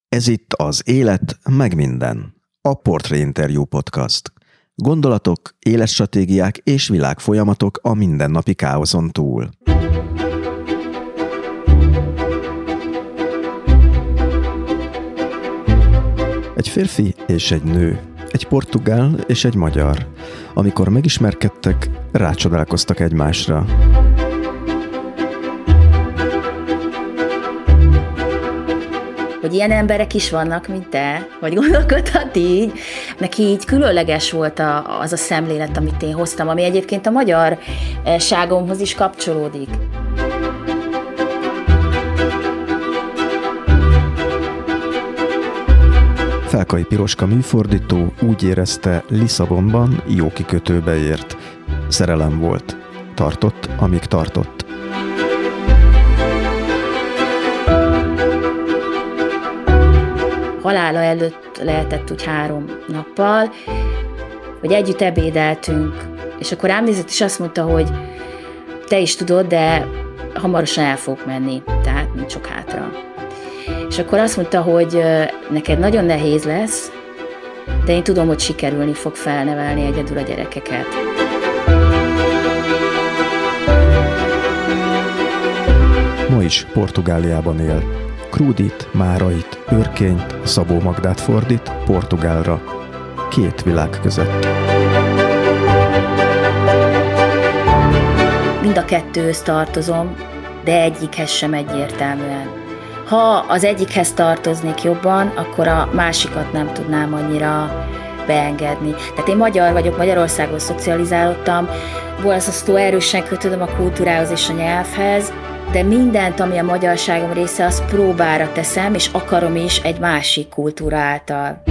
Ez itt az Élet meg minden, a Portré Interview Podcast. Gondolatok, életstratégiák és világfolyamatok a mindennapi káoszon túl. Egy férfi és egy nő, egy portugál és egy magyar. Amikor megismerkedtek, rácsodálkoztak egymásra. Hogy ilyen emberek is vannak, mint te, vagy gondolkodhat így. Neki így különleges volt az a szemlélet, amit én hoztam, ami egyébként a magyarságomhoz is kapcsolódik. Felkai Piroska műfordító úgy érezte, Lisszabonban jó kikötőbe ért. Szerelem volt. Tartott, amíg tartott. Halála előtt lehetett úgy 3 nappal, hogy együtt ebédeltünk, és akkor rám nézett, és azt mondta, hogy te is tudod, de hamarosan el fogok menni, tehát nincs sok hátra. És akkor azt mondta, hogy neked nagyon nehéz lesz, de én tudom, hogy sikerülni fog felnevelni egyedül a gyerekeket. Ma is Portugáliában él. Krúdit, Márait, Őrkényt, Szabó Magdát fordít portugálra. 2 világ között. Mind a 2-höz tartozom, de egyikhez sem egyértelműen. Ha az egyikhez tartoznék jobban, akkor a másikat nem tudnám annyira beengedni. Tehát én magyar vagyok, Magyarországon szocializálódtam, borzasztó erősen kötődöm a kultúrához és a nyelvhez, de mindent, ami a magyarságom része, azt próbára teszem, és akarom is egy másik kultúra által.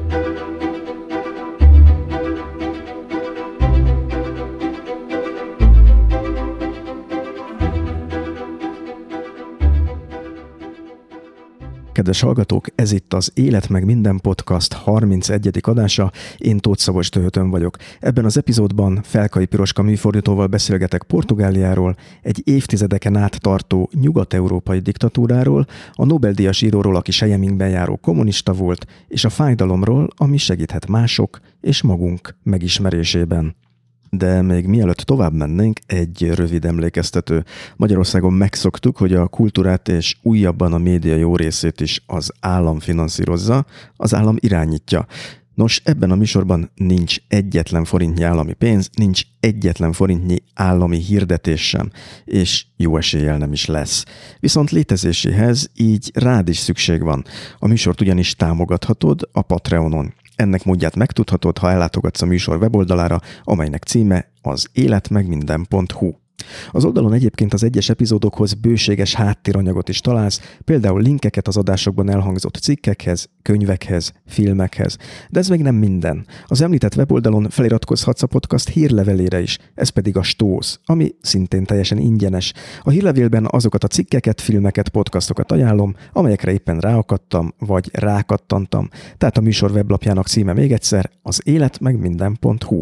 Kedves hallgatók, ez itt az Élet meg minden podcast 31. adása, én Tóth Szabolcs Töhötön vagyok. Ebben az epizódban Felkai Piroska műfordítóval beszélgetek Portugáliáról, egy évtizedeken át tartó nyugat-európai diktatúráról, a Nobel-díjas íróról, aki selyemingben járó kommunista volt, és a fájdalomról, ami segíthet mások és magunk megismerésében. De még mielőtt tovább mennénk, egy rövid emlékeztető. Magyarországon megszoktuk, hogy a kultúrát és újabban a média jó részét is az állam finanszírozza, az állam irányítja. Nos, ebben a műsorban nincs egyetlen forintnyi állami pénz, nincs egyetlen forintnyi állami hirdetés sem, és jó eséllyel nem is lesz. Viszont létezéséhez így rád is szükség van. A műsort ugyanis támogathatod a Patreonon. Ennek módját megtudhatod, ha ellátogatsz a műsor weboldalára, amelynek címe az életmegminden.hu. Az oldalon egyébként az egyes epizódokhoz bőséges háttéranyagot is találsz, például linkeket az adásokban elhangzott cikkekhez, könyvekhez, filmekhez. De ez még nem minden. Az említett weboldalon feliratkozhatsz a podcast hírlevelére is, ez pedig a Stósz, ami szintén teljesen ingyenes. A hírlevélben azokat a cikkeket, filmeket, podcastokat ajánlom, amelyekre éppen ráakadtam, vagy rákattantam. Tehát a műsor weblapjának címe még egyszer az életmegminden.hu.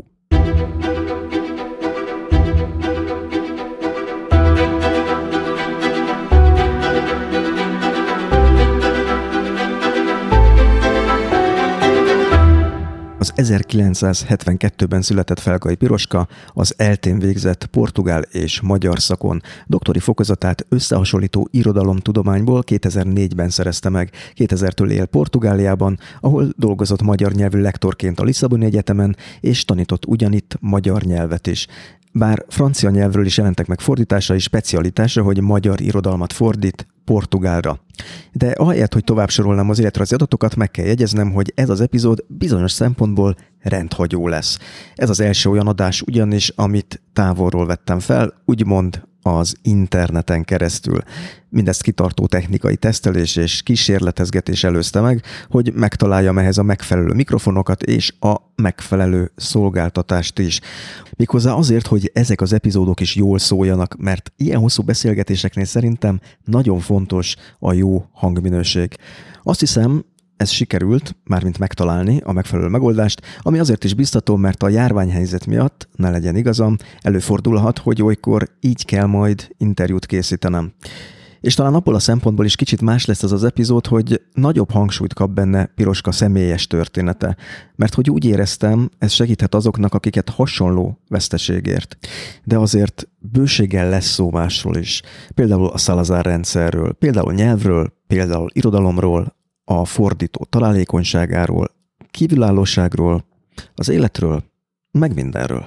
Az 1972-ben született Felkai Piroska, az ELTE-n végzett portugál és magyar szakon. Doktori fokozatát összehasonlító irodalomtudományból 2004-ben szerezte meg. 2000-től él Portugáliában, ahol dolgozott magyar nyelvű lektorként a Lisszaboni Egyetemen, és tanított ugyanitt magyar nyelvet is. Bár francia nyelvről is jelentek meg fordításai, specialitása, hogy magyar irodalmat fordít portugálra. De ahelyett, hogy tovább sorolnám az életrajzi adatokat, meg kell jegyeznem, hogy ez az epizód bizonyos szempontból rendhagyó lesz. Ez az első olyan adás ugyanis, amit távolról vettem fel, úgymond az interneten keresztül. Mindezt kitartó technikai tesztelés és kísérletezgetés előzte meg, hogy megtaláljam ehhez a megfelelő mikrofonokat és a megfelelő szolgáltatást is. Méghozzá azért, hogy ezek az epizódok is jól szóljanak, mert ilyen hosszú beszélgetéseknél szerintem nagyon fontos a jó hangminőség. Azt hiszem, ez sikerült, mármint megtalálni a megfelelő megoldást, ami azért is biztató, mert a járványhelyzet miatt, ne legyen igazam, előfordulhat, hogy olykor így kell majd interjút készítenem. És talán abból a szempontból is kicsit más lesz ez az epizód, hogy nagyobb hangsúlyt kap benne Piroska személyes története. Mert hogy úgy éreztem, ez segíthet azoknak, akiket hasonló veszteségért. De azért bőséggel lesz szó másról is. Például a Salazar rendszerről, például nyelvről, például irodalomról, a fordító találékonyságáról, kívülállóságról, az életről, meg mindenről.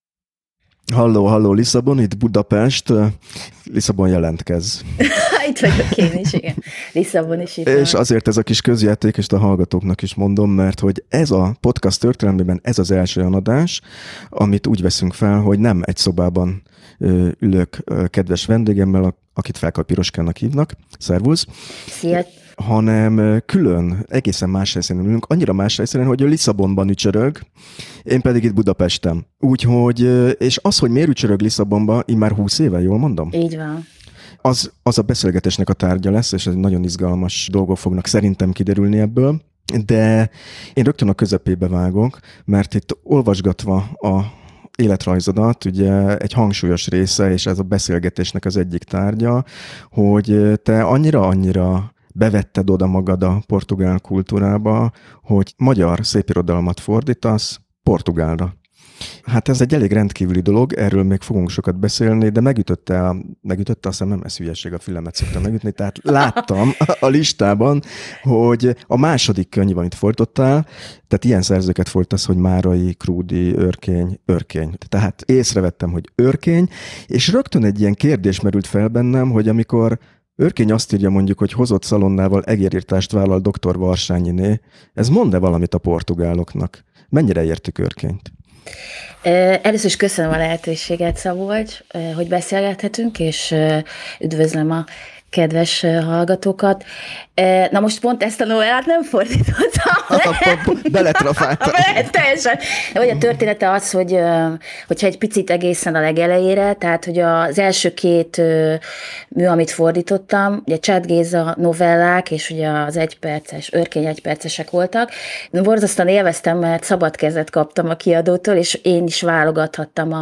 Halló, Lisszabon, itt Budapest. Lisszabon, jelentkez. Itt vagyok én is, igen. Lisszabon is itt És van. azért ez a kis közjáték, és a hallgatóknak is mondom, mert hogy ez a podcast történelmében ez az első olyan adás, amit úgy veszünk fel, hogy nem egy szobában ülök kedves vendégemmel, akit Felkai Piroskának hívnak. Szervusz! Szia! Hanem külön, egészen más helyszínen ülünk, annyira más helyszínen, hogy ő Lisszabonban ücsörög, én pedig itt Budapesten. Úgyhogy, és az, hogy miért ücsörög Lisszabonban, így már 20 éve, jól mondom? Így van. Az a beszélgetésnek a tárgya lesz, és nagyon izgalmas dolgok fognak szerintem kiderülni ebből, de én rögtön a közepébe vágok, mert itt olvasgatva a életrajzodat, ugye egy hangsúlyos része, és ez a beszélgetésnek az egyik tárgya, hogy te annyira bevetted oda magad a portugál kultúrába, hogy magyar szépirodalmat fordítasz portugálra. Hát ez egy elég rendkívüli dolog, erről még fogunk sokat beszélni, de megütötte a szemem, ez hülyeség, a fülemet szoktam megütni, tehát láttam a listában, hogy a második könyv, amit fordítottál, tehát ilyen szerzőket fordítasz, hogy Márai, Krúdy, Örkény. Tehát észrevettem, hogy Örkény, és rögtön egy ilyen kérdés merült fel bennem, hogy amikor Örkény azt írja mondjuk, hogy hozott szalonnával egérírtást vállal dr. Varsányiné, ez mond-e valamit a portugáloknak? Mennyire értük Örkényt? Először is köszönöm a lehetőséget, Szabolcs, hogy beszélgethetünk, és üdvözlöm a kedves hallgatókat. Na most pont ezt a novellát nem fordítottam. Beletrafáltam. Teljesen. De a története az, hogyha egy picit egészen a legelejére, tehát hogy az első két mű, amit fordítottam, ugye Csád Géza novellák, és ugye az egyperces, Örkény egypercesek voltak. Borzasztóan élveztem, mert szabad kezet kaptam a kiadótól, és én is válogathattam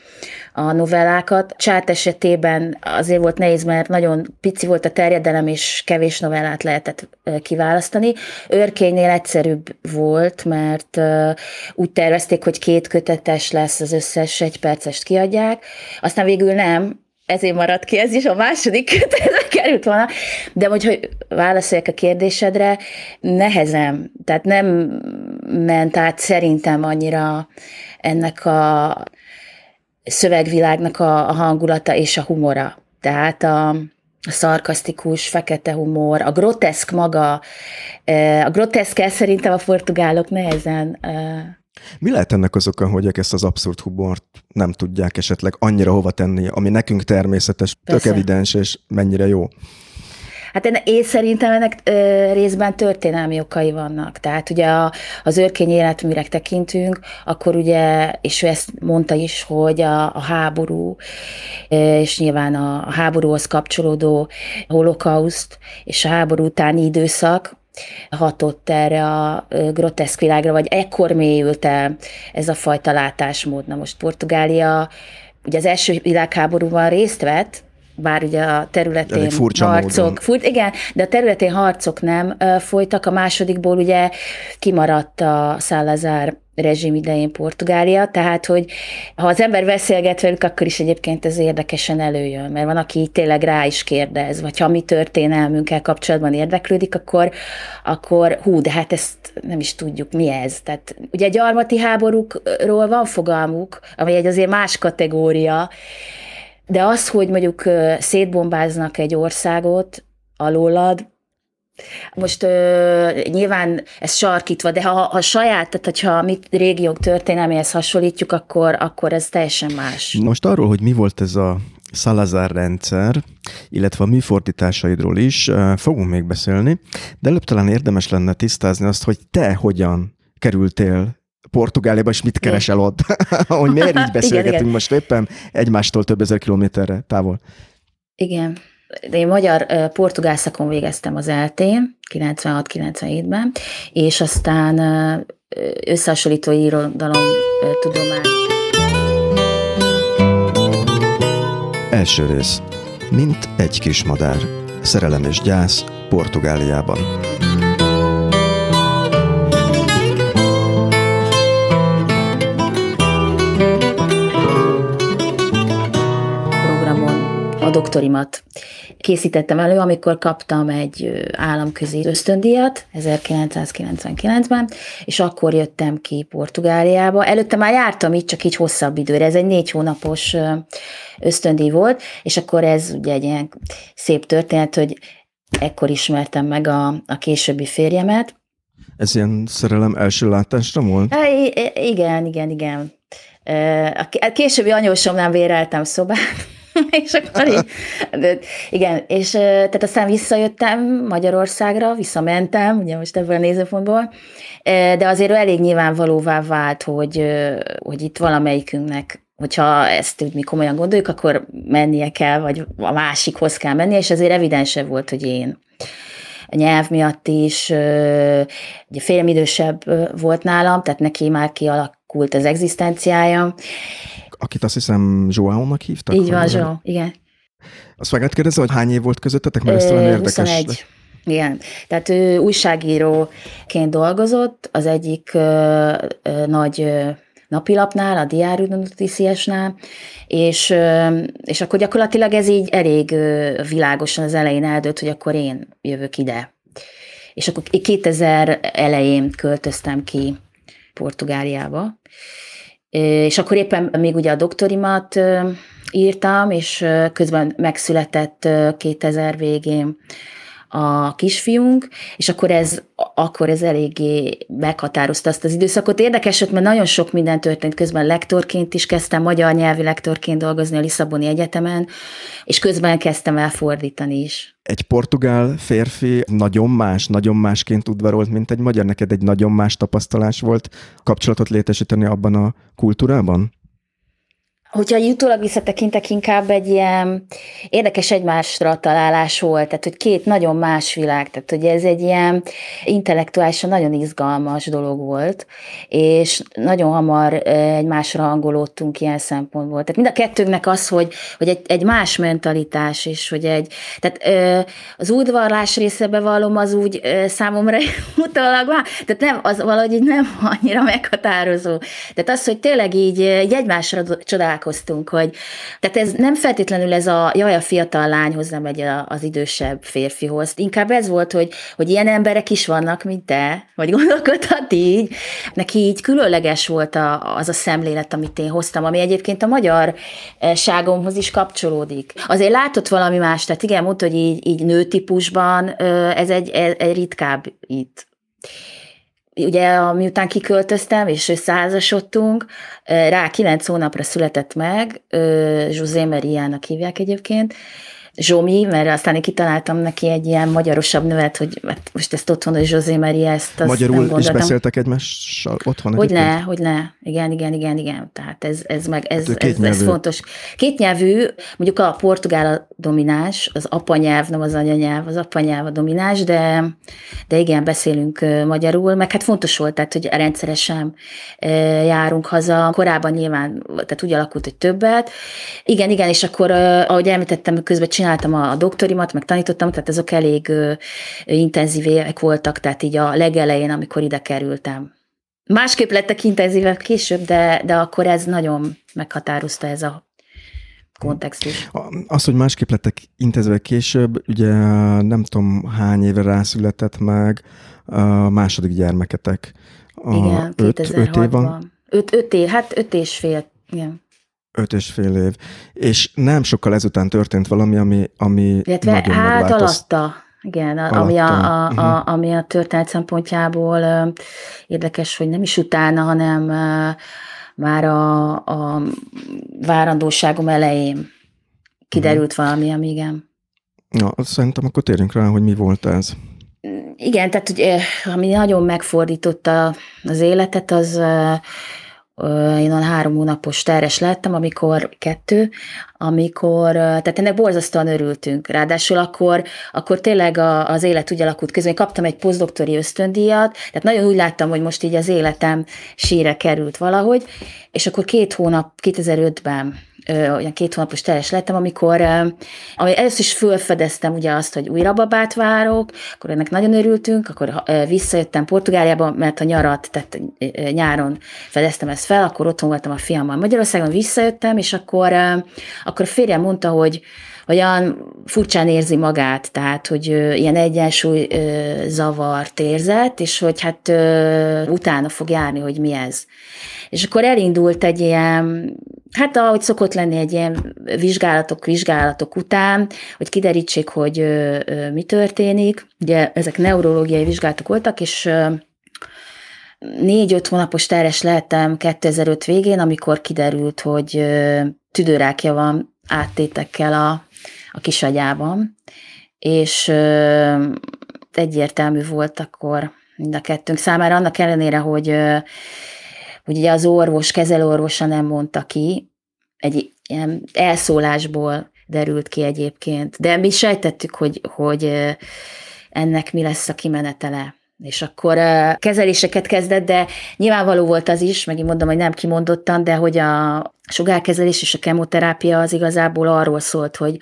a novellákat. Csád esetében azért volt nehéz, mert nagyon pici volt a terjedelem, és kevés novellát lehetett kiválasztani. Örkénynél egyszerűbb volt, mert úgy tervezték, hogy 2 kötetes lesz, az összes egypercest kiadják. Aztán végül nem, ezért maradt ki, ez is a második kötetbe került volna. De hogy válaszoljak a kérdésedre, nehezen, tehát nem ment át szerintem annyira ennek a szövegvilágnak a hangulata és a humora. Tehát a szarkasztikus, fekete humor, a groteszk maga, a groteszkel szerintem a portugálok nehezen. Mi lehet ennek az oka, hogy ezt az abszurd humort nem tudják esetleg annyira hova tenni, ami nekünk természetes, tök evidens, és mennyire jó? Hát én szerintem ennek részben történelmi okai vannak. Tehát ugye az Örkény életműre tekintünk, akkor ugye, és ő ezt mondta is, hogy a háború, és nyilván a háborúhoz kapcsolódó holokauszt, és a háború utáni időszak hatott erre a groteszk világra, vagy ekkor mélyült el ez a fajta látásmód. Na most Portugália ugye az első világháborúban részt vett, bár ugye a területén harcok, igen, de a területén harcok nem folytak, a másodikból ugye kimaradt a Salazar rezsim idején Portugália, tehát hogy ha az ember beszélget velük, akkor is egyébként ez érdekesen előjön, mert van, aki tényleg rá is kérdez, vagy ha mi történelmünkkel kapcsolatban érdeklődik, akkor de hát ezt nem is tudjuk, mi ez. Tehát ugye a gyarmati háborúkról van fogalmuk, ami egy azért más kategória, de az, hogy mondjuk szétbombáznak egy országot alólad, most nyilván ez sarkítva, de ha saját, tehát hogyha a mi régiók történelméhez hasonlítjuk, akkor ez teljesen más. Most arról, hogy mi volt ez a Salazar rendszer, illetve a műfordításaidról is fogunk még beszélni, de előbb talán érdemes lenne tisztázni azt, hogy te hogyan kerültél Portugáliába, és mit keresel ott? Hogy miért így beszélgetünk igen. Most éppen egymástól több ezer kilométerre távol? Igen. De én magyar-portugál szakon végeztem az ELTE-n 96-97-ben, és aztán összehasonlító irodalom tudomány. Első rész. Mint egy kis madár. Szerelem és gyász Portugáliában. A doktorimat készítettem elő, amikor kaptam egy államközi ösztöndíjat 1999-ben, és akkor jöttem ki Portugáliába. Előtte már jártam itt, csak így hosszabb időre. Ez egy 4 hónapos ösztöndíj volt, és akkor ez ugye egy ilyen szép történet, hogy ekkor ismertem meg a későbbi férjemet. Ez ilyen szerelem első látásra volt? Igen. A későbbi anyósomnál béreltem szobát, és akkor így, igen, és tehát aztán visszajöttem Magyarországra, visszamentem, ugye most ebből a nézőpontból, de azért elég nyilvánvalóvá vált, hogy itt valamelyikünknek, hogyha ezt úgy mi komolyan gondoljuk, akkor mennie kell, vagy a másikhoz kell mennie, és azért evidensebb volt, hogy én a nyelv miatt is, ugye félem idősebb volt nálam, tehát neki már kialakult az egzisztenciája. Akit azt hiszem João-nak hívtak? Így van, João, igen. Azt meg lehet kérdezni, hogy hány év volt közöttetek, mert ez talán érdekes. 21. Igen, tehát ő újságíróként dolgozott az egyik nagy napilapnál, a Diário de Noticiasnál, és akkor gyakorlatilag ez így elég világosan az elején eldőlt, hogy akkor én jövök ide. És akkor 2000 elején költöztem ki Portugáliába, és akkor éppen még ugye a doktorimat írtam, és közben megszületett 2000 végén a kisfiunk, és akkor ez eléggé meghatározta azt az időszakot. Érdekes, mert nagyon sok minden történt közben. Lektorként is kezdtem, magyar nyelvi lektorként dolgozni a Lisszaboni Egyetemen, és közben kezdtem el fordítani is. Egy portugál férfi nagyon másként udvarolt, mint egy magyar. Neked egy nagyon más tapasztalás volt kapcsolatot létesíteni abban a kultúrában? Hogyha utólag visszatekintek, inkább egy ilyen érdekes egymásra találás volt, tehát hogy két nagyon más világ, tehát hogy ez egy ilyen intellektuálisan nagyon izgalmas dolog volt, és nagyon hamar egymásra hangolódtunk ilyen szempontból. Tehát mind a kettőnknek az, hogy egy más mentalitás, és hogy tehát az udvarlás része bevallom, az úgy számomra utólag van, tehát nem, az valahogy így nem annyira meghatározó. Tehát az, hogy tényleg így egymásra csodálkozunk, hogy tehát ez nem feltétlenül ez a fiatal lányhoz nem megy az idősebb férfihoz. Inkább ez volt, hogy ilyen emberek is vannak, mint te, vagy gondolkodhat így. Neki így különleges volt az a szemlélet, amit én hoztam, ami egyébként a magyarságomhoz is kapcsolódik. Azért látott valami más, tehát igen, mondta, hogy így nőtípusban ez egy ritkább itt. Ugye, miután kiköltöztem, és összeházasodtunk, rá 9 hónapra született meg, José Mariának hívják egyébként, Zsomi, mert aztán én kitaláltam neki egy ilyen magyarosabb nevet, hogy most ezt otthon, hogy José Maria, ezt azt magyarul nem gondoltam. Is beszéltek egymással otthon? Hogyne. Igen. Tehát ez fontos. Kétnyelvű, mondjuk a portugál a domináns, az apanyelv, nem az anyanyelv, az apanyelv a domináns, de igen, beszélünk magyarul, meg hát fontos volt, tehát, hogy rendszeresen járunk haza. Korábban nyilván, tehát úgy alakult, hogy többet. Igen, és akkor, ahogy említettem, közben csináltam a doktorimat, meg tanítottam, tehát azok elég intenzívek voltak, tehát így a legelején, amikor ide kerültem. Másképp lettek intenzívek később, de akkor ez nagyon meghatározta ez a kontextus. Az, hogy másképp lettek intenzívek később, ugye nem tudom hány éve rászületett meg a második gyermeketek. Igen, 2006-ban. 5 év, hát 5 és fél, igen. 5,5 év. És nem sokkal ezután történt valami, ami illetve, nagyon megváltoztatta. Alatta. Igen, ami a történet szempontjából érdekes, hogy nem is utána, hanem már a várandóságom elején kiderült valami, ami igen. Ja, szerintem akkor térjünk rá, hogy mi volt ez. Igen, tehát ugye, ami nagyon megfordította az életet, az én olyan 3 hónapos terhes lettem, tehát ennek borzasztóan örültünk. Ráadásul akkor tényleg az élet úgy alakult közben, én kaptam egy posztdoktori ösztöndíjat, tehát nagyon úgy láttam, hogy most így az életem sírre került valahogy, és akkor 2 hónap, 2005-ben olyan 2 hónapos terhes lettem, amikor először is fölfedeztem ugye azt, hogy újra babát várok, akkor ennek nagyon örültünk, akkor visszajöttem Portugáliába, mert a nyarat, tehát nyáron fedeztem ezt fel, akkor otthon voltam a fiammal Magyarországon, visszajöttem, és akkor a férjem mondta, hogy olyan furcsán érzi magát, tehát, hogy ilyen egyensúly zavart érzett, és hogy hát utána fog járni, hogy mi ez. És akkor elindult egy ilyen, hát ahogy szokott lenni egy ilyen vizsgálatok után, hogy kiderítsék, hogy mi történik. Ugye ezek neurológiai vizsgálatok voltak, és 4-5 hónapos terhes lehettem 2005 végén, amikor kiderült, hogy tüdőrákja van áttétekkel a kisagyában, és egyértelmű volt akkor mind a kettőnk számára, annak ellenére, hogy ugye az kezelőorvosa nem mondta ki, egy ilyen elszólásból derült ki egyébként, de mi sejtettük, hogy ennek mi lesz a kimenetele. És akkor kezeléseket kezdett, de nyilvánvaló volt az is, megint mondom, hogy nem kimondottan, de hogy a sugárkezelés és a kemoterápia az igazából arról szólt, hogy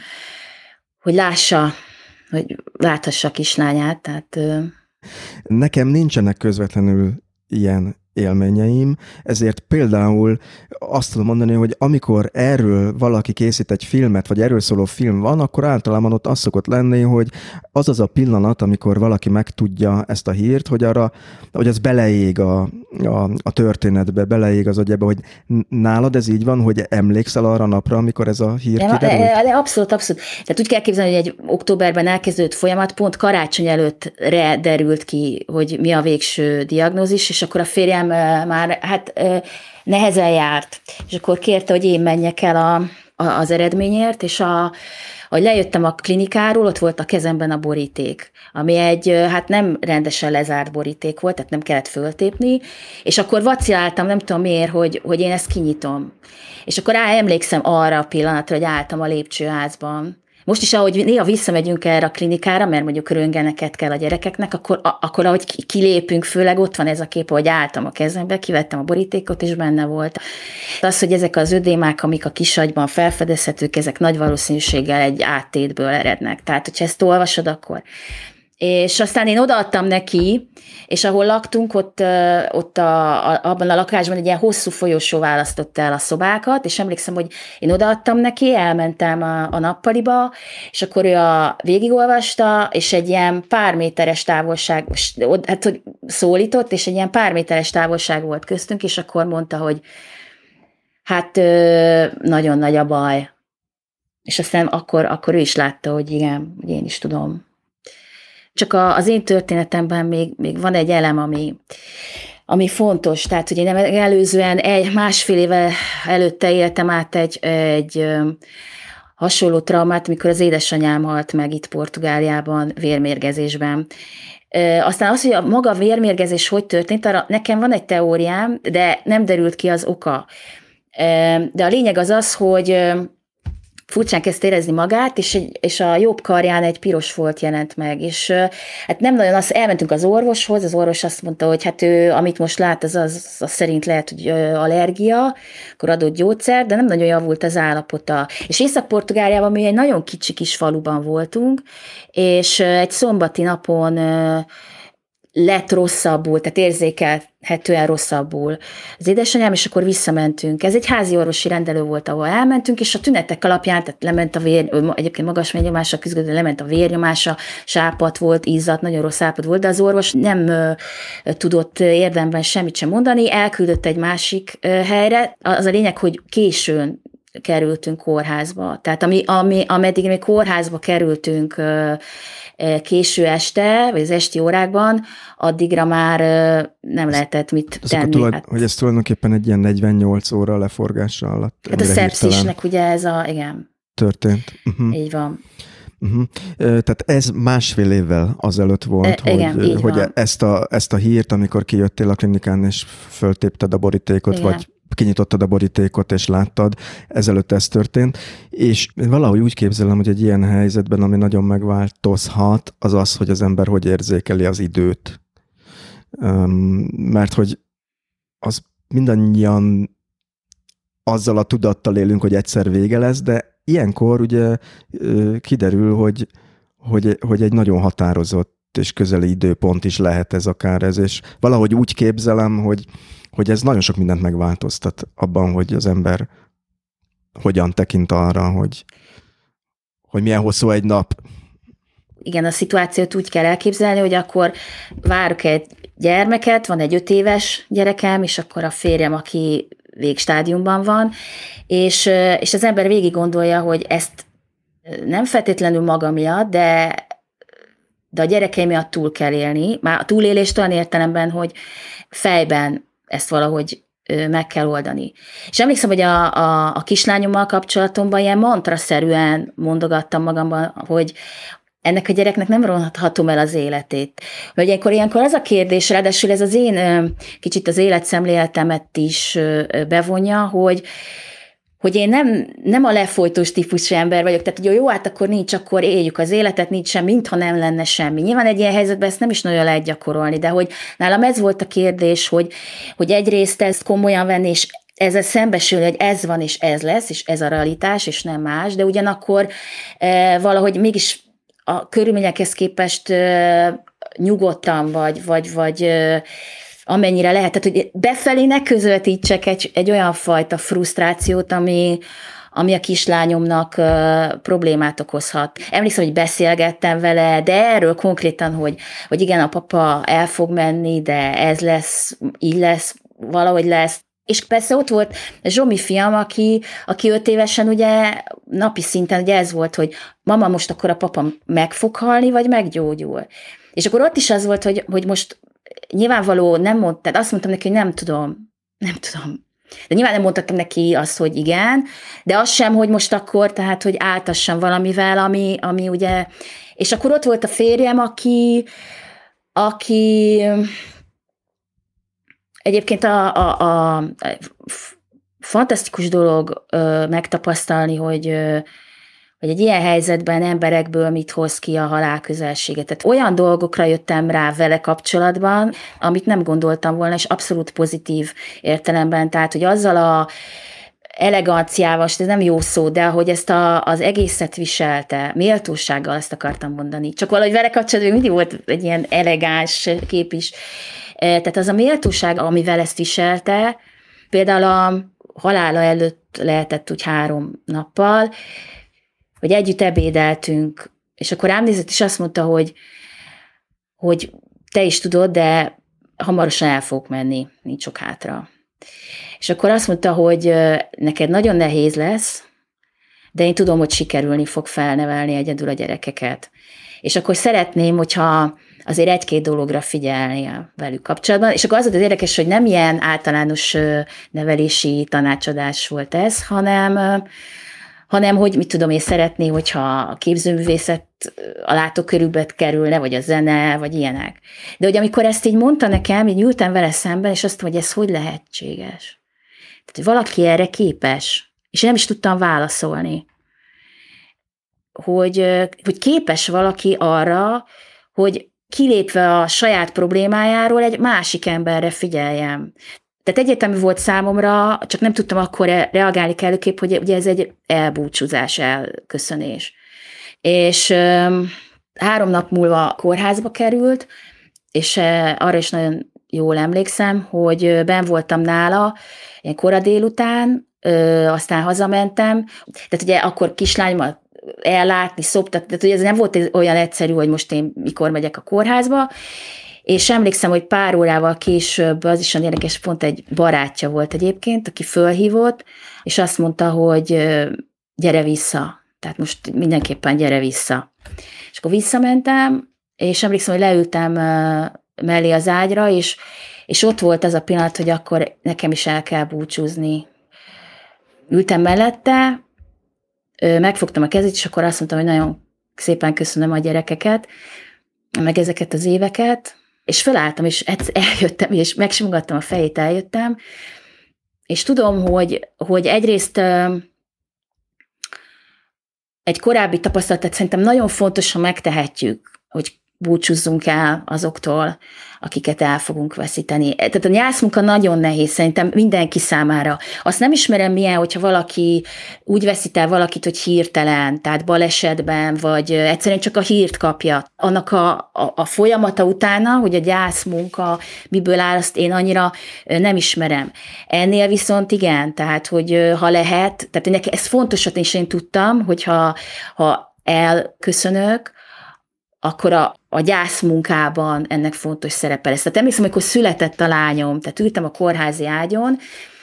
láthassa a kislányát. Tehát, Nekem nincsenek közvetlenül ilyen élményeim, ezért például azt tudom mondani, hogy amikor erről valaki készít egy filmet, vagy erről szóló film van, akkor általában ott az szokott lenni, hogy az a pillanat, amikor valaki megtudja ezt a hírt, hogy az beleég a történetbe, beleég az agyába, hogy nálad ez így van, hogy emlékszel arra napra, amikor ez a hír kiderült? De abszolút. Tehát úgy kell képzelni, hogy egy októberben elkezdődött folyamat, pont karácsony előttre derült ki, hogy mi a végső diagnózis, és akkor a férjem már nehezen járt, és akkor kérte, hogy én menjek el az eredményért, és ahogy lejöttem a klinikáról, ott volt a kezemben a boríték, ami egy nem rendesen lezárt boríték volt, tehát nem kellett föltépni, és akkor vaciláltam, nem tudom miért, hogy én ezt kinyitom. És akkor emlékszem arra a pillanatra, hogy álltam a lépcsőházban. Most is, ahogy néha visszamegyünk erre a klinikára, mert mondjuk röntgeneket kell a gyerekeknek, akkor ahogy kilépünk, főleg ott van ez a kép, ahogy álltam a kezembe, kivettem a borítékot, és benne volt. Az, hogy ezek az ödémák, amik a kisagyban felfedezhetők, ezek nagy valószínűséggel egy áttétből erednek. Tehát, hogyha ezt olvasod, akkor... És aztán én odaadtam neki, és ahol laktunk, ott abban a lakásban egy ilyen hosszú folyosó választotta el a szobákat, és emlékszem, hogy én odaadtam neki, elmentem a nappaliba, és akkor ő végigolvasta, és egy ilyen pár méteres távolság, hogy szólított, és egy ilyen pár méteres távolság volt köztünk, és akkor mondta, hogy nagyon nagy a baj. És aztán akkor ő is látta, hogy igen, hogy én is tudom. Csak az én történetemben még van egy elem, ami fontos. Tehát, hogy én előzően 1,5 éve előtte éltem át egy hasonló traumát, amikor az édesanyám halt meg itt Portugáliában vérmérgezésben. Aztán az, hogy maga a vérmérgezés hogy történt, arra nekem van egy teóriám, de nem derült ki az oka. De a lényeg az, hogy furcsán kezdte érezni magát, és a jobb karján egy piros folt jelent meg, és nem nagyon elmentünk az orvoshoz, az orvos azt mondta, hogy ő, amit most lát, az szerint lehet, hogy allergia, akkor adott gyógyszer, de nem nagyon javult az állapota. És Észak-Portugáliában mi egy nagyon kicsi kis faluban voltunk, és egy szombati napon lett rosszabbul, tehát érzékelhetően rosszabbul az édesanyám, és akkor visszamentünk. Ez egy házi orvosi rendelő volt, ahol elmentünk, és a tünetek alapján, tehát lement a egyébként magas vérnyomással küzdött, lement a vérnyomása, sápadt volt, izzadt, nagyon rossz állapot volt, de az orvos nem tudott érdemben semmit sem mondani, elküldött egy másik helyre. Az a lényeg, hogy későn kerültünk kórházba. Tehát ameddig még kórházba kerültünk késő este, vagy az esti órákban, addigra már nem lehetett mit tenni. Hogy ez tulajdonképpen egy ilyen 48 óra leforgása alatt. Hát a szepszisnek ugye ez igen. Történt. Így van. Tehát ez 1,5 évvel azelőtt volt, hogy ezt a hírt, amikor kijöttél a klinikán, és föltépted a borítékot, igen, vagy kinyitottad a borítékot, és láttad, ezelőtt ez történt, és valahogy úgy képzelem, hogy egy ilyen helyzetben, ami nagyon megváltozhat, az, hogy az ember hogy érzékeli az időt. Mert hogy az mindannyian azzal a tudattal élünk, hogy egyszer vége lesz, de ilyenkor ugye kiderül, hogy egy nagyon határozott és közeli időpont is lehet ez akár ez, és valahogy úgy képzelem, hogy ez nagyon sok mindent megváltoztat abban, hogy az ember hogyan tekint arra, hogy milyen hosszú egy nap. Igen, a szituációt úgy kell elképzelni, hogy akkor várok egy gyermeket, van egy 5 éves gyerekem, és akkor a férjem, aki végstádiumban van, és az ember végig gondolja, hogy ezt nem feltétlenül maga miatt, de a gyerekei miatt túl kell élni. Már a túlélést olyan értelemben, hogy fejben ezt valahogy meg kell oldani. És emlékszem, hogy a kislányommal kapcsolatomban ilyen mantraszerűen mondogattam magamban, hogy ennek a gyereknek nem ronthatom el az életét. Mert ilyenkor az a kérdés, ráadásul ez az én kicsit az életszemléletemet is bevonja, hogy én nem a lefolytós típusú ember vagyok, tehát hogy jó, hát akkor nincs, akkor éljük az életet, nincs semmi, mintha nem lenne semmi. Nyilván egy ilyen helyzetben ezt nem is nagyon lehet gyakorolni, de hogy nálam ez volt a kérdés, hogy egyrészt ezt komolyan venni, és ezzel szembesülni, hogy ez van, és ez lesz, és ez a realitás, és nem más, de ugyanakkor valahogy mégis a körülményekhez képest nyugodtan vagy amennyire lehet, tehát hogy befelé ne közvetítsek egy olyan fajta frusztrációt, ami a kislányomnak problémát okozhat. Emlékszem, hogy beszélgettem vele, de erről konkrétan, hogy igen, a papa el fog menni, de ez lesz, így lesz, valahogy lesz. És persze ott volt Zsomi fiam, aki 5 évesen ugye napi szinten ugye ez volt, hogy mama, most akkor a papa meg fog halni, vagy meggyógyul. És akkor ott is az volt, hogy most nyilvánvaló nem mondtam, tehát azt mondtam neki, hogy nem tudom. De nyilván nem mondtam neki azt, hogy igen, de az sem, hogy most akkor, tehát, hogy áltassam valamivel, ami ugye... És akkor ott volt a férjem, aki egyébként a fantasztikus dolog megtapasztalni, hogy egy ilyen helyzetben emberekből mit hoz ki a halálközelséget. Tehát olyan dolgokra jöttem rá vele kapcsolatban, amit nem gondoltam volna, és abszolút pozitív értelemben. Tehát, hogy azzal a eleganciával, ez nem jó szó, de ahogy ezt az egészet viselte, méltósággal, ezt akartam mondani. Csak valahogy vele kapcsolatban mindig volt egy ilyen elegáns kép is. Tehát az a méltóság, amivel ezt viselte, például a halála előtt lehetett úgy 3 nappal, hogy együtt ebédeltünk, és akkor rám nézett, és azt mondta, hogy te is tudod, de hamarosan el fogok menni, nincs sok hátra. És akkor azt mondta, hogy neked nagyon nehéz lesz, de én tudom, hogy sikerülni fog felnevelni egyedül a gyerekeket. És akkor szeretném, hogyha azért 1-2 dologra figyelni velük kapcsolatban. És akkor az volt az érdekes, hogy nem ilyen általános nevelési tanácsadás volt ez, hanem hogy mit tudom én szeretné, hogyha a képzőművészet a látókörükbe kerülne, vagy a zene, vagy ilyenek. De hogy amikor ezt így mondta nekem, így ültem vele szemben, és azt mondom, hogy ez hogy lehetséges. Tehát, hogy valaki erre képes, és én nem is tudtam válaszolni. Hogy képes valaki arra, hogy kilépve a saját problémájáról egy másik emberre figyeljem. Tehát egyértelmű volt számomra, csak nem tudtam akkor reagálni kellőképp, hogy ugye ez egy elbúcsúzás, elköszönés. És 3 nap múlva kórházba került, és arra is nagyon jól emlékszem, hogy benn voltam nála, ilyen kora délután, aztán hazamentem. Tehát ugye akkor kislányomat ellátni, szoptatni, tehát ugye ez nem volt olyan egyszerű, hogy most én mikor megyek a kórházba, és emlékszem, hogy pár órával később, az is olyan érdekes, pont egy barátja volt egyébként, aki fölhívott, és azt mondta, hogy gyere vissza, tehát most mindenképpen gyere vissza. És akkor visszamentem, és emlékszem, hogy leültem mellé az ágyra, és ott volt az a pillanat, hogy akkor nekem is el kell búcsúzni. Ültem mellette, megfogtam a kezét, és akkor azt mondtam, hogy nagyon szépen köszönöm a gyerekeket, meg ezeket az éveket, és felálltam, és eljöttem, és megsimogattam a fejét, eljöttem, és tudom, hogy egyrészt egy korábbi tapasztalatot szerintem nagyon fontos, ha megtehetjük, hogy búcsúzzunk el azoktól, akiket el fogunk veszíteni. Tehát a gyászmunka nagyon nehéz szerintem mindenki számára. Azt nem ismerem milyen, hogyha valaki úgy veszít el valakit, hogy hirtelen, tehát balesetben, vagy egyszerűen csak a hírt kapja. Annak a folyamata utána, hogy a gyászmunka miből áll, azt én annyira nem ismerem. Ennél viszont igen, tehát hogy ha lehet, tehát ez fontos, és én tudtam, hogy ha elköszönök, akkor a gyászmunkában ennek fontos szerepe lesz. Tehát emlékszem, amikor született a lányom, tehát ültem a kórházi ágyon,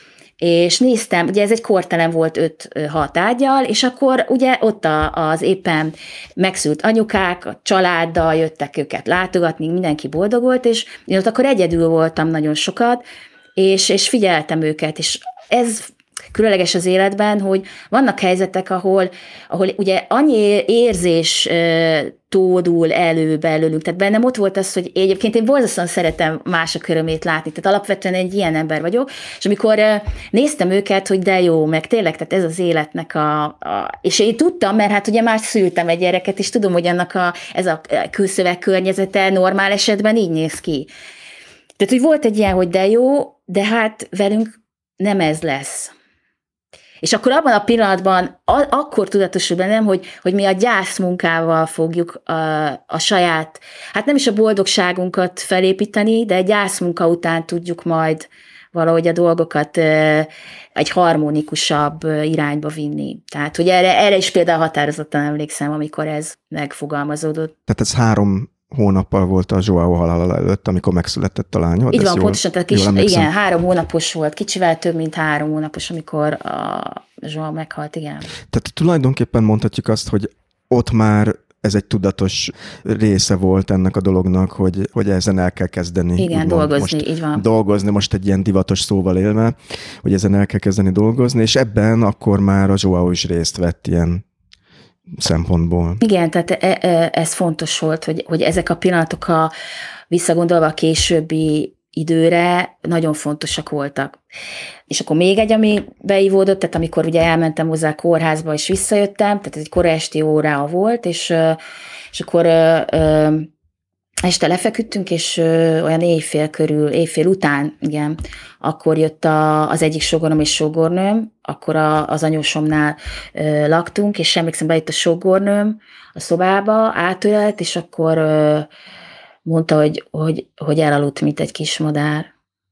és néztem, ugye ez egy kortelen volt 5-6 ágyal, és akkor ugye ott az éppen megszült anyukák, a családdal jöttek őket látogatni, mindenki boldog volt, és én ott akkor egyedül voltam nagyon sokat, és figyeltem őket, és ez különleges az életben, hogy vannak helyzetek, ahol ugye annyi érzés tódul elő belőlünk. Tehát bennem ott volt az, hogy egyébként én borzasztóan szeretem mások örömét látni. Tehát alapvetően egy ilyen ember vagyok, és amikor néztem őket, hogy de jó, meg tényleg, tehát ez az életnek és én tudtam, mert hát ugye már szültem egy gyereket, és tudom, hogy ez a külszöveg környezete normál esetben így néz ki. Tehát, hogy volt egy ilyen, hogy de jó, de hát velünk nem ez lesz. És akkor abban a pillanatban akkor tudatosul bennem, hogy mi a gyászmunkával fogjuk a saját, hát nem is a boldogságunkat felépíteni, de egy gyászmunka után tudjuk majd valahogy a dolgokat egy harmonikusabb irányba vinni. Tehát, hogy erre is például határozottan emlékszem, amikor ez megfogalmazódott. Tehát ez 3 hónappal volt a João halála előtt, amikor megszületett a lányod. Így van, pontosan, tehát igen, 3 hónapos volt, kicsivel több, mint 3 hónapos, amikor a João meghalt, igen. Tehát tulajdonképpen mondhatjuk azt, hogy ott már ez egy tudatos része volt ennek a dolognak, hogy ezen el kell kezdeni. Igen, dolgozni, így van. Dolgozni, most egy ilyen divatos szóval élve, hogy ezen el kell kezdeni dolgozni, és ebben akkor már a João is részt vett ilyen szempontból. Igen, tehát ez fontos volt, hogy ezek a pillanatok, visszagondolva a későbbi időre, nagyon fontosak voltak. És akkor még egy, ami beívódott, tehát amikor ugye elmentem hozzá a kórházba, és visszajöttem, tehát ez egy kora esti óra volt, és akkor este lefeküdtünk, és olyan éjfél után, igen, akkor jött az egyik sógorom és sógornőm, akkor az anyósomnál laktunk, és emlékszem, bejött a sógornőm a szobába, átölelt, és akkor mondta, hogy elaludt, mint egy kis madár.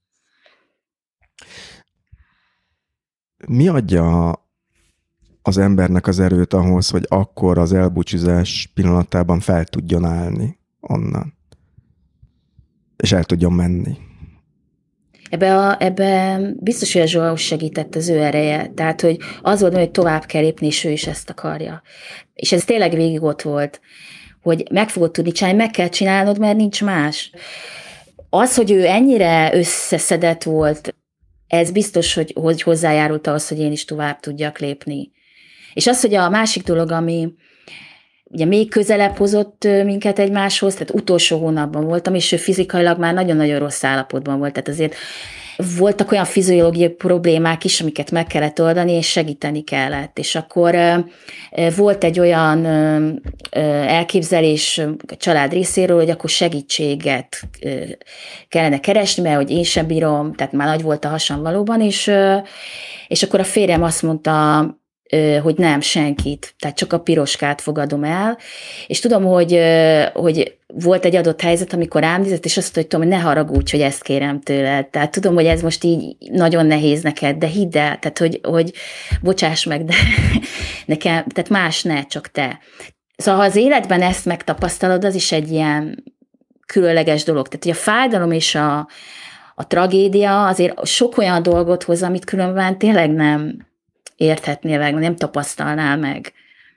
Mi adja az embernek az erőt ahhoz, hogy akkor az elbúcsúzás pillanatában fel tudjon állni onnan, és el tudjon menni? Ebbe biztos, hogy a João segített az ő ereje. Tehát, hogy az volt, hogy tovább kell lépni, és ő is ezt akarja. És ez tényleg végig ott volt, hogy meg fogod tudni csinálni, meg kell csinálnod, mert nincs más. Az, hogy ő ennyire összeszedett volt, ez biztos, hogy hozzájárult ahhoz, hogy én is tovább tudjak lépni. És az, hogy a másik dolog, ami ugye még közelebb hozott minket egymáshoz, tehát utolsó hónapban voltam, és ő fizikailag már nagyon-nagyon rossz állapotban volt, tehát azért voltak olyan fiziológiai problémák is, amiket meg kellett oldani, és segíteni kellett. És akkor volt egy olyan elképzelés a család részéről, hogy akkor segítséget kellene keresni, mert hogy én sem bírom, tehát már nagy volt a hasam valóban, és akkor a férjem azt mondta, hogy nem, senkit, tehát csak a piroskát fogadom el, és tudom, hogy volt egy adott helyzet, amikor rám nézett, és azt mondta, hogy tudom, hogy ne haragudj, hogy ezt kérem tőled. Tehát tudom, hogy ez most így nagyon nehéz neked, de hidd el, tehát hogy bocsáss meg, de nekem, tehát más ne, csak te. Szóval, ha az életben ezt megtapasztalod, az is egy ilyen különleges dolog. Tehát, hogy a fájdalom és a tragédia azért sok olyan dolgot hoz, amit különben tényleg nem érthetnél meg, nem tapasztalnál meg.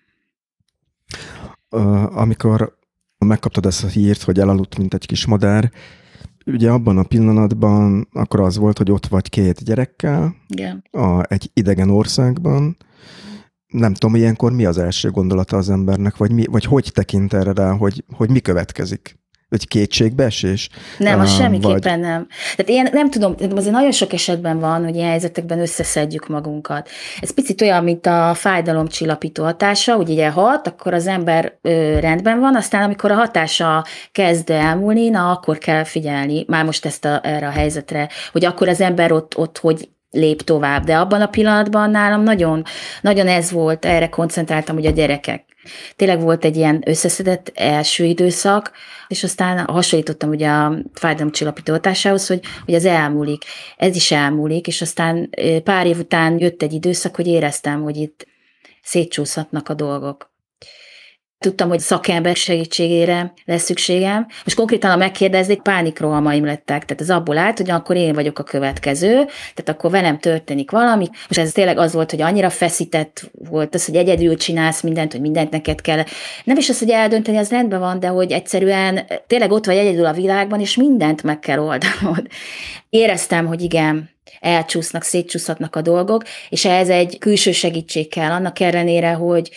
Amikor megkaptad ezt a hírt, hogy elaludt, mint egy kis madár, ugye abban a pillanatban akkor az volt, hogy ott vagy 2 gyerekkel, igen, egy idegen országban. Nem tudom, ilyenkor mi az első gondolata az embernek, vagy hogy tekint erre rá, hogy mi következik Vagy kétségbeesés? Nem, az semmiképpen nem. Tehát én nem tudom, azért nagyon sok esetben van, hogy ilyen helyzetekben összeszedjük magunkat. Ez picit olyan, mint a fájdalomcsillapító hatása, hogy ugye hat, akkor az ember rendben van, aztán amikor a hatása kezd elmúlni, na akkor kell figyelni, már most erre a helyzetre, hogy akkor az ember ott hogy lép tovább. De abban a pillanatban nálam nagyon, nagyon ez volt, erre koncentráltam, hogy a gyerekek. Tényleg volt egy ilyen összeszedett első időszak, és aztán hasonlítottam ugye a fájdalomcsillapító hatásához, hogy ez elmúlik. Ez is elmúlik, és aztán pár év után jött egy időszak, hogy éreztem, hogy itt szétcsúszhatnak a dolgok. Tudtam, hogy szakember segítségére lesz szükségem. Most konkrétan, ha megkérdeznék, pánikrohamaim lettek. Tehát ez abból állt, hogy akkor én vagyok a következő, tehát akkor velem történik valami. Most ez tényleg az volt, hogy annyira feszített volt az, hogy egyedül csinálsz mindent, hogy mindent neked kell. Nem is az, hogy eldönteni, az rendben van, de hogy egyszerűen tényleg ott vagy egyedül a világban, és mindent meg kell oldanod. Éreztem, hogy igen, elcsúsznak, szétcsúszhatnak a dolgok, és ehhez egy külső segítség kell, annak ellenére, hogy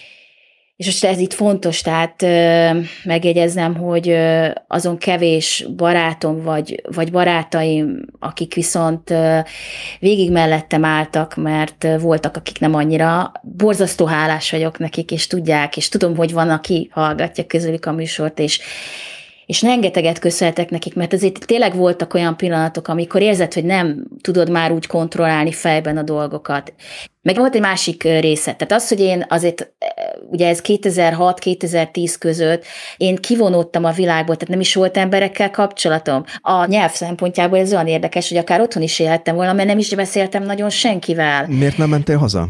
és most ez itt fontos, tehát megjegyeznem, hogy azon kevés barátom vagy barátaim, akik viszont végig mellettem álltak, mert voltak, akik nem annyira, borzasztó hálás vagyok nekik, és tudják, és tudom, hogy van, aki hallgatja közülük a műsort, és rengeteget köszönhetek nekik, mert azért tényleg voltak olyan pillanatok, amikor érzed, hogy nem tudod már úgy kontrollálni fejben a dolgokat. Meg volt egy másik része, tehát az, hogy én azért, ugye ez 2006-2010 között, én kivonódtam a világból, tehát nem is volt emberekkel kapcsolatom. A nyelv szempontjából ez olyan érdekes, hogy akár otthon is élhettem volna, mert nem is beszéltem nagyon senkivel. Miért nem mentél haza?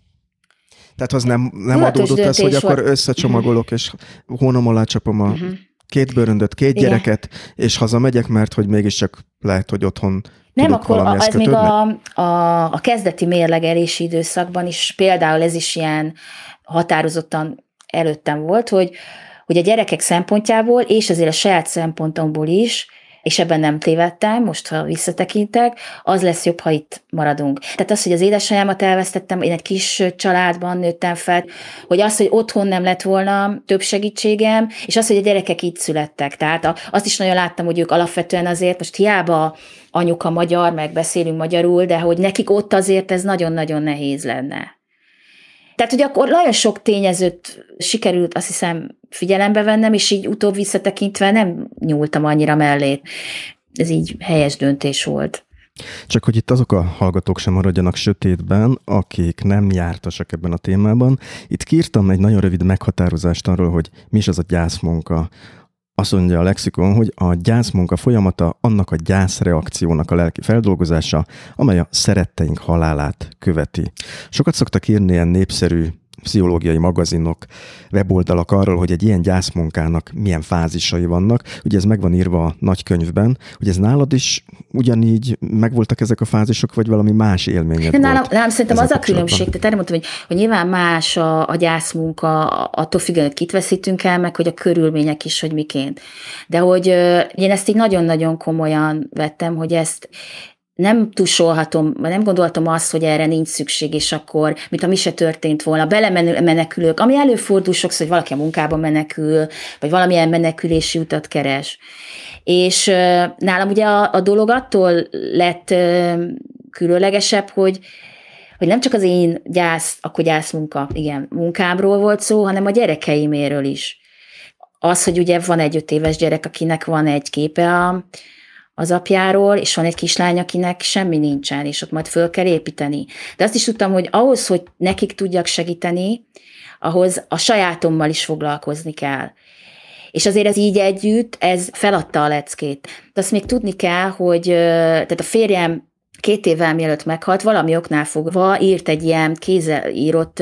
Tehát az nem adódott ez, hogy akkor összecsomagolok, és hónom alá csapom a 2 bőröndöt, 2 gyereket, és hazamegyek, mert hogy mégiscsak lehet, hogy otthon nem, tudok akkor valamihez ez még kötődni. a kezdeti mérlegelési időszakban is, például ez is ilyen határozottan előttem volt, hogy a gyerekek szempontjából, és azért a saját szempontomból is, és ebben nem tévedtem, most ha visszatekintek, az lesz jobb, ha itt maradunk. Tehát az, hogy az édesanyámat elvesztettem, én egy kis családban nőttem fel, hogy az, hogy otthon nem lett volna több segítségem, és az, hogy a gyerekek így születtek. Tehát azt is nagyon láttam, hogy ők alapvetően azért, most hiába anyuka magyar, meg beszélünk magyarul, de hogy nekik ott azért ez nagyon-nagyon nehéz lenne. Tehát, hogy akkor nagyon sok tényezőt sikerült, azt hiszem, figyelembe vennem, és így utóbb visszatekintve nem nyúltam annyira mellé. Ez így helyes döntés volt. Csak hogy itt azok a hallgatók sem maradjanak sötétben, akik nem jártasak ebben a témában. Itt kiírtam egy nagyon rövid meghatározást arról, hogy mi is az a gyászmunka. Azt mondja a lexikon, hogy a gyászmunka folyamata annak a gyászreakciónak a lelki feldolgozása, amely a szeretteink halálát követi. Sokat szoktak írni ilyen népszerű pszichológiai magazinok, weboldalak arról, hogy egy ilyen gyászmunkának milyen fázisai vannak. Ugye ez meg van írva a nagykönyvben, hogy ez nálad is ugyanígy megvoltak ezek a fázisok, vagy valami más élményed volt? Nálam szerintem az a különbség, tehát erre mondtam, hogy nyilván más a gyászmunka, attól függően, hogy kit veszítünk el, meg hogy a körülmények is, hogy miként. De hogy én ezt így nagyon-nagyon komolyan vettem, hogy ezt nem tusolhatom, vagy nem gondolhatom azt, hogy erre nincs szükség, és akkor, mint ami se történt volna, belemenekülök, ami előfordul sokszor, hogy valaki a munkában menekül, vagy valamilyen menekülési utat keres. És nálam ugye a dolog attól lett különlegesebb, hogy nem csak az én akkor gyászmunka, igen, munkámról volt szó, hanem a gyerekeiméről is. Az, hogy ugye van egy 5 éves gyerek, akinek van egy képe az apjáról, és van egy kislány, akinek semmi nincsen, és ott majd föl kell építeni. De azt is tudtam, hogy ahhoz, hogy nekik tudjak segíteni, ahhoz a sajátommal is foglalkozni kell. És azért ez így együtt, ez feladta a leckét. De azt még tudni kell, hogy tehát a férjem 2 évvel mielőtt meghalt, valami oknál fogva írt egy ilyen kézzel írott,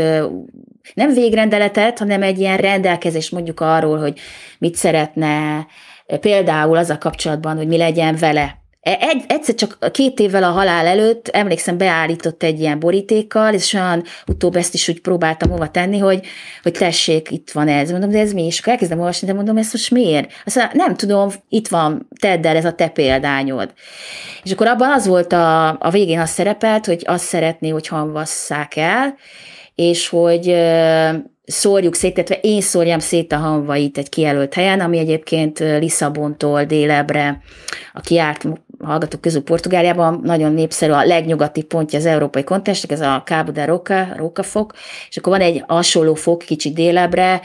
nem végrendeletet, hanem egy ilyen rendelkezést mondjuk arról, hogy mit szeretne, például az a kapcsolatban, hogy mi legyen vele. Egyszer csak 2 évvel a halál előtt, emlékszem, beállított egy ilyen borítékkal, és olyan utóbb ezt is úgy próbáltam hova tenni, hogy tessék, itt van ez. Mondom, de ez mi? És akkor elkezdem olvasni, de mondom, ezt most miért? Azt mondja, nem tudom, itt van, tedd el, ez a te példányod. És akkor abban az volt a végén az szerepelt, hogy azt szeretné, hogy hamvasszák el, és hogy szórjuk szét, tehát én szórjam szét a hamvait egy kijelölt helyen, ami egyébként Lisszabontól délebbre a kijárt hallgatók közül Portugáliában nagyon népszerű, a legnyugati pontja az európai kontinensnek, ez a Cabo da Roca-fok, és akkor van egy hasonló fok kicsit délebbre,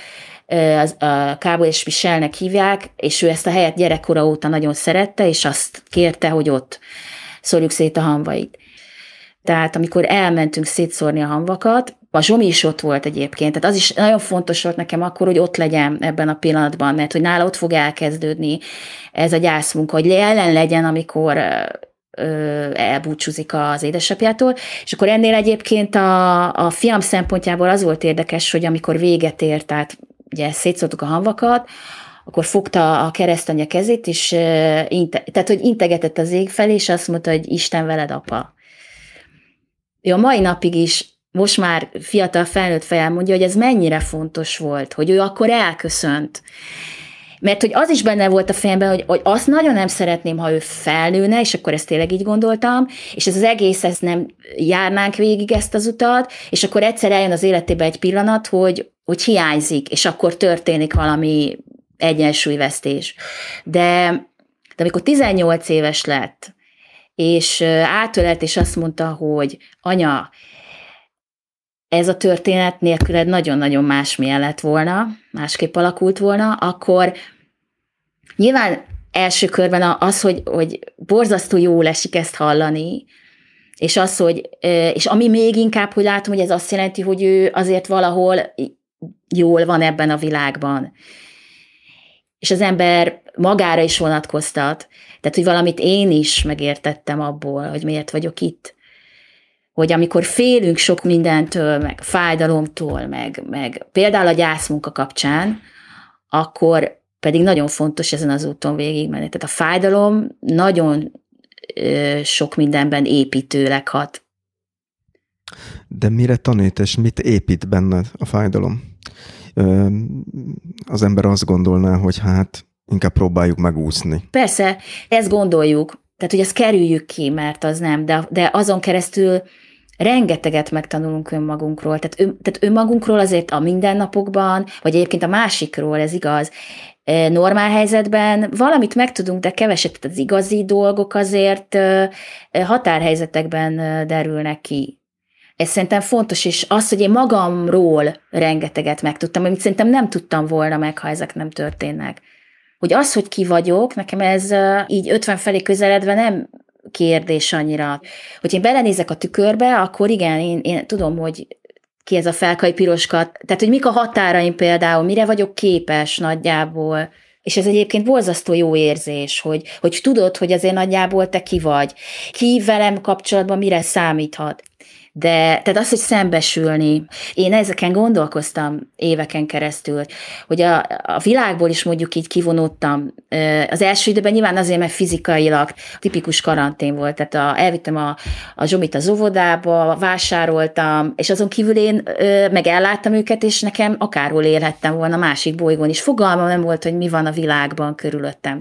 a Cabo és Michelnek hívják, és ő ezt a helyet gyerekkora óta nagyon szerette, és azt kérte, hogy ott szórjuk szét a hamvait. Tehát amikor elmentünk szétszórni a hamvakat, a Zsomi is ott volt egyébként, tehát az is nagyon fontos volt nekem akkor, hogy ott legyen ebben a pillanatban, mert hogy nála ott fog elkezdődni ez a gyászmunka, hogy ellen legyen, amikor elbúcsúzik az édesapjától, és akkor ennél egyébként a fiam szempontjából az volt érdekes, hogy amikor véget ért, tehát ugye szétszórtuk a hamvakat, akkor fogta a keresztanyja kezét, és tehát, hogy integetett az ég felé, és azt mondta, hogy Isten veled, apa. Ő a mai napig is, most már fiatal felnőtt fejjel mondja, hogy ez mennyire fontos volt, hogy ő akkor elköszönt. Mert hogy az is benne volt a fejemben, hogy azt nagyon nem szeretném, ha ő felnőne, és akkor ezt tényleg így gondoltam, és ez az egész, ezt nem járnánk végig ezt az utat, és akkor egyszer eljön az életébe egy pillanat, hogy hiányzik, és akkor történik valami egyensúlyvesztés. De amikor 18 éves lett, és átölelt, és azt mondta, hogy anya, ez a történet nélküled nagyon-nagyon másmilyen lett volna, másképp alakult volna, akkor nyilván első körben az, hogy borzasztó jól esik ezt hallani, és az, hogy, és ami még inkább, hogy látom, hogy ez azt jelenti, hogy ő azért valahol jól van ebben a világban. És az ember magára is vonatkoztat, tehát, hogy valamit én is megértettem abból, hogy miért vagyok itt. Hogy amikor félünk sok mindentől, meg fájdalomtól, meg például a gyászmunka kapcsán, akkor pedig nagyon fontos ezen az úton végigmenni. Tehát a fájdalom nagyon sok mindenben építőleg hat. De mire tanít, és mit épít benned a fájdalom? Az ember azt gondolná, hogy hát inkább próbáljuk megúszni. Persze, ezt gondoljuk, tehát hogy ezt kerüljük ki, mert az nem, de azon keresztül rengeteget megtanulunk önmagunkról, tehát önmagunkról azért a mindennapokban, vagy egyébként a másikról, ez igaz, normál helyzetben valamit megtudunk, de keveset, tehát az igazi dolgok azért határhelyzetekben derülnek ki. Ez szerintem fontos, és az, hogy én magamról rengeteget megtudtam, amit szerintem nem tudtam volna meg, ha ezek nem történnek. Hogy az, hogy ki vagyok, nekem ez így 50 felé közeledve nem kérdés annyira. Hogy én belenézek a tükörbe, akkor igen, én tudom, hogy ki ez a Felkai Piroska, tehát hogy mik a határaim például, mire vagyok képes nagyjából. És ez egyébként borzasztó jó érzés, hogy tudod, hogy azért nagyjából te ki vagy. Ki velem kapcsolatban mire számíthat. De tehát az, hogy szembesülni, én ezeken gondolkoztam éveken keresztül, hogy a világból is mondjuk így kivonódtam. Az első időben nyilván azért, mert fizikailag tipikus karantén volt, tehát elvittem a Zsomit az óvodába, vásároltam, és azon kívül én meg elláttam őket, és nekem akárhol élhettem volna másik bolygón is. Fogalmam nem volt, hogy mi van a világban körülöttem.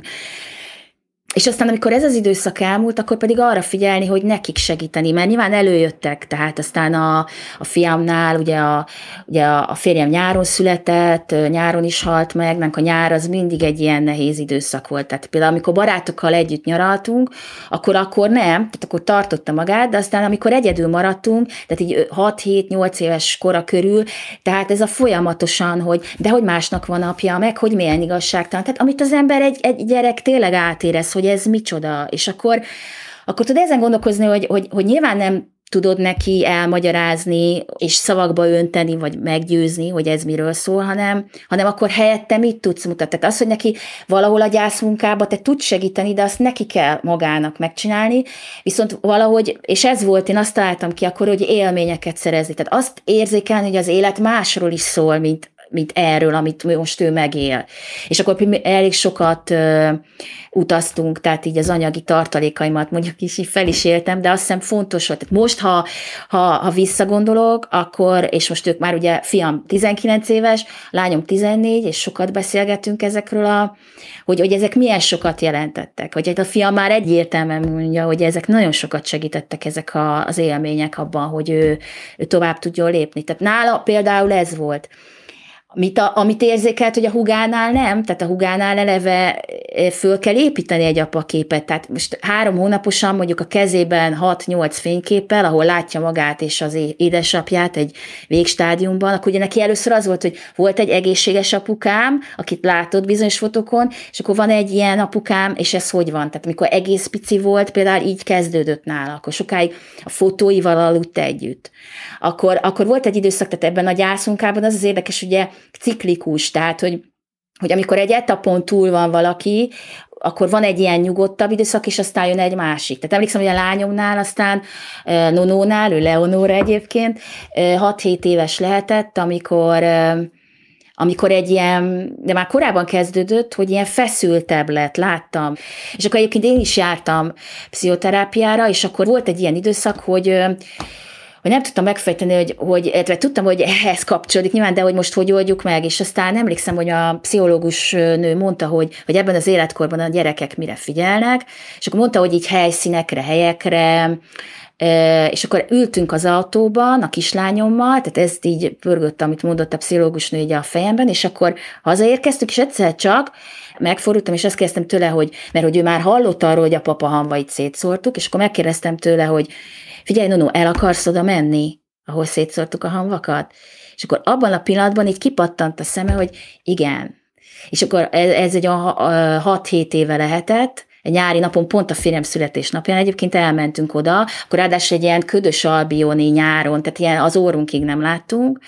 És aztán, amikor ez az időszak elmúlt, akkor pedig arra figyelni, hogy nekik segíteni, mert nyilván előjöttek, tehát aztán a fiamnál, ugye a férjem nyáron született, nyáron is halt meg, a nyár az mindig egy ilyen nehéz időszak volt. Tehát például, amikor barátokkal együtt nyaraltunk, akkor nem, tehát akkor tartotta magát, de aztán, amikor egyedül maradtunk, tehát így 6-7-8 éves kora körül, tehát ez a folyamatosan, hogy másnak van apja, meg hogy milyen igazságtalan. Tehát amit az ember egy gyerek tényleg átérez, hogy ez micsoda, és akkor tud ezen gondolkozni, hogy nyilván nem tudod neki elmagyarázni, és szavakba önteni, vagy meggyőzni, hogy ez miről szól, hanem akkor helyette mit tudsz mutatni. Tehát az, hogy neki valahol a gyászmunkába te tudsz segíteni, de azt neki kell magának megcsinálni, viszont valahogy, és ez volt, én azt találtam ki akkor, hogy élményeket szerezni. Tehát azt érzékelni, hogy az élet másról is szól, mint erről, amit most ő megél. És akkor elég sokat utaztunk, tehát így az anyagi tartalékaimat mondjuk is így fel is éltem, de azt hiszem fontos volt. Tehát most, ha visszagondolok, akkor, és most ők már ugye fiam 19 éves, lányom 14, és sokat beszélgetünk ezekről, hogy ezek milyen sokat jelentettek. Hogy a fiam már egyértelműen mondja, hogy ezek nagyon sokat segítettek ezek az élmények abban, hogy ő tovább tudjon lépni. Tehát nála például ez volt. amit érzékelt, hogy a hugánál nem, tehát a hugánál eleve föl kell építeni egy apaképet, tehát most 3 hónaposan mondjuk a kezében 6-8 fényképpel, ahol látja magát és az édesapját egy végstádiumban, akkor ugye neki először az volt, hogy volt egy egészséges apukám, akit látott bizonyos fotókon, és akkor van egy ilyen apukám, és ez hogy van? Tehát amikor egész pici volt, például így kezdődött nála, akkor sokáig a fotóival aludt együtt. Akkor volt egy időszak, tehát ebben a gyászunkában az érdekes, ugye ciklikus, tehát, hogy amikor egy etapon túl van valaki, akkor van egy ilyen nyugodtabb időszak, és aztán jön egy másik. Tehát emlékszem, hogy a lányomnál, aztán Nonónál, ő Leonóra egyébként, 6-7 éves lehetett, amikor egy ilyen, de már korábban kezdődött, hogy ilyen feszültebb lett, láttam. És akkor egyébként én is jártam pszichoterápiára, és akkor volt egy ilyen időszak, hogy nem tudtam megfejteni, hogy tudtam, hogy ehhez kapcsolódik nyilván, de hogy most hogy oldjuk meg, és aztán emlékszem, hogy a pszichológus nő mondta, hogy ebben az életkorban a gyerekek mire figyelnek, és akkor mondta, hogy így helyszínekre, helyekre, és akkor ültünk az autóban a kislányommal, tehát ezt így pörgött, amit mondott a pszichológus nő így a fejemben, és akkor hazaérkeztük, és egyszer csak megfordultam, és azt kérdeztem tőle, mert hogy ő már hallott arról, hogy a papa hamvait szétszórtuk, és akkor megkérdeztem tőle, hogy figyelj, Nono, el akarsz oda menni, ahol szétszórtuk a hamvakat? És akkor abban a pillanatban így kipattant a szeme, hogy igen. És akkor ez egy 6-7 éve lehetett, egy nyári napon, pont a férjem születésnapján egyébként elmentünk oda, akkor ráadásul egy ilyen ködös albioni nyáron, tehát ilyen az orrunkig nem láttunk,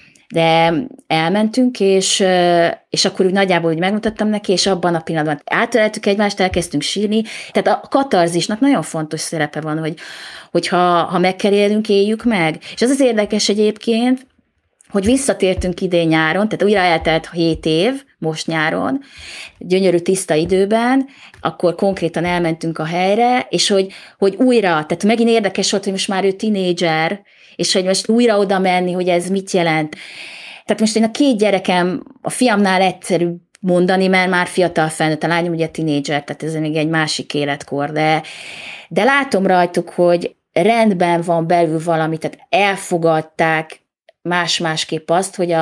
de elmentünk, és akkor úgy nagyjából úgy megmutattam neki, és abban a pillanatban átöleltük egymást, elkezdtünk sírni. Tehát a katarzisnak nagyon fontos szerepe van, hogy ha meg kell élnünk, éljük meg. És az érdekes egyébként, hogy visszatértünk idén nyáron, tehát újra eltelt 7 év, most nyáron, gyönyörű tiszta időben, akkor konkrétan elmentünk a helyre, és hogy újra, tehát megint érdekes volt, hogy most már ő tinédzser, és hogy most újra oda menni, hogy ez mit jelent. Tehát most én a 2 gyerekem, a fiamnál egyszerű mondani, mert már fiatal felnőtt, a lányom ugye tinédzser, tehát ez még egy másik életkor, de látom rajtuk, hogy rendben van belül valami, tehát elfogadták másképp azt, hogy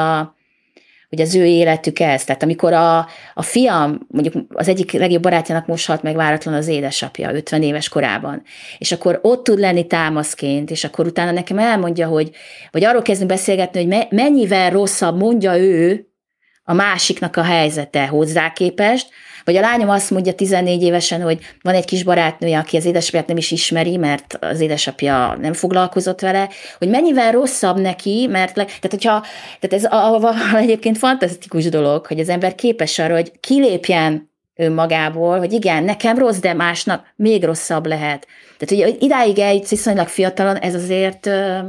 az ő életük ez. Tehát amikor a fiam, mondjuk az egyik legjobb barátjának most halt meg váratlan az édesapja, 50 éves korában, és akkor ott tud lenni támaszként, és akkor utána nekem elmondja, vagy arról kezdünk beszélgetni, hogy mennyivel rosszabb mondja ő a másiknak a helyzete hozzá képest, vagy a lányom azt mondja 14 évesen, hogy van egy kis barátnője, aki az édesapját nem is ismeri, mert az édesapja nem foglalkozott vele, hogy mennyivel rosszabb neki, tehát ez egyébként fantasztikus dolog, hogy az ember képes arra, hogy kilépjen önmagából, hogy igen, nekem rossz, de másnak még rosszabb lehet. Tehát, hogy idáig eljutsz viszonylag fiatalon, ez azért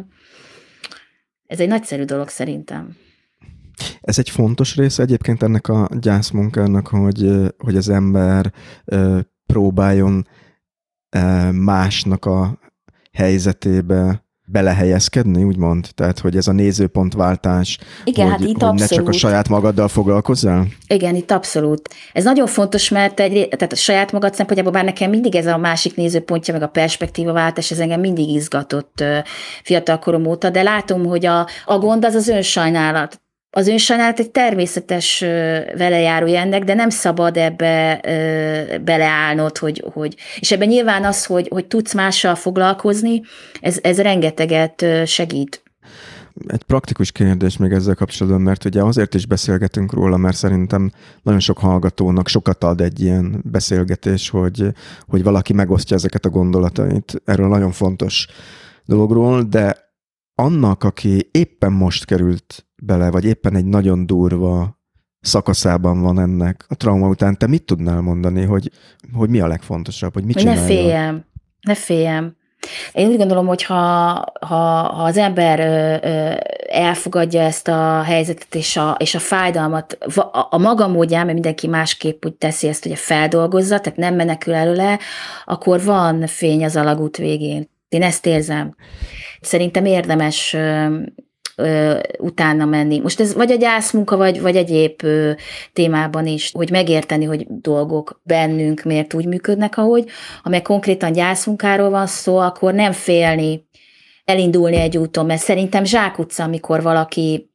ez egy nagyszerű dolog szerintem. Ez egy fontos része egyébként ennek a gyászmunkának, hogy az ember próbáljon másnak a helyzetébe belehelyezkedni, úgymond? Tehát, hogy ez a nézőpontváltás, igen, hogy ne csak a saját magaddal foglalkozzál? Igen, itt abszolút. Ez nagyon fontos, mert tehát a saját magad szempontjából, bár nekem mindig ez a másik nézőpontja, meg a perspektívaváltás, ez engem mindig izgatott fiatal korom óta, de látom, hogy a gond az önsajnálat. Az önsajnálat egy természetes velejáró ennek, de nem szabad ebbe beleállnod, és ebben nyilván az, hogy tudsz mással foglalkozni, ez rengeteget segít. Egy praktikus kérdés még ezzel kapcsolatban, mert ugye azért is beszélgetünk róla, mert szerintem nagyon sok hallgatónak sokat ad egy ilyen beszélgetés, hogy valaki megosztja ezeket a gondolatait erről nagyon fontos dologról, de annak, aki éppen most került bele, vagy éppen egy nagyon durva szakaszában van ennek a trauma után, te mit tudnál mondani, hogy mi a legfontosabb, hogy mit csinálja? Ne féljem. Én úgy gondolom, hogy ha az ember elfogadja ezt a helyzetet és a fájdalmat a maga módján, mert mindenki másképp úgy teszi ezt, hogy feldolgozza, tehát nem menekül előle, akkor van fény az alagút végén. Én ezt érzem. Szerintem érdemes utána menni. Most ez vagy a gyászmunka, vagy egyéb témában is, hogy megérteni, hogy dolgok bennünk miért úgy működnek, ahogy. Ha meg konkrétan gyászmunkáról van szó, akkor nem félni elindulni egy úton, mert szerintem zsákutca, amikor valaki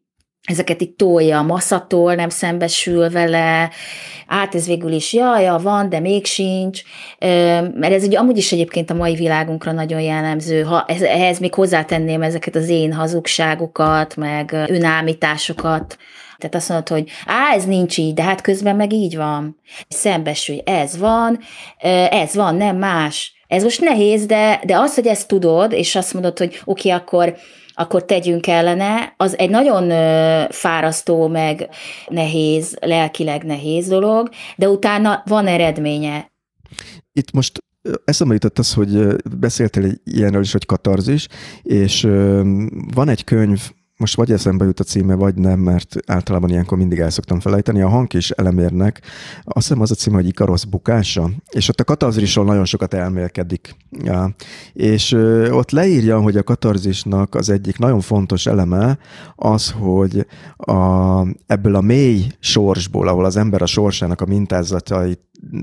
ezeket itt tolja, maszatol, nem szembesül vele, ez végül is jaja, van, de még sincs, mert ez ugye amúgy is egyébként a mai világunkra nagyon jellemző, ha ehhez még hozzátenném ezeket az én hazugságokat, meg önállításokat, tehát azt mondod, hogy ez nincs így, de hát közben meg így van. Szembesülj, ez van, nem más. Ez most nehéz, de az, hogy ezt tudod, és azt mondod, hogy oké, akkor tegyünk ellene, az egy nagyon fárasztó, meg nehéz, lelkileg nehéz dolog, de utána van eredménye. Itt most eszembe jutott az, hogy beszéltél ilyenről is, hogy katarzis, és van egy könyv, most vagy eszembe jut a címe, vagy nem, mert általában ilyenkor mindig el szoktam felejteni. A Hankis Elemérnek, azt hiszem az a címe, hogy Ikarosz bukása, és ott a katarzisról nagyon sokat elmélkedik. Ja. És ott leírja, hogy a katarzisnak az egyik nagyon fontos eleme az, hogy ebből a mély sorsból, ahol az ember a sorsának a mintázatait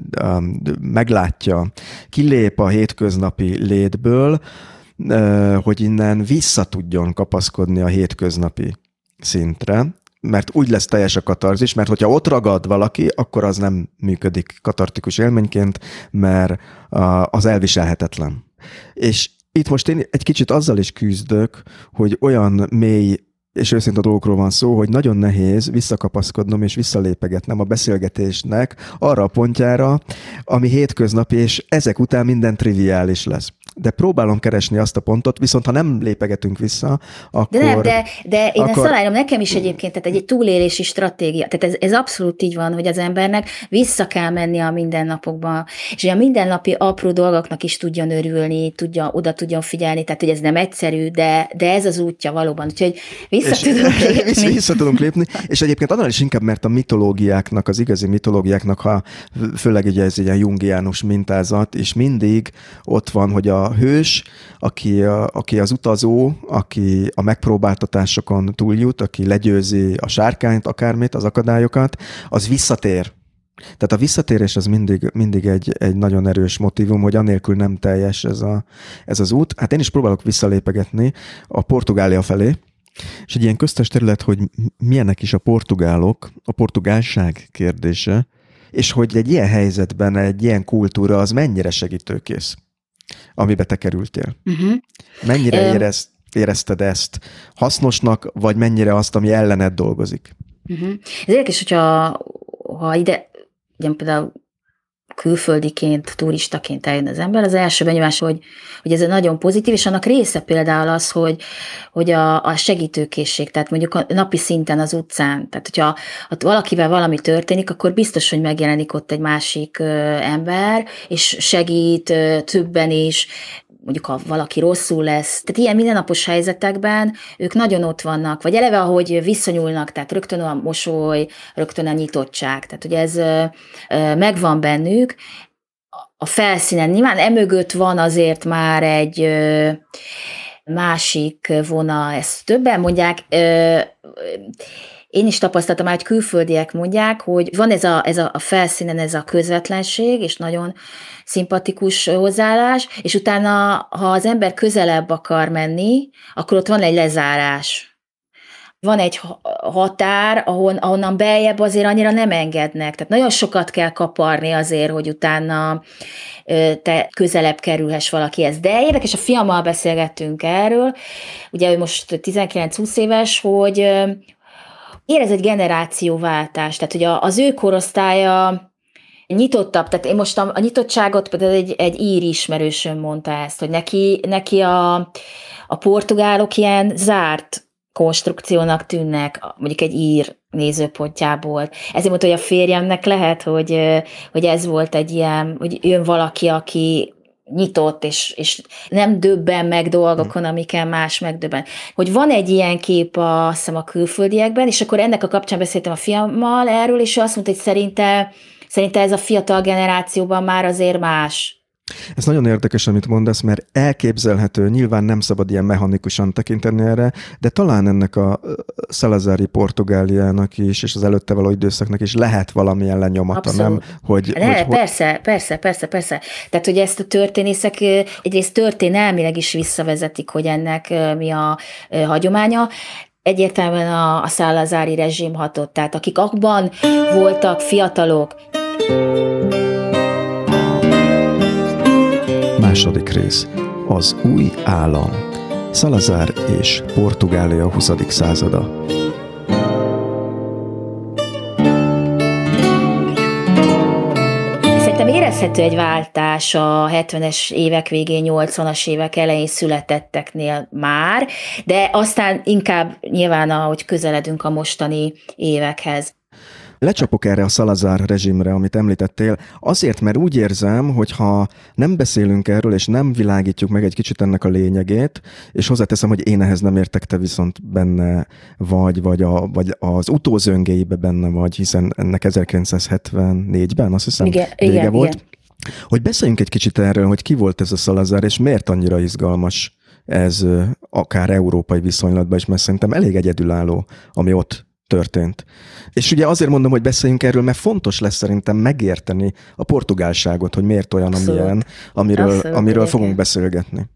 meglátja, kilép a hétköznapi létből, hogy innen vissza tudjon kapaszkodni a hétköznapi szintre, mert úgy lesz teljes a katarzis, mert hogyha ott ragad valaki, akkor az nem működik katartikus élményként, mert az elviselhetetlen. És itt most én egy kicsit azzal is küzdök, hogy olyan mély és őszinte dolgokról van szó, hogy nagyon nehéz visszakapaszkodnom és visszalépegetnem a beszélgetésnek arra a pontjára, ami hétköznapi, és ezek után minden triviális lesz. De próbálom keresni azt a pontot, viszont ha nem lépegetünk vissza, akkor... De én ezt aláírom, nekem is egyébként, tehát egy túlélési stratégia. Tehát ez abszolút így van, hogy az embernek vissza kell menni a mindennapokba, és hogy a mindennapi apró dolgoknak is tudjon örülni, oda tudjon figyelni, tehát hogy ez nem egyszerű, de ez az útja valóban. Úgyhogy vissza tudunk lépni, és egyébként annál is inkább, mert a mitológiáknak, az igazi mitológiáknak, ha főleg ugye ez egy ilyen jungiánus mintázat, és mindig ott van, hogy a hős, aki az utazó, aki a megpróbáltatásokon túljut, aki legyőzi a sárkányt, akármit, az akadályokat, az visszatér. Tehát a visszatérés az mindig egy nagyon erős motívum, hogy anélkül nem teljes ez az út. Hát én is próbálok visszalépegetni a Portugália felé, és egy ilyen köztes terület, hogy milyenek is a portugálok, a portugálság kérdése, és hogy egy ilyen helyzetben egy ilyen kultúra az mennyire segítőkész, amibe te kerültél. Mennyire érezted ezt hasznosnak, vagy mennyire azt, ami ellened dolgozik? Ez érdekes, hogyha ide, ugye például külföldiként, turistaként eljön az ember, az első benyomás, hogy ez nagyon pozitív, és annak része például az, hogy a segítőkészség, tehát mondjuk a napi szinten az utcán, tehát hogyha valakivel valami történik, akkor biztos, hogy megjelenik ott egy másik ember, és segít többen is, mondjuk ha valaki rosszul lesz. Tehát ilyen mindennapos helyzetekben ők nagyon ott vannak, vagy eleve ahogy viszonyulnak, tehát rögtön a mosoly, rögtön a nyitottság. Tehát ugye ez megvan bennük. A felszínen nyilván emögött van azért már egy másik vonal, ezt többen mondják. Én is tapasztaltam már, hogy külföldiek mondják, hogy van ez a felszínen ez a közvetlenség, és nagyon szimpatikus hozzáállás, és utána, ha az ember közelebb akar menni, akkor ott van egy lezárás. Van egy határ, ahonnan beljebb azért annyira nem engednek. Tehát nagyon sokat kell kaparni azért, hogy utána te közelebb kerülhess valakihez. De érdekes, a fiammal beszélgettünk erről, ugye ő most 19-20 éves, hogy érez egy generációváltást, tehát hogy az ő korosztálya nyitottabb, tehát én most a nyitottságot, például egy ír ismerősöm mondta ezt, hogy neki a portugálok ilyen zárt konstrukciónak tűnnek, mondjuk egy ír nézőpontjából. Ezért mondta, hogy a férjemnek lehet, hogy ez volt egy ilyen, hogy jön valaki, aki nyitott, és nem döbben meg dolgokon, amiken más megdöbben. Hogy van egy ilyen kép azt hiszem a külföldiekben, és akkor ennek a kapcsán beszéltem a fiammal erről, és ő azt mondta, hogy szerinte ez a fiatal generációban már azért más. Ez nagyon érdekes, amit mondasz, mert elképzelhető, nyilván nem szabad ilyen mechanikusan tekinteni erre, de talán ennek a Szalazári Portugáliának is, és az előtte való időszaknak is lehet valamilyen lenyomata, nem? Persze. Tehát, hogy ezt a történészek egyrészt történelmileg is visszavezetik, hogy ennek mi a hagyománya. Egyértelműen a szálazári rezsim hatott, tehát akik abban voltak fiatalok. Második rész. Az új állam. Salazar és Portugália 20. százada. Érezhető egy váltás a 70-es évek végén, 80-as évek elején születetteknél már, de aztán inkább nyilván, ahogy közeledünk a mostani évekhez. Lecsapok erre a Salazar rezsimre, amit említettél, azért, mert úgy érzem, hogy ha nem beszélünk erről, és nem világítjuk meg egy kicsit ennek a lényegét, és hozzáteszem, hogy én ehhez nem értek, te viszont benne vagy az utózöngéibe benne vagy, hiszen ennek 1974-ben, azt hiszem, vége volt. Igen. Hogy beszéljünk egy kicsit erről, hogy ki volt ez a Salazar, és miért annyira izgalmas ez akár európai viszonylatban is, mert szerintem elég egyedülálló, ami ott történt. És ugye azért mondom, hogy beszéljünk erről, mert fontos lesz szerintem megérteni a portugálságot, hogy miért olyan, amilyen, amiről fogunk beszélgetni.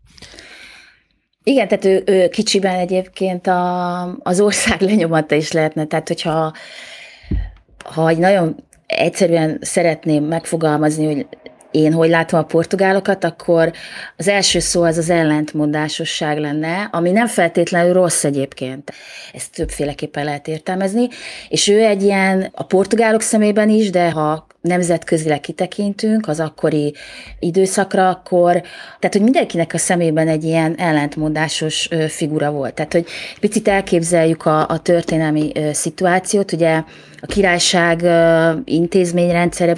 Igen, tehát ő kicsiben egyébként az ország lenyomata is lehetne, tehát hogyha egy nagyon egyszerűen szeretném megfogalmazni, hogy én hogy látom a portugálokat, akkor az első szó az ellentmondásosság lenne, ami nem feltétlenül rossz egyébként. Ezt többféleképpen lehet értelmezni, és ő egy ilyen, a portugálok szemében is, de ha nemzetközileg kitekintünk az akkori időszakra, akkor, tehát hogy mindenkinek a szemében egy ilyen ellentmondásos figura volt. Tehát, hogy picit elképzeljük a történelmi szituációt, ugye a királyság intézményrendszere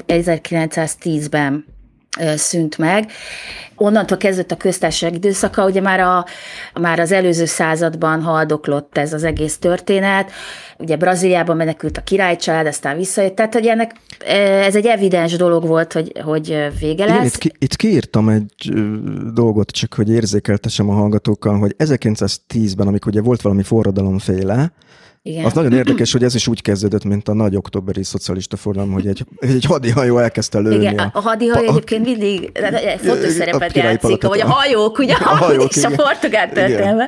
1910-ben szűnt meg. Onnantól kezdett a köztársaság időszaka, ugye már az előző században haldoklott ez az egész történet. Ugye Brazíliában menekült a királycsalád, aztán visszajött. Tehát, hogy ez egy evidens dolog volt, hogy vége lesz. Itt kiírtam egy dolgot, csak hogy érzékeltessem a hallgatókkal, hogy 1910-ben, amikor ugye volt valami forradalomféle, igen. Az nagyon érdekes, hogy ez is úgy kezdődött, mint a nagy októberi szocialista forradalom, hogy egy hadihajó elkezdte lőni. Igen, a hadihajó egyébként mindig fontos szerepet játszik, vagy a hajók, ugye, és a portugál történelme.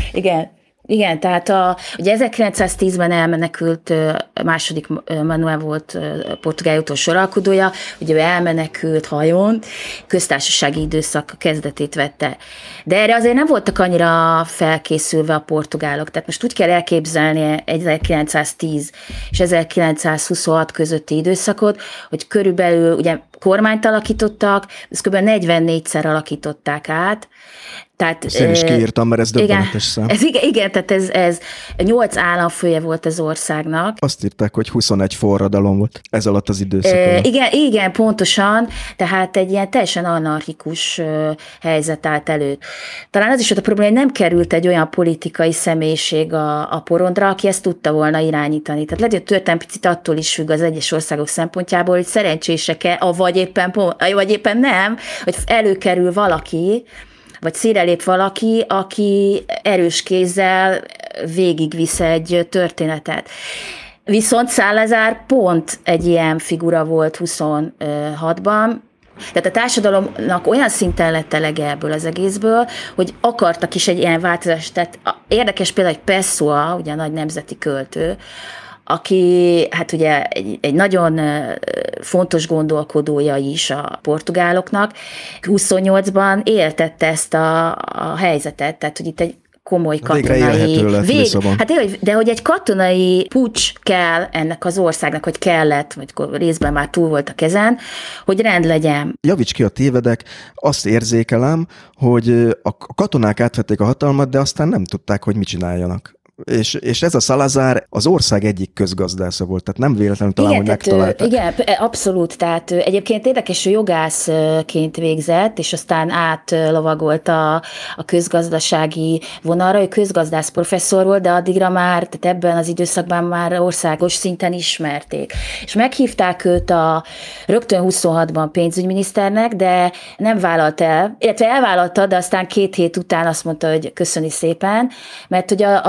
Igen, tehát ugye 1910-ben elmenekült, második Manuel volt Portugália utolsó uralkodója, ugye ő elmenekült hajón, köztársasági időszak kezdetét vette. De erre azért nem voltak annyira felkészülve a portugálok, tehát most úgy kell elképzelni 1910 és 1926 közötti időszakot, hogy körülbelül ugye kormányt alakítottak, ezt kb. 44-szer alakították át. Tehát, én is kiírtam, mert ez döbbenetes szám. Igen, tehát ez 8 államfője volt az országnak. Azt írták, hogy 21 forradalom volt ez alatt az időszak alatt. Igen, pontosan, tehát egy ilyen teljesen anarchikus helyzet állt elő. Talán az is volt a probléma, hogy nem került egy olyan politikai személyiség a porondra, aki ezt tudta volna irányítani. Tehát lehet, hogy a történelem picit attól is függ az egyes országok szempontjából, hogy szerencsések-e, vagy éppen nem, hogy előkerül valaki, vagy színre lép valaki, aki erős kézzel végigvisz egy történetet. Viszont Salazar pont egy ilyen figura volt 26-ban, tehát a társadalomnak olyan szinten lett elege ebből az egészből, hogy akartak is egy ilyen változást. Tehát érdekes például, hogy Pessoa, ugye a nagy nemzeti költő, aki hát ugye egy nagyon fontos gondolkodója is a portugáloknak, 28-ban éltette ezt a helyzetet, tehát hogy itt egy komoly katonai de hogy egy katonai puccs kell ennek az országnak, hogy kellett, vagy részben már túl volt a kezen, hogy rend legyen. Javíts ki, a tévedek, azt érzékelem, hogy a katonák átvették a hatalmat, de aztán nem tudták, hogy mit csináljanak. És ez a Salazar az ország egyik közgazdásza volt, tehát nem véletlenül talán, hogy megtalálták. Igen, abszolút, tehát egyébként érdekes, hogy jogászként végzett, és aztán átlovagolt a közgazdasági vonalra, ő közgazdász professzor volt, de addigra már, tehát ebben az időszakban már országos szinten ismerték. És meghívták őt rögtön 26-ban pénzügyminiszternek, de nem vállalt el, illetve elvállalta, de aztán 2 hét után azt mondta, hogy köszöni szépen, mert hogy a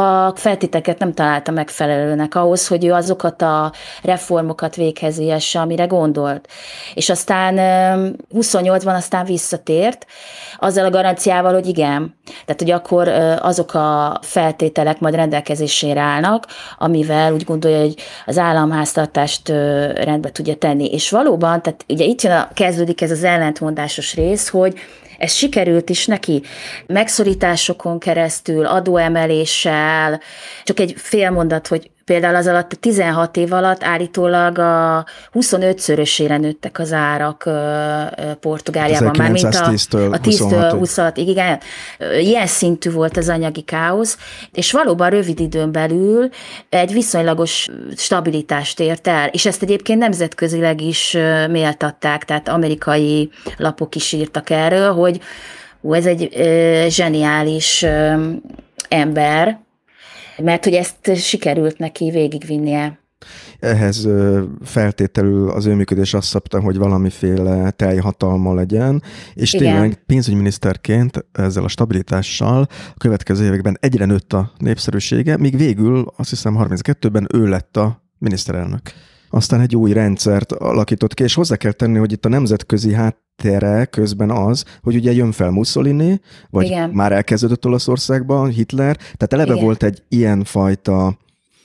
feltételeket nem találta megfelelőnek ahhoz, hogy ő azokat a reformokat véghez vihesse, amire gondolt. És aztán 28-ban aztán visszatért, azzal a garanciával, hogy igen. Tehát, hogy akkor azok a feltételek majd rendelkezésére állnak, amivel úgy gondolja, hogy az államháztartást rendbe tudja tenni. És valóban, tehát ugye itt kezdődik ez az ellentmondásos rész, hogy ez sikerült is neki. Megszorításokon keresztül, adóemeléssel, csak egy fél mondat, hogy például az alatt a 16 év alatt állítólag a 25-szörösére nőttek az árak Portugáliában. Már mint a 10-től 26-ig. Igen, ilyen szintű volt az anyagi káosz, és valóban rövid időn belül egy viszonylagos stabilitást ért el, és ezt egyébként nemzetközileg is méltatták, tehát amerikai lapok is írtak erről, hogy ez egy zseniális ember, mert hogy ezt sikerült neki végigvinnie. Ehhez feltételül az ő működés azt szabta, hogy valamiféle teljhatalma legyen, és tényleg pénzügyminiszterként ezzel a stabilitással a következő években egyre nőtt a népszerűsége, míg végül azt hiszem 32-ben ő lett a miniszterelnök. Aztán egy új rendszert alakított ki, és hozzá kell tenni, hogy itt a nemzetközi háttere közben az, hogy ugye jön fel Mussolini, vagy igen, már elkezdődött Olaszországban Hitler, tehát eleve igen, volt egy ilyenfajta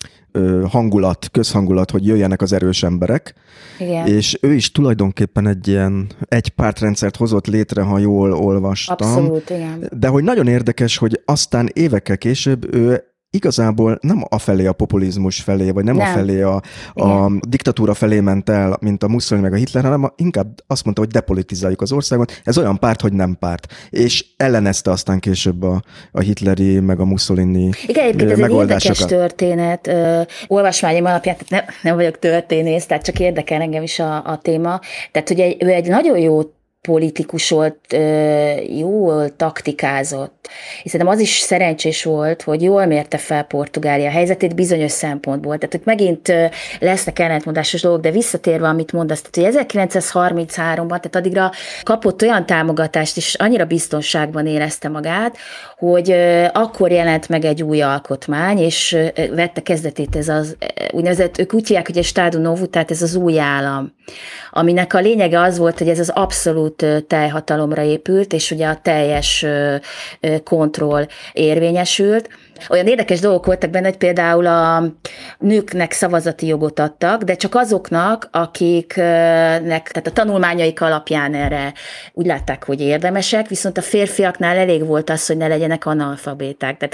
közhangulat, hogy jöjjenek az erős emberek, igen, és ő is tulajdonképpen egy ilyen egypártrendszert hozott létre, ha jól olvastam. Abszolút, igen. De hogy nagyon érdekes, hogy aztán évekkel később ő igazából nem afelé a populizmus felé, vagy nem afelé a diktatúra felé ment el, mint a Mussolini meg a Hitler, hanem inkább azt mondta, hogy depolitizáljuk az országot. Ez olyan párt, hogy nem párt. És ellenezte aztán később a hitleri, meg a Mussolini megoldásokat. Igen, egyébként ez egy érdekes történet. Olvasmányom alapján, nem vagyok történész, tehát csak érdekel engem is a téma. Tehát ugye ő egy nagyon jó politikus volt, jól taktikázott. És szerintem az is szerencsés volt, hogy jól mérte fel Portugália helyzetét bizonyos szempontból. Tehát hogy megint lesznek ellentmondásos dolgok, de visszatérve, amit mondasz, tehát, hogy 1933-ban, tehát addigra kapott olyan támogatást, és annyira biztonságban érezte magát, hogy akkor jelent meg egy új alkotmány, és vette kezdetét ez az úgynevezett, ők úgy hívják, hogy egy Estado Novo, tehát ez az új állam, aminek a lényege az volt, hogy ez az abszolút teljhatalomra épült, és ugye a teljes kontroll érvényesült. Olyan érdekes dolgok voltak benne, hogy például a nőknek szavazati jogot adtak, de csak azoknak, akiknek, tehát a tanulmányaik alapján erre úgy látták, hogy érdemesek, viszont a férfiaknál elég volt az, hogy ne legyenek analfabéták. Tehát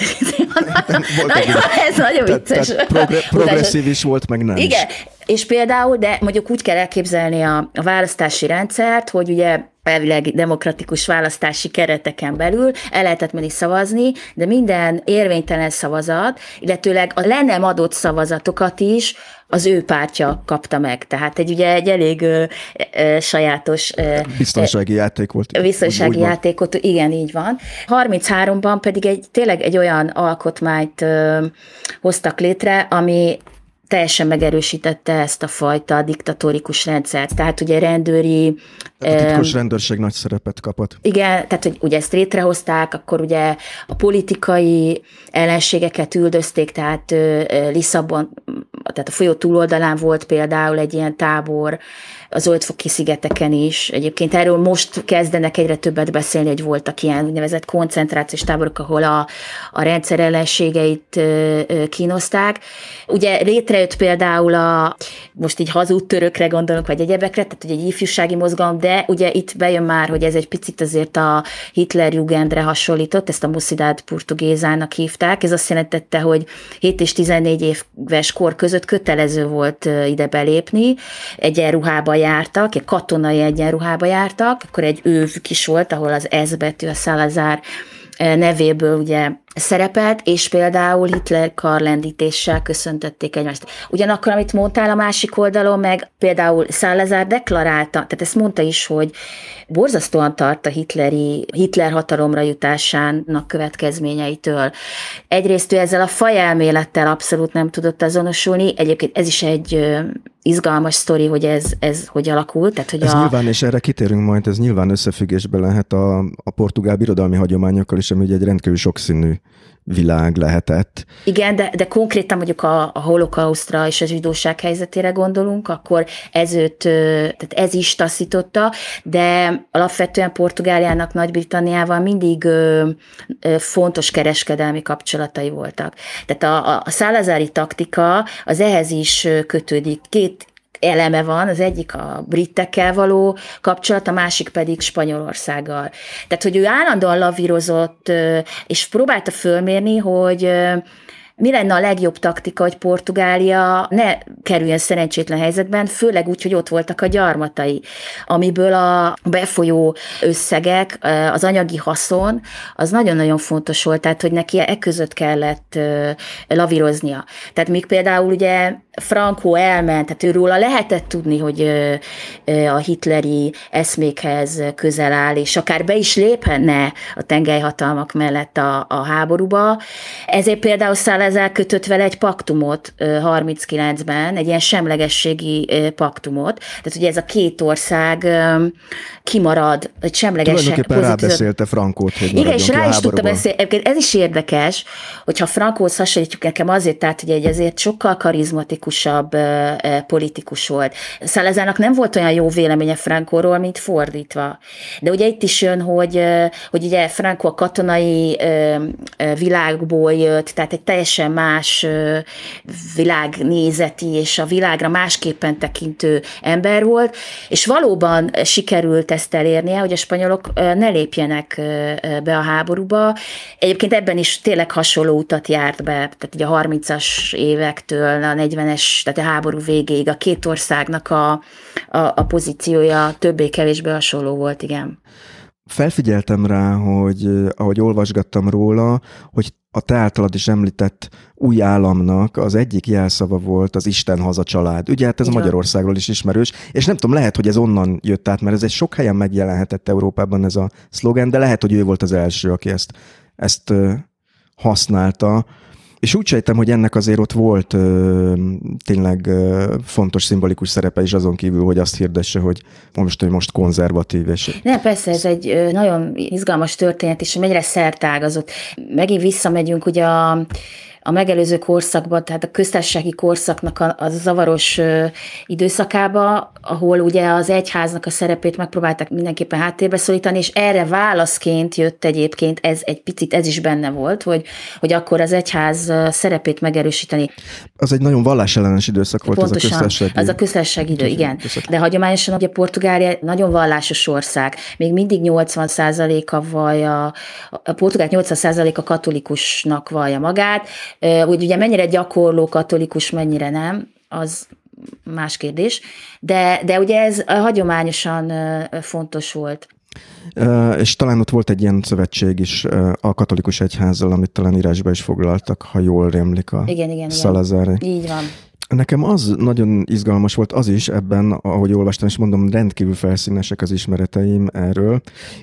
ez nagyon vicces. Progresszív is volt, meg nem. Igen, és például, de mondjuk úgy kell elképzelni a választási rendszert, hogy ugye elvileg demokratikus választási kereteken belül el lehetett menni szavazni, de minden érvénytelen szavazat, illetőleg a le nem adott szavazatokat is az ő pártja kapta meg. Tehát egy elég sajátos... Biztonsági játék volt. Biztonsági játékot, igen, így van. 33-ban pedig tényleg egy olyan alkotmányt hoztak létre, ami teljesen megerősítette ezt a fajta diktatórikus rendszert. Tehát ugye rendőri... A titkos rendőrség nagy szerepet kapott. Igen, tehát hogy ugye ezt létrehozták, akkor ugye a politikai ellenségeket üldözték, tehát Lisszabon, tehát a folyó túloldalán volt például egy ilyen tábor, az Zöld-foki szigeteken is. Egyébként erről most kezdenek egyre többet beszélni, hogy voltak ilyen úgynevezett koncentrációs táborok, ahol a rendszer ellenségeit kínozták. Ugye létrejött például most így hazud törökre gondolunk, vagy egyebekre, tehát ugye egy ifjúsági mozgalom, de ugye itt bejön már, hogy ez egy picit azért a Hitlerjugendre hasonlított, ezt a Mocidade Portugézának hívták. Ez azt jelentette, hogy 7 és 14 éves kor között kötelező volt ide belépni, egyenruhába jártak, egy katonai egyenruhába jártak, akkor egy ővük is volt, ahol az S betű, a Salazar nevéből ugye szerepelt, és például Hitler karlendítéssel köszöntötték egymást. Ugyanakkor, amit mondtál a másik oldalon, meg például Salazar deklarálta, tehát ezt mondta is, hogy borzasztóan tart a Hitler hatalomra jutásának következményeitől. Egyrészt ő ezzel a fajelmélettel abszolút nem tudott azonosulni, egyébként ez is egy izgalmas sztori, hogy ez hogy alakult. Tehát, hogy ez nyilván, és erre kitérünk majd, ez nyilván összefüggésben lehet a portugál birodalmi hagyományokkal is, ami ugye egy rendkívül sokszínű világ lehetett. Igen, de konkrétan mondjuk a holokausztra és a zsidóság helyzetére gondolunk, akkor tehát ez is taszította, de alapvetően Portugáliának Nagy-Britanniával mindig fontos kereskedelmi kapcsolatai voltak. Tehát a szálazári taktika az ehhez is kötődik. Két eleme van, az egyik a britekkel való kapcsolat, a másik pedig Spanyolországgal. Tehát, hogy ő állandóan lavírozott, és próbálta fölmérni, hogy mi lenne a legjobb taktika, hogy Portugália ne kerüljön szerencsétlen helyzetben, főleg úgy, hogy ott voltak a gyarmatai, amiből a befolyó összegek, az anyagi haszon, az nagyon-nagyon fontos volt, tehát, hogy neki között kellett lavíroznia. Tehát még például ugye Franco elment, tehát őróla lehetett tudni, hogy a hitleri eszmékhez közel áll, és akár be is léphenne a tengelyhatalmak mellett a háborúba. Ezért például Salazar kötött vele egy paktumot 39-ben, egy ilyen semlegességi paktumot, tehát ugye ez a két ország kimarad, egy semlegesen. Tulajdonképpen rábeszélte Frankót, hogy igen, és rá is tudta beszélni. Ez is érdekes, hogyha Frankóhoz hasonlítjuk, nekem azért, tehát hogy ezért sokkal karizmatikusabb politikus volt. Salazarnak nem volt olyan jó véleménye Frankóról, mint fordítva. De ugye itt is jön, hogy ugye Franco a katonai világból jött, tehát egy teljesen más világnézeti és a világra másképpen tekintő ember volt, és valóban sikerült ezt elérnie, hogy a spanyolok ne lépjenek be a háborúba. Egyébként ebben is tényleg hasonló utat járt be, tehát ugye a 30-as évektől a 40-es, tehát a háború végéig a két országnak a pozíciója többé-kevésbé hasonló volt, igen. Felfigyeltem rá, hogy ahogy olvasgattam róla, hogy a te általad is említett új államnak az egyik jelszava volt az Isten haza család. Ugye hát ez Magyarországról is ismerős, és nem tudom, lehet, hogy ez onnan jött át, mert ez egy sok helyen megjelenhetett Európában ez a szlogen, de lehet, hogy ő volt az első, aki ezt használta. És úgy sejtem, hogy ennek azért ott volt tényleg fontos szimbolikus szerepe is azon kívül, hogy azt hirdesse, hogy most konzervatív. És... Nem, persze, ez egy nagyon izgalmas történet, és mennyire szertágazott. Megint visszamegyünk ugye a megelőző korszakban, tehát a köztársasági korszaknak a zavaros időszakába, ahol ugye az egyháznak a szerepét megpróbálták mindenképpen háttérbe szorítani, és erre válaszként jött egyébként, ez is benne volt, hogy akkor az egyház szerepét megerősíteni. Az egy nagyon vallásellenes időszak volt. Pontosan, az a köztársasági idő, igen. De hagyományosan ugye Portugália nagyon vallásos ország. Még mindig 80%-a vallja, a portugál 80%-a katolikusnak vallja magát, hogy ugye mennyire gyakorló katolikus, mennyire nem, az más kérdés, de ugye ez hagyományosan fontos volt. És talán ott volt egy ilyen szövetség is a katolikus egyházzal, amit talán írásba is foglaltak, ha jól rémlik a Salazar. Így van. Nekem az nagyon izgalmas volt az is ebben, ahogy olvastam, és mondom, rendkívül felszínesek az ismereteim erről,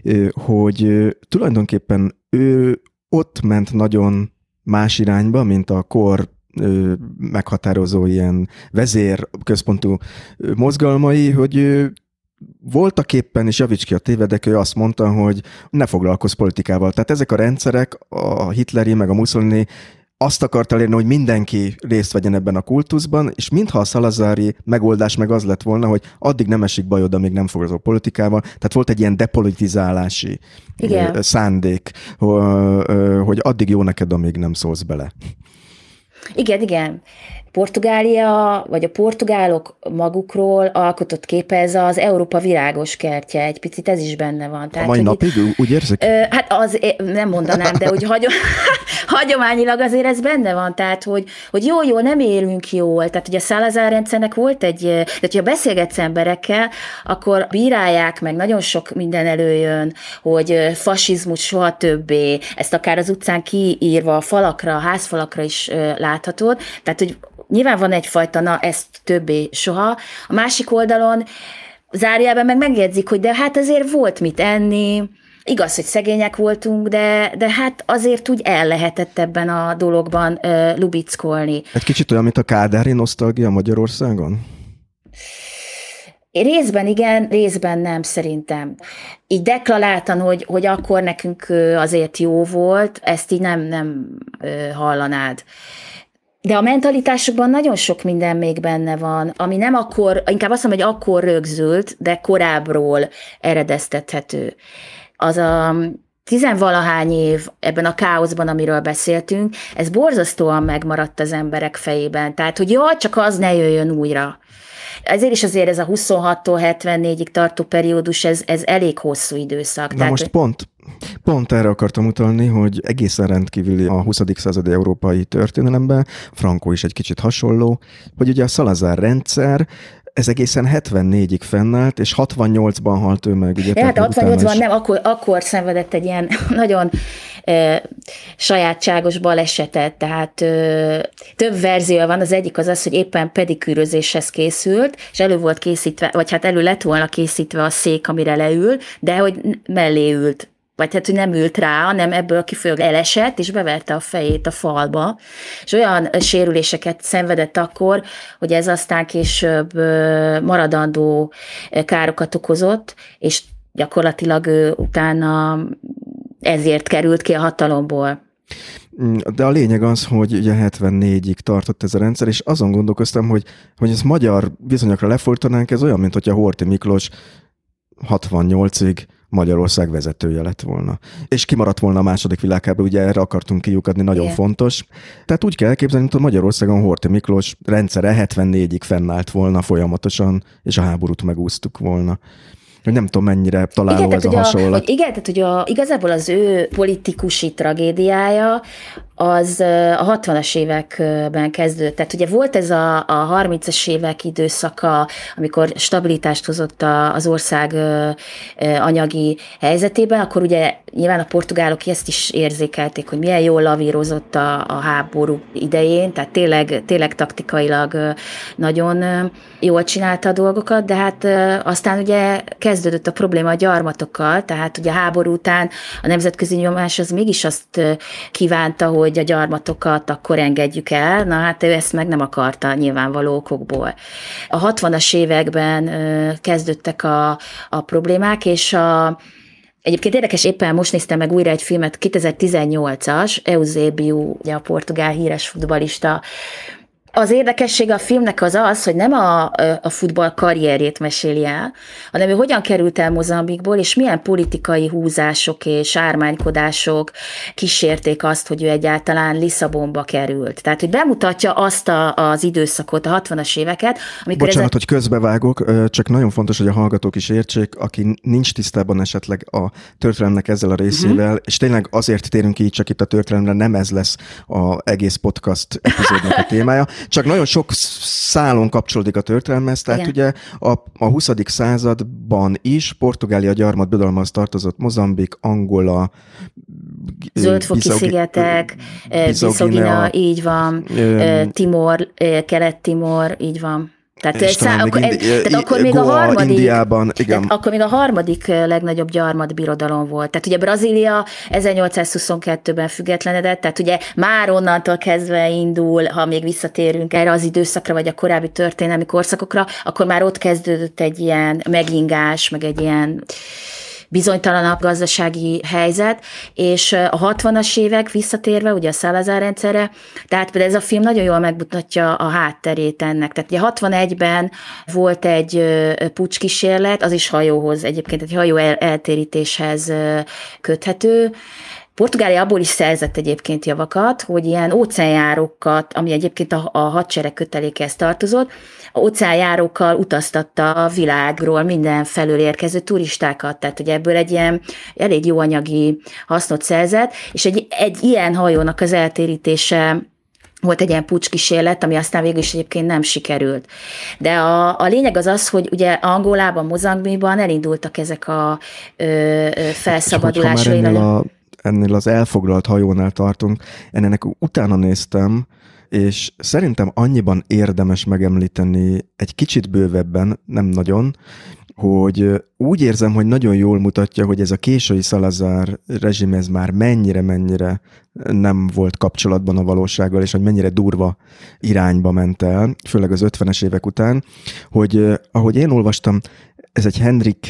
hogy tulajdonképpen ő ott ment nagyon más irányba, mint a kor meghatározó ilyen vezérközpontú mozgalmai, hogy voltak éppen, és javíts ki a tévedek, ő azt mondta, hogy ne foglalkozz politikával. Tehát ezek a rendszerek, a hitleri, meg a Mussolini azt akart elérni, hogy mindenki részt vegyen ebben a kultuszban, és mintha a szalazári megoldás meg az lett volna, hogy addig nem esik bajod, amíg nem foglalkozol politikával. Tehát volt egy ilyen depolitizálási szándék, hogy addig jó neked, amíg nem szólsz bele. Igen. Portugália, vagy a portugálok magukról alkotott képe, ez az Európa virágos kertje, egy picit ez is benne van. Tehát, a mai napig úgy érzik? Hát az, nem mondanám, de hogy hagyományilag azért ez benne van, tehát hogy jó, nem élünk jól, tehát hogy a Salazar rendszernek volt de hogyha beszélgetsz emberekkel, akkor bírálják meg, nagyon sok minden előjön, hogy fasizmus soha többé, ezt akár az utcán kiírva a falakra, a házfalakra is láthatod, tehát hogy nyilván van egyfajta, na ezt többé soha. A másik oldalon zárójelben meg megjegyzik, hogy de hát azért volt mit enni, igaz, hogy szegények voltunk, de hát azért úgy el lehetett ebben a dologban lubickolni. Egy kicsit olyan, mint a kádári nosztalgia Magyarországon? Részben igen, részben nem szerintem. Így deklaráltan, hogy akkor nekünk azért jó volt, ezt így nem hallanád. De a mentalitásukban nagyon sok minden még benne van, ami nem akkor, inkább azt mondom, hogy akkor rögzült, de korábbról eredeztethető. Az a tizenvalahány év ebben a káoszban, amiről beszéltünk, ez borzasztóan megmaradt az emberek fejében. Tehát, hogy jaj, csak az ne jöjjön újra. Ezért is azért ez a 26-tól 74-ig tartó periódus, ez elég hosszú időszak. Na tehát, most pont erre akartam utalni, hogy egészen rendkívüli a 20. századi európai történelemben, Franco is egy kicsit hasonló, hogy ugye a Salazar rendszer, ez egészen 74-ig fennállt, és 68-ban halt ő meg. Ugye, hát 68-ban nem, akkor szenvedett egy ilyen nagyon sajátságos balesetet, tehát több verzió van, az egyik az, hogy éppen pedikűrözéshez készült, és elő volt készítve, vagy hát elő lett volna készítve a szék, amire leül, de hogy mellé ült. Vagy hát, hogy nem ült rá, hanem ebből kifolyólag elesett, és beverte a fejét a falba, és olyan sérüléseket szenvedett akkor, hogy ez aztán később maradandó károkat okozott, és gyakorlatilag utána ezért került ki a hatalomból. De a lényeg az, hogy ugye 74-ig tartott ez a rendszer, és azon gondolkoztam, hogy ezt magyar viszonyokra lefordítanánk, ez olyan, mint hogyha Horthy Miklós 68-ig Magyarország vezetője lett volna. És kimaradt volna a második világháború, ugye erre akartunk kiukadni, nagyon fontos. Tehát úgy kell elképzelni, hogy Magyarországon Horthy Miklós rendszere 74-ig fennállt volna folyamatosan, és a háborút megúsztuk volna. Hogy nem tudom, mennyire találó igen, ez a hasonlat. Igazából az ő politikusi tragédiája az a 60-as években kezdődött. Tehát ugye volt ez a 30-as évek időszaka, amikor stabilitást hozott az ország anyagi helyzetében, akkor ugye nyilván a portugálok ezt is érzékelték, hogy milyen jól lavírozott a háború idején, tehát tényleg taktikailag nagyon jól csinálta a dolgokat, de hát aztán ugye kezdődött a probléma a gyarmatokkal, tehát ugye a háború után a nemzetközi nyomás az mégis azt kívánta, hogy a gyarmatokat akkor engedjük el, na hát ő ezt meg nem akarta nyilvánvaló okokból. A 60-as években kezdődtek a problémák, és egyébként érdekes, éppen most néztem meg újra egy filmet, 2018-as, Eusébio, ugye a portugál híres futballista. Az érdekesség a filmnek az, hogy nem a futball karrierjét meséli el, hanem ő hogyan került el Mozambikból, és milyen politikai húzások és ármánykodások kísérték azt, hogy ő egyáltalán Lisszabonba került. Tehát, hogy bemutatja azt az időszakot, a 60-as éveket, amikor bocsánat, hogy közbevágok, csak nagyon fontos, hogy a hallgatók is értsék, aki nincs tisztában esetleg a történelemnek ezzel a részével, és tényleg azért térünk így csak itt a történelemre, nem ez lesz az egész podcast epizódnak a témája. Csak nagyon sok szálon kapcsolódik a történelmez, tehát igen. Ugye a 20. században is Portugália gyarmatbirodalomhoz tartozott Mozambik, Angola, Zöldfoki-szigetek, Bissau-Guinea, így van, Timor, Kelet-Timor, így van. Tehát akkor még Goa, a harmadik, Indiában, igen. Akkor még a harmadik legnagyobb gyarmatbirodalom volt. Tehát ugye Brazília 1822-ben függetlenedett, tehát ugye már onnantól kezdve indul, ha még visszatérünk erre az időszakra, vagy a korábbi történelmi korszakokra, akkor már ott kezdődött egy ilyen megingás, meg egy ilyen bizonytalanabb gazdasági helyzet, és a 60-as évek visszatérve, ugye a Salazar rendszerre, tehát például ez a film nagyon jól megmutatja a hátterét ennek. Tehát ugye 61-ben volt egy pucskísérlet, az is hajóhoz, egyébként egy hajó eltérítéshez köthető. Portugália abból is szerzett egyébként javakat, hogy ilyen óceánjárókat, ami egyébként a hadsereg kötelékehez tartozott, óceánjárókkal utaztatta a világról mindenfelől érkező turistákat, tehát hogy ebből egy ilyen elég jó anyagi hasznot szerzett, és egy ilyen hajónak az eltérítése volt egy ilyen pucskísérlet, ami aztán végül is egyébként nem sikerült. De a lényeg az, hogy ugye Angolában, Mozambikban elindultak ezek a felszabadulásra. Ennél az elfoglalt hajónál tartunk, ennek utána néztem, és szerintem annyiban érdemes megemlíteni egy kicsit bővebben, nem nagyon, hogy úgy érzem, hogy nagyon jól mutatja, hogy ez a késői Salazar rezsim ez már mennyire nem volt kapcsolatban a valósággal, és hogy mennyire durva irányba ment el, főleg az 50-es évek után, hogy ahogy én olvastam, ez egy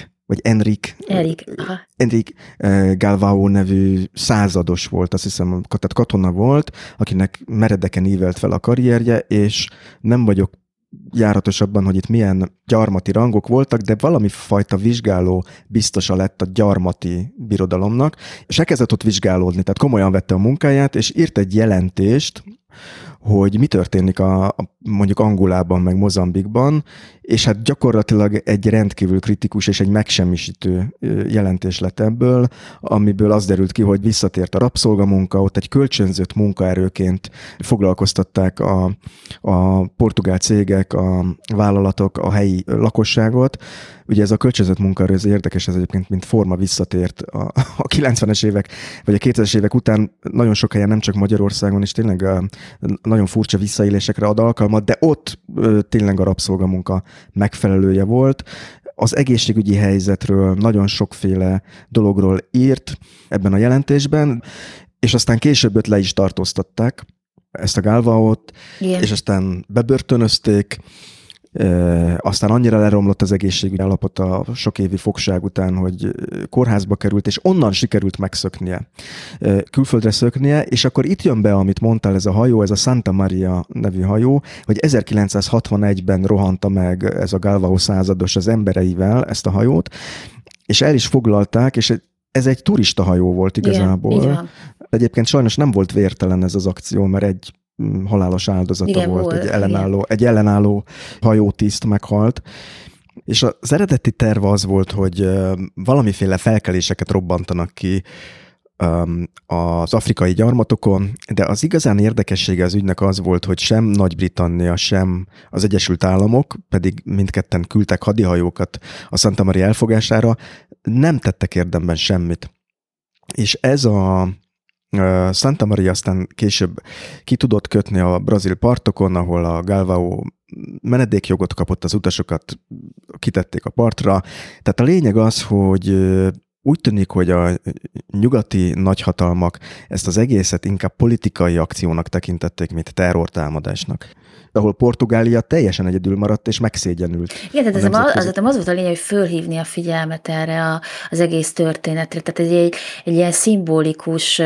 Enrique Galvão nevű százados volt, azt hiszem, tehát katona volt, akinek meredeken ívelt fel a karrierje, és nem vagyok járatos abban, hogy itt milyen gyarmati rangok voltak, de valami fajta vizsgáló biztosa lett a gyarmati birodalomnak, és elkezdett ott vizsgálódni, tehát komolyan vette a munkáját, és írt egy jelentést, hogy mi történik mondjuk Angolában, meg Mozambikban, és hát gyakorlatilag egy rendkívül kritikus és egy megsemmisítő jelentés lett ebből, amiből az derült ki, hogy visszatért a rabszolgamunka, ott egy kölcsönzött munkaerőként foglalkoztatták a portugál cégek, a vállalatok, a helyi lakosságot. Ugye ez a kölcsönzött munkaerő, ez érdekes, ez egyébként mint forma visszatért a 90-es évek, vagy a 2000-es évek után nagyon sok helyen, nem csak Magyarországon, és tényleg nagyon furcsa visszaélésekre ad alkalmat, de ott tényleg a rabszolgamunka megfelelője volt. Az egészségügyi helyzetről nagyon sokféle dologról írt ebben a jelentésben, és aztán később le is tartóztatták ezt a Galvaót, és aztán bebörtönözték, aztán annyira leromlott az egészségügyi állapota a sok évi fogság után, hogy kórházba került, és onnan sikerült megszöknie, külföldre szöknie, és akkor itt jön be, amit mondtál, ez a hajó, ez a Santa Maria nevű hajó, hogy 1961-ben rohanta meg ez a Galvão százados az embereivel ezt a hajót, és el is foglalták, és ez egy turista hajó volt igazából. Igen, egyébként sajnos nem volt vértelen ez az akció, mert egy halálos áldozata volt, egy ellenálló hajótiszt meghalt. És az eredeti terv az volt, hogy valamiféle felkeléseket robbantanak ki az afrikai gyarmatokon, de az igazán érdekessége az ügynek az volt, hogy sem Nagy-Britannia, sem az Egyesült Államok, pedig mindketten küldtek hadihajókat a Santa Maria elfogására, nem tettek érdemben semmit. És ez a Santa Maria aztán később ki tudott kötni a brazil partokon, ahol a Galvão menedékjogot kapott, az utasokat kitették a partra. Tehát a lényeg az, hogy úgy tűnik, hogy a nyugati nagyhatalmak ezt az egészet inkább politikai akciónak tekintették, mint terrortámadásnak. Ahol Portugália teljesen egyedül maradt, és megszégyenült. Igen, tehát az volt a lényeg, hogy fölhívni a figyelmet erre az egész történetre. Tehát egy ilyen szimbolikus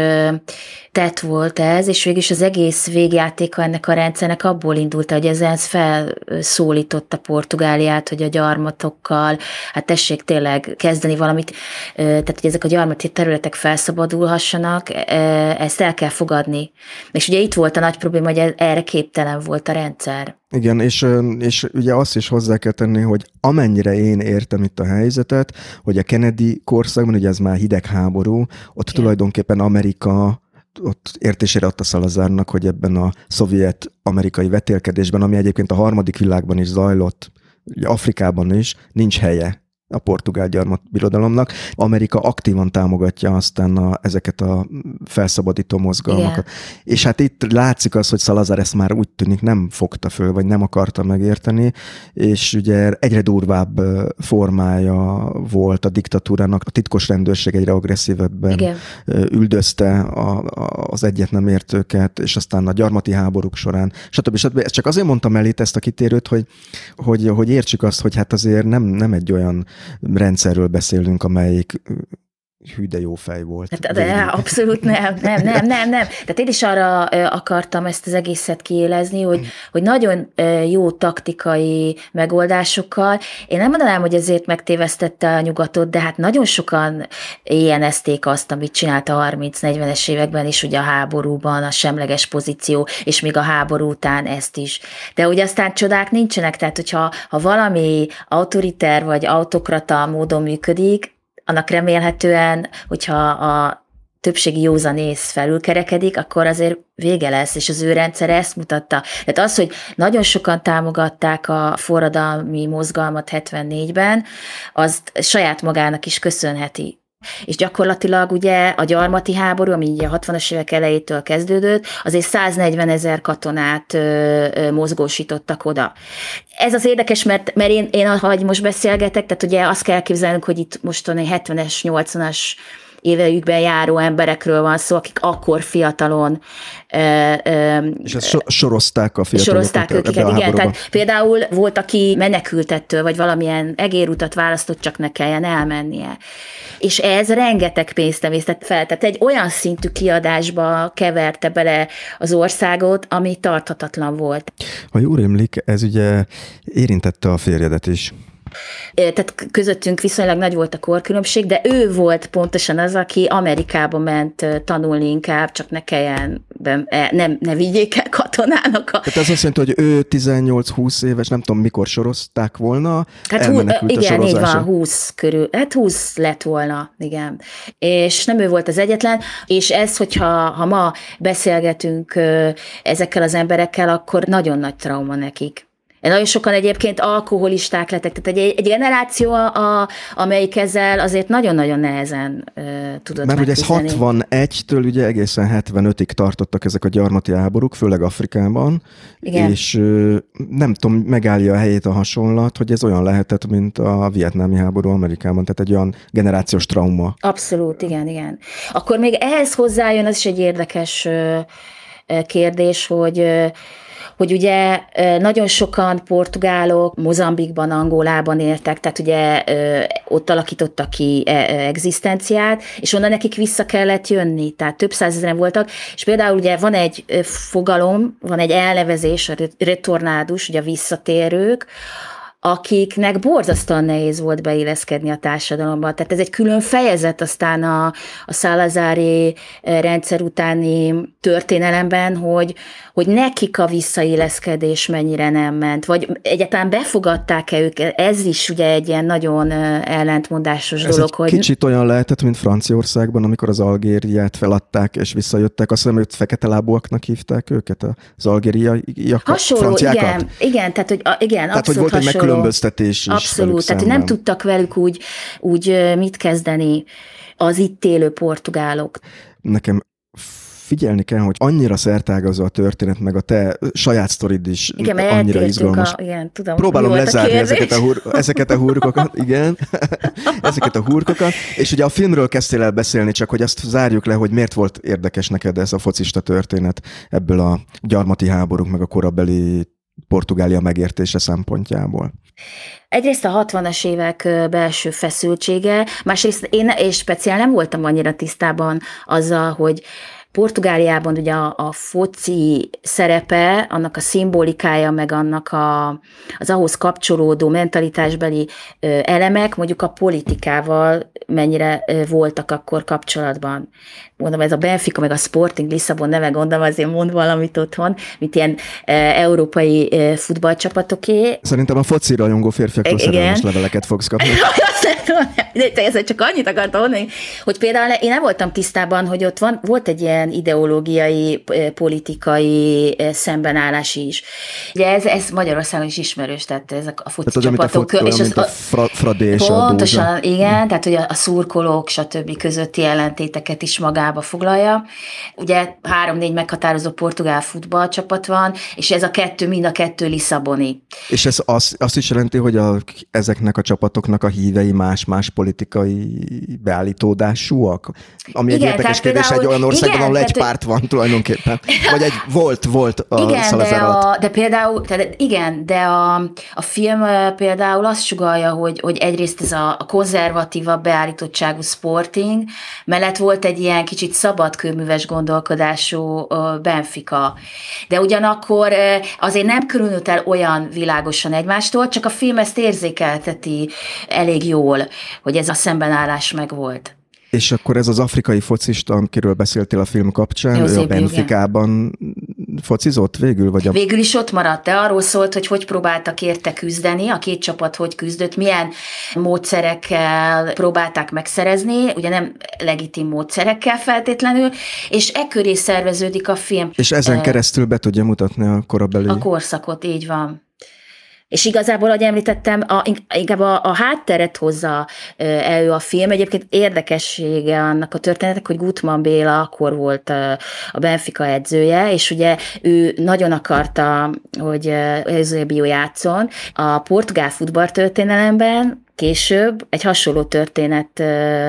tett volt ez, és végülis az egész végjátéka ennek a rendszernek abból indult, hogy ez felszólította Portugáliát, hogy a gyarmatokkal, hát tessék tényleg kezdeni valamit, tehát hogy ezek a gyarmati területek felszabadulhassanak, ezt el kell fogadni. És ugye itt volt a nagy probléma, hogy erre képtelen volt a rendszer. Igen, és ugye azt is hozzá kell tenni, hogy amennyire én értem itt a helyzetet, hogy a Kennedy korszakban, ugye ez már hidegháború, ott tulajdonképpen Amerika ott értésére adta Salazarnak, hogy ebben a szovjet-amerikai vetélkedésben, ami egyébként a harmadik világban is zajlott, ugye Afrikában is, nincs helye a portugál gyarmatbirodalomnak. Amerika aktívan támogatja aztán ezeket a felszabadító mozgalmakat. Igen. És hát itt látszik az, hogy Salazar ezt már úgy tűnik nem fogta föl, vagy nem akarta megérteni, és ugye egyre durvább formája volt a diktatúrának, a titkos rendőrség egyre agresszívebben üldözte az egyet nem értőket, és aztán a gyarmati háborúk során, stb. Ezt csak azért mondtam el itt ezt a kitérőt, hogy értsük azt, hogy hát azért nem egy olyan rendszerről beszélünk, amelyik hű, de jó fej volt. De abszolút nem. Tehát én is arra akartam ezt az egészet kiélezni, hogy nagyon jó taktikai megoldásokkal. Én nem mondanám, hogy ezért megtévesztette a nyugatot, de hát nagyon sokan éjjenezték azt, amit csinált a 30-40-es években is, ugye a háborúban, a semleges pozíció, és még a háború után ezt is. De ugye aztán csodák nincsenek, tehát hogyha valami autoriter vagy autokrata módon működik, annak remélhetően, hogyha a többségi józanész felülkerekedik, akkor azért vége lesz, és az ő rendszer ezt mutatta. Tehát az, hogy nagyon sokan támogatták a forradalmi mozgalmat 74-ben, azt saját magának is köszönheti. És gyakorlatilag ugye a gyarmati háború, ami ugye a 60-as évek elejétől kezdődött, azért 140 000 katonát mozgósítottak oda. Ez az érdekes, mert én ahogy most beszélgetek, tehát ugye azt kell elképzelnünk, hogy itt most a 70-es, 80-as éveikben járó emberekről van szó, akik akkor fiatalon és ezt sorozták a fiatalokat. Sorozták őket, igen. Tehát például volt, aki menekültettől, vagy valamilyen egérutat választott, csak ne kelljen elmennie. És ez rengeteg pénzt emésztett fel. Tehát egy olyan szintű kiadásba keverte bele az országot, ami tarthatatlan volt. Ha jól emlik, ez ugye érintette a férjedet is. Tehát közöttünk viszonylag nagy volt a korkülönbség, de ő volt pontosan az, aki Amerikába ment tanulni inkább, csak ne kelljen, ne vigyék el katonának. Tehát ez azt jelenti, hogy ő 18-20 éves, nem tudom mikor sorozták volna, hát elmenekült igen, a sorozása. így van, 20 körül, hát 20 lett volna, igen. És nem ő volt az egyetlen, és ez, hogyha ma beszélgetünk ezekkel az emberekkel, akkor nagyon nagy trauma nekik. Nagyon sokan egyébként alkoholisták lettek, tehát egy generáció, amelyik ezzel azért nagyon-nagyon nehezen tudott megküzdeni. Mert ugye ez 61-től ugye egészen 75-ig tartottak ezek a gyarmati háborúk, főleg Afrikában, igen. És nem tudom, megállja a helyét a hasonlat, hogy ez olyan lehetett, mint a vietnámi háború Amerikában, tehát egy olyan generációs trauma. Abszolút, igen. Akkor még ehhez hozzájön, az is egy érdekes kérdés, hogy ugye nagyon sokan portugálok Mozambikban, Angolában éltek, tehát ugye ott alakítottak ki egzisztenciát, és onnan nekik vissza kellett jönni, tehát több százezren voltak, és például ugye van egy fogalom, van egy elnevezés, a retornádus, ugye a visszatérők, akiknek borzasztóan nehéz volt beilleszkedni a társadalomba. Tehát ez egy külön fejezet aztán a Salazari rendszer utáni történelemben, hogy nekik a visszailleszkedés mennyire nem ment, vagy egyáltalán befogadták-e őket. Ez is ugye egy ilyen nagyon ellentmondásos ez dolog. Egy kicsit olyan lehetett, mint Franciaországban, amikor az Algériát feladták, és visszajöttek. Azt hiszem, hogy fekete lábúaknak hívták őket, az algériaiakat, hasonló, franciákat. Igen, tehát hogy volt egy megkülönböztetés is. Abszolút, tehát nem tudtak velük úgy mit kezdeni az itt élő portugálok. Nekem figyelni kell, hogy annyira szertágazó a történet, meg a te saját sztorid is igen, annyira izgalmas. Igen, tudom, próbálom lezárni ezeket a hurkokat, igen, ezeket a hurkokat, és ugye a filmről kezdtél el beszélni, csak hogy azt zárjuk le, hogy miért volt érdekes neked ez a focista történet ebből a gyarmati háborúk, meg a korabeli Portugália megértése szempontjából. Egyrészt a 60-as évek belső feszültsége, másrészt én és speciál nem voltam annyira tisztában azzal, hogy Portugáliában ugye a foci szerepe, annak a szimbolikája, meg annak az ahhoz kapcsolódó mentalitásbeli elemek, mondjuk a politikával mennyire voltak akkor kapcsolatban. Mondom, ez a Benfica, meg a Sporting Lisszabon neve, gondolom azért mond valamit otthon, mint ilyen európai futballcsapatoké. Szerintem a foci rajongó férfiaktól szerelmes leveleket fogsz kapni. De csak annyit akartam mondani, hogy például én nem voltam tisztában, hogy ott volt egy ilyen ideológiai, politikai szembenállás is. Ugye ez Magyarországon is ismerős, tehát ezek a foci csapatok. És a Fradi és pontosan, igen, tehát ugye a szurkolók, stb. Közötti ellentéteket is magába foglalja. Ugye 3-4 meghatározó portugál futballcsapat van, és ez mind a kettő lisszaboni. És ez azt is jelenti, hogy ezeknek a csapatoknak a hívei más politikai beállítódásúak? Ami igen, egy érdekes kérdés egy olyan országban, ahol egy párt van tulajdonképpen. Vagy volt a Salazar alatt. De például, de a film például azt sugallja, hogy egyrészt ez a konzervatívabb beállítottságú Sporting, mellett volt egy ilyen kicsit szabadkőműves gondolkodású Benfica. De ugyanakkor azért nem különült el olyan világosan egymástól, csak a film ezt érzékelteti elég jól, hogy ez a szembenállás megvolt. És akkor ez az afrikai focista, akiről beszéltél a film kapcsán, ő a Benficában focizott végül? Végül is ott maradt, de arról szólt, hogy próbáltak érte küzdeni, a két csapat hogy küzdött, milyen módszerekkel próbálták megszerezni, ugye nem legitim módszerekkel feltétlenül, és ekköré szerveződik a film. És ezen keresztül be tudja mutatni a korabeli... A korszakot, így van. És igazából, ahogy említettem, inkább a hátteret hozza elő a film. Egyébként érdekessége annak a történetek, hogy Gutmann Béla akkor volt a Benfica edzője, és ugye ő nagyon akarta, hogy Eusebio játszon. A portugál futballtörténelemben később egy hasonló történet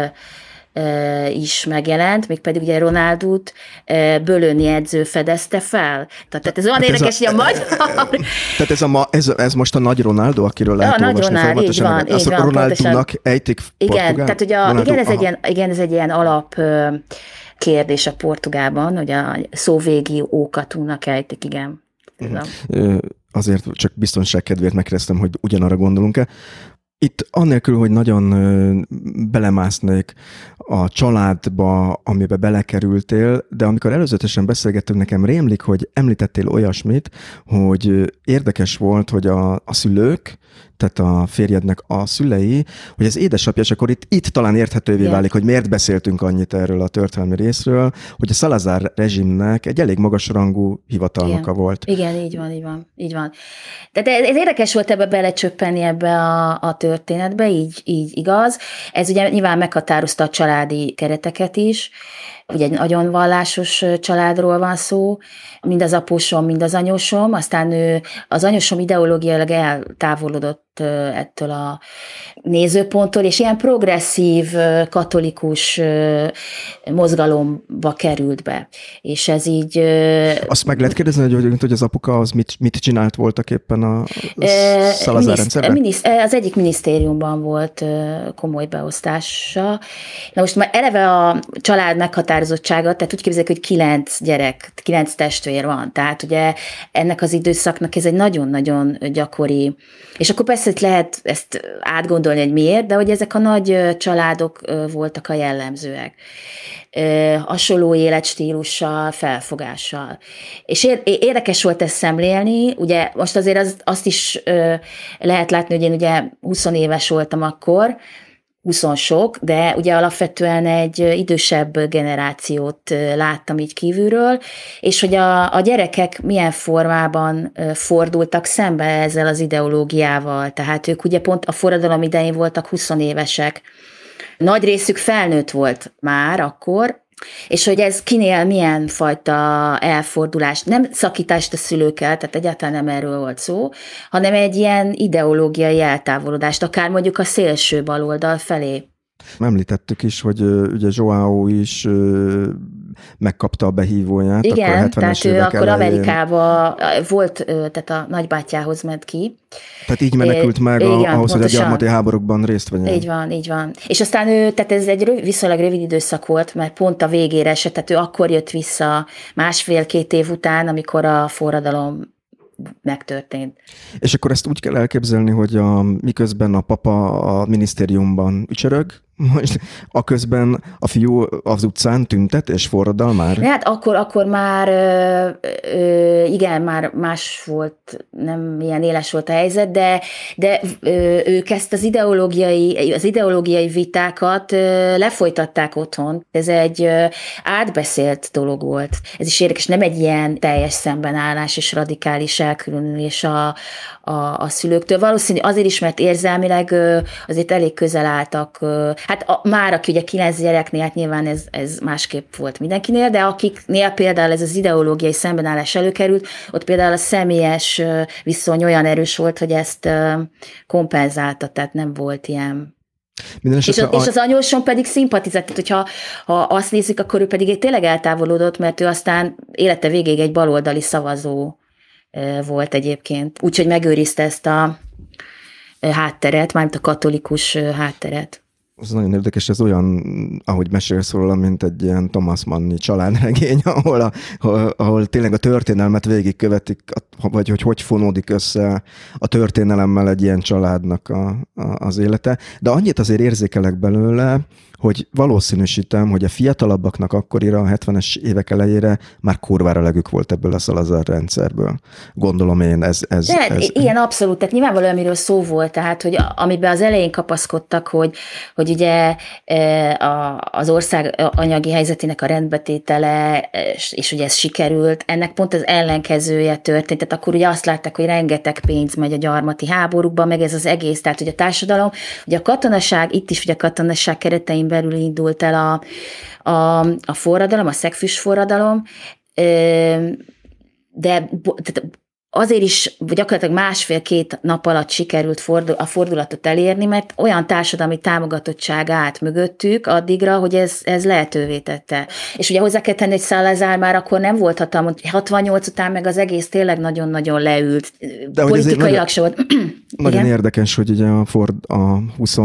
is megjelent, mégpedig ugye Ronaldót Bölöni edző fedezte fel. Tehát ez olyan érdekes, hogy a magyar... Tehát ez most a nagy Ronaldo, akiről lehet olvasni folyamatosan. Így van, Ronaldónak ejtik igen, tehát ugye ez egy ilyen alap kérdés a Portugálban, hogy a szóvégi ókatúnak ejtik, igen. Azért csak biztonság kedvéért megkérdeztem, hogy ugyanarra gondolunk-e. Itt annélkül, hogy nagyon belemásznék a családba, amibe belekerültél, de amikor előzetesen beszélgettünk, nekem rémlik, hogy említettél olyasmit, hogy érdekes volt, hogy a szülők, tehát a férjednek a szülei, hogy az édesapja, és akkor itt talán érthetővé válik, hogy miért beszéltünk annyit erről a történelmi részről, hogy a Salazar rezsimnek egy elég magasrangú hivatalnoka volt. Igen, így van. Tehát ez érdekes volt ebbe belecsöppenni ebbe a történetbe, így igaz. Ez ugye nyilván meghatározta a családi kereteket is. Ugye egy nagyon vallásos családról van szó, mind az apósom, mind az anyósom, aztán az anyósom ideológiailag eltávolodott ettől a nézőponttól, és ilyen progresszív, katolikus mozgalomba került be. És ez így... Azt meg lehet kérdezni, hogy az apuka az mit csinált voltak éppen a Salazar rendszerben? Az egyik minisztériumban volt komoly beosztása. Na most már eleve a család meghatározottsága, tehát úgy képzeljük, hogy 9 testvér van. Tehát ugye ennek az időszaknak ez egy nagyon-nagyon gyakori, és akkor persze lehet ezt átgondolni, hogy miért, de hogy ezek a nagy családok voltak a jellemzőek. Hasonló életstílussal, felfogással. És érdekes volt ezt szemlélni, ugye most azért azt is lehet látni, hogy én ugye 20 éves voltam akkor, 20 sok, de ugye alapvetően egy idősebb generációt láttam így kívülről, és hogy a gyerekek milyen formában fordultak szembe ezzel az ideológiával. Tehát ők ugye pont a forradalom idején voltak 20 évesek. Nagy részük felnőtt volt már akkor, és hogy ez kinél milyen fajta elfordulást, nem szakítást a szülőkkel, tehát egyáltalán nem erről volt szó, hanem egy ilyen ideológiai eltávolodást, akár mondjuk a szélső baloldal felé. Említettük is, hogy ugye João is megkapta a behívóját. Igen, akkor tehát ő akkor Amerikába volt, tehát a nagybátyjához ment ki. Tehát így menekült meg ahhoz, hogy a gyarmati háborúkban részt vegyen. Így van. És aztán tehát ez egy viszonylag rövid időszak volt, mert pont a végére esett, tehát ő akkor jött vissza 1,5-2 év után, amikor a forradalom megtörtént. És akkor ezt úgy kell elképzelni, hogy miközben a papa a minisztériumban ücsörög, most aközben a fiú az utcán tüntet és forradal már? Hát akkor már igen, már más volt, nem ilyen éles volt a helyzet, de ők ezt az ideológiai vitákat lefolytatták otthon. Ez egy átbeszélt dolog volt. Ez is érdekes, nem egy ilyen teljes szembenállás és radikális elkülönülés a szülőktől. Valószínű azért is, mert érzelmileg azért elég közel álltak. Hát már aki ugye 9 gyereknél, hát nyilván ez másképp volt mindenkinél, de akiknél például ez az ideológiai szembenállás előkerült, ott például a személyes viszony olyan erős volt, hogy ezt kompenzálta, tehát nem volt ilyen. És az anyósom pedig szimpatizált, tehát hogyha azt nézzük, akkor ő pedig tényleg eltávolodott, mert ő aztán élete végéig egy baloldali szavazó volt egyébként. Úgyhogy megőrizte ezt a hátteret, mármint a katolikus hátteret. Ez nagyon érdekes, ez olyan, ahogy mesélsz róla, mint egy ilyen Thomas Manni családregény, ahol tényleg a történelmet végigkövetik, vagy hogy fonódik össze a történelemmel egy ilyen családnak az élete. De annyit azért érzékelek belőle, hogy valószínűsítem, hogy a fiatalabbaknak akkorira, a 70-es évek elejére már kurvára legük volt ebből a Salazar rendszerből. Gondolom én, ez... Igen, abszolút, tehát nyilvánvalóan miről szó volt, tehát, hogy amiben az elején kapaszkodtak, hogy ugye az ország anyagi helyzetének a rendbetétele, és ugye ez sikerült, ennek pont az ellenkezője történt, tehát akkor ugye azt látták, hogy rengeteg pénz megy a gyarmati háborúkba, meg ez az egész, tehát hogy a társadalom, ugye a katonaság, itt is ugye a katonaság keretein belül indult el a forradalom, a szegfüst forradalom, de tehát azért is gyakorlatilag 1,5-2 nap alatt sikerült a fordulatot elérni, mert olyan társadalmi támogatottság állt mögöttük addigra, hogy ez lehetővé tette. És ugye hozzá kell tenni, hogy Salazar már akkor nem volt hatalmon, 68 után meg az egész tényleg nagyon-nagyon leült. De politikailag se volt. Nagyon érdekes, hogy ugye a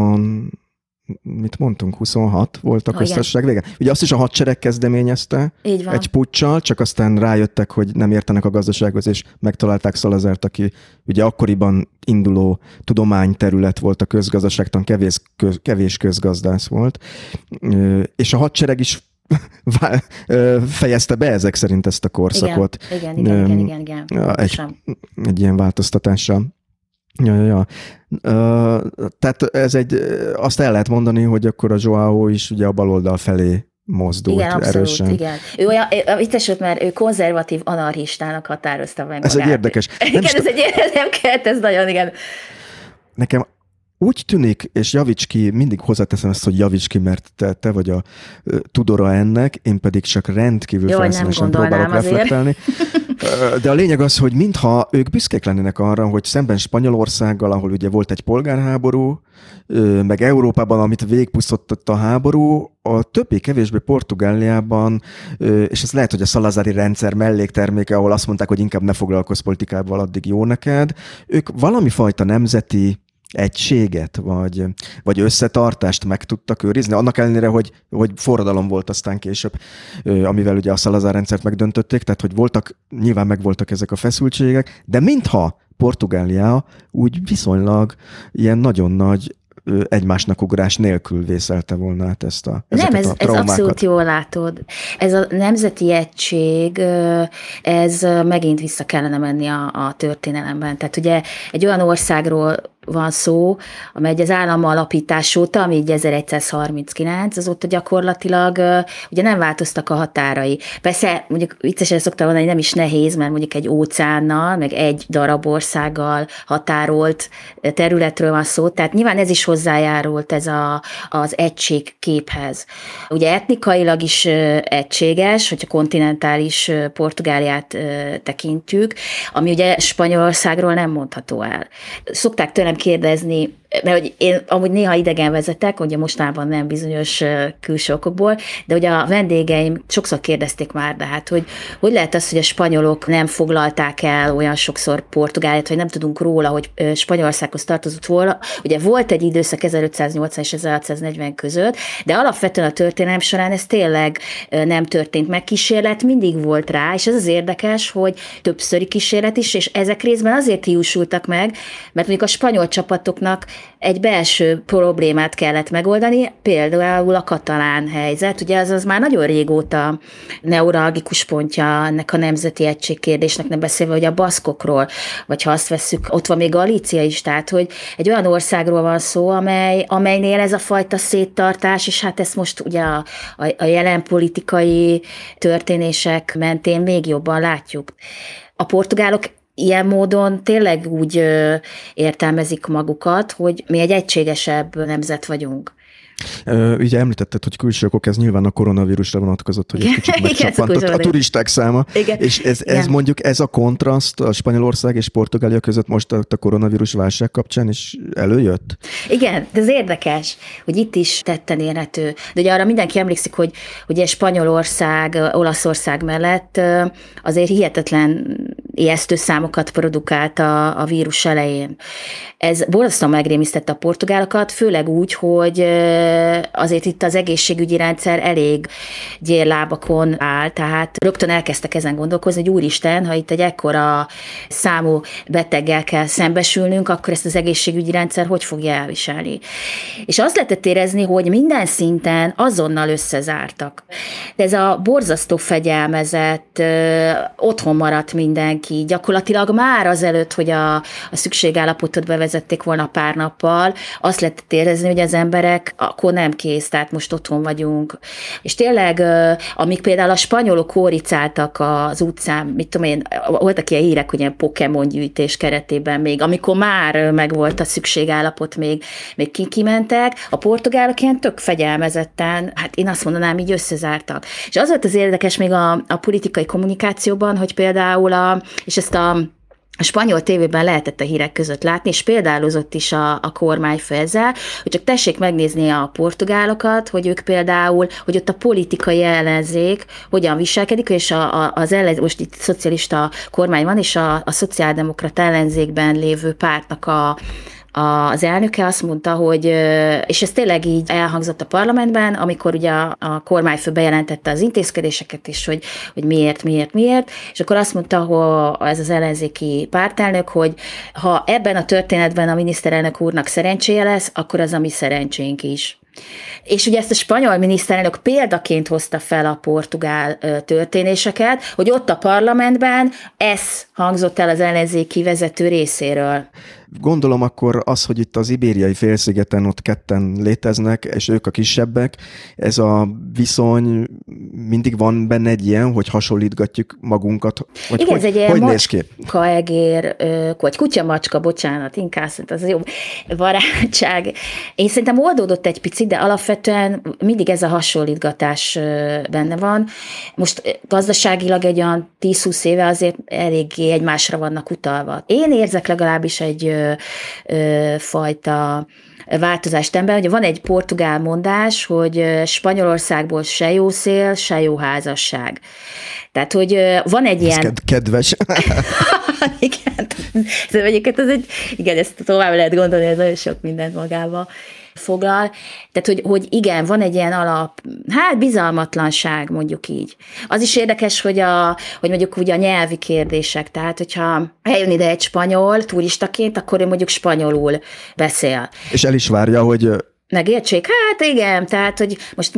26 volt a köztársaság vége. Ugye azt is a hadsereg kezdeményezte egy puccsal, csak aztán rájöttek, hogy nem értenek a gazdasághoz, és megtalálták Salazart, aki ugye akkoriban induló tudományterület volt a közgazdaságtan, kevés közgazdász volt. És a hadsereg is fejezte be ezek szerint ezt a korszakot. Igen. Egy ilyen változtatással. Ja. Tehát ez azt el lehet mondani, hogy akkor a Joao is ugye a baloldal felé mozdult abszolút, erősen. Igen. Ő olyan, mert ő konzervatív anarchistának határozta meg magát. Ez egy érdekes. Ez nagyon, igen. Nekem úgy tűnik, és javíts ki, mindig hozzáteszem ezt, hogy javíts ki, mert te vagy a tudora ennek, én pedig csak rendkívül felszínesen próbálok reflektálni. De a lényeg az, hogy mintha ők büszkék lennének arra, hogy szemben Spanyolországgal, ahol ugye volt egy polgárháború, meg Európában, amit végigpusztított a háború, a többé-kevésbé Portugáliában, és ez lehet, hogy a Salazari rendszer mellékterméke, ahol azt mondták, hogy inkább ne foglalkozz politikával, addig jó neked, ők valami fajta nemzeti egységet, vagy összetartást meg tudtak őrizni, annak ellenére, hogy forradalom volt aztán később, amivel ugye a Salazar rendszert megdöntötték, tehát hogy nyilván megvoltak ezek a feszültségek, de mintha Portugália úgy viszonylag ilyen nagyon nagy egymásnak ugrás nélkül vészelte volna át ezeket a traumákat. Ez abszolút jól látod. Ez a nemzeti egység, ez megint vissza kellene menni a történelemben. Tehát ugye egy olyan országról van szó, amely az állam alapítás óta, ami 1139, azóta gyakorlatilag ugye nem változtak a határai. Persze mondjuk viccesen szoktam mondani, hogy nem is nehéz, mert mondjuk egy óceánnal, meg egy darab országgal területről van szó, tehát nyilván ez is hozzájárult az egységképhez. Ugye etnikailag is egységes, hogyha kontinentális Portugáliát tekintjük, ami ugye Spanyolországról nem mondható el. Szokták tőlem kérdezni, mert hogy én amúgy néha idegen vezetek, ugye mostában nem bizonyos külső okokból, de ugye a vendégeim sokszor kérdezték már, de hát, hogy lehet az, hogy a spanyolok nem foglalták el olyan sokszor Portugáliát, hogy nem tudunk róla, hogy Spanyolországhoz tartozott volna. Ugye volt egy időszak 1580 és 1640 között, de alapvetően a történelem során ez tényleg nem történt meg. Kísérlet mindig volt rá, és ez az érdekes, hogy többszöri kísérlet is, és ezek részben azért hiúsultak meg, mert mondjuk a spanyol csapatoknak egy belső problémát kellett megoldani, például a katalán helyzet, ugye az már nagyon régóta neuralgikus pontja ennek a nemzeti egység kérdésnek, nem beszélve, hogy a baszkokról, vagy ha azt vesszük, ott van még Galícia is, tehát, hogy egy olyan országról van szó, amelynél ez a fajta széttartás, és hát ezt most ugye a jelen politikai történések mentén még jobban látjuk. A portugálok ilyen módon tényleg úgy értelmezik magukat, hogy mi egy egységesebb nemzet vagyunk. Ugye említetted, hogy külső okok, ez nyilván a koronavírusra vonatkozott, hogy egy kicsit megcsappantott a turisták száma. Igen. És ez mondjuk ez a kontraszt a Spanyolország és Portugália között most a koronavírus válság kapcsán is előjött? Igen, de ez érdekes, hogy itt is tetten érhető. De ugye arra mindenki emlékszik, hogy ugye Spanyolország, Olaszország mellett azért hihetetlen ijesztő számokat produkált a vírus elején. Ez borzasztóan megrémisztette a portugálokat, főleg úgy, hogy azért itt az egészségügyi rendszer elég gyérlábakon áll, tehát rögtön elkezdtek ezen gondolkozni, hogy úristen, ha itt egy ekkora számú beteggel kell szembesülnünk, akkor ezt az egészségügyi rendszer hogy fogja elviselni. És azt lehetett érezni, hogy minden szinten azonnal összezártak. De ez a borzasztó fegyelmezett, otthon maradt mindenki, gyakorlatilag már azelőtt, hogy a szükségállapotot bevezették volna pár nappal, azt lehetett érezni, hogy az emberek akkor nem kész, tehát most otthon vagyunk. És tényleg, amíg például a spanyolok kóricáltak az utcán, mit tudom én, voltak ilyen hírek, hogy ilyen Pokémon gyűjtés keretében még, amikor már megvolt a szükségállapot, még kimentek, a portugálok ilyen tök fegyelmezetten, hát én azt mondanám, így összezártak. És az volt az érdekes még a politikai kommunikációban, hogy például és ezt a spanyol tévében lehetett a hírek között látni, és példálozott is a kormányfő ezzel, hogy csak tessék megnézni a portugálokat, hogy ők például, hogy ott a politikai ellenzék hogyan viselkedik, és most itt szocialista kormány van, és a szociáldemokrata ellenzékben lévő pártnak az elnöke azt mondta, hogy, és ez tényleg így elhangzott a parlamentben, amikor ugye a kormányfő bejelentette az intézkedéseket is, hogy miért, és akkor azt mondta, hogy ez az ellenzéki pártelnök, hogy ha ebben a történetben a miniszterelnök úrnak szerencséje lesz, akkor az a mi szerencsénk is. És ugye ezt a spanyol miniszterelnök példaként hozta fel a portugál történéseket, hogy ott a parlamentben ez hangzott el az ellenzéki vezető részéről. Gondolom akkor az, hogy itt az Ibériai félszigeten ott ketten léteznek, és ők a kisebbek, ez a viszony mindig van benne egy ilyen, hogy hasonlítgatjuk magunkat? Vagy igen, ez egy ilyen macska, egér, vagy kutya-macska, bocsánat, inkább az jó barátság. Én szerintem oldódott egy picit, de alapvetően mindig ez a hasonlítgatás benne van. Most gazdaságilag egy olyan 10-20 éve azért eléggé egymásra vannak utalva. Én érzek legalábbis egy fajta változást ember. Ugye van egy portugál mondás, hogy Spanyolországból se jó szél, se jó házasság. Tehát, hogy van egy ilyen... Ez kedves. Igen, igen, ezt tovább lehet gondolni, ez nagyon sok mindent magába foglal. Tehát, hogy igen, van egy ilyen bizalmatlanság, mondjuk így. Az is érdekes, hogy mondjuk ugye a nyelvi kérdések, tehát, hogyha eljön ide egy spanyol turistaként, akkor ő mondjuk spanyolul beszél. És el is várja, hogy... Megértsék? Hát igen, tehát, hogy most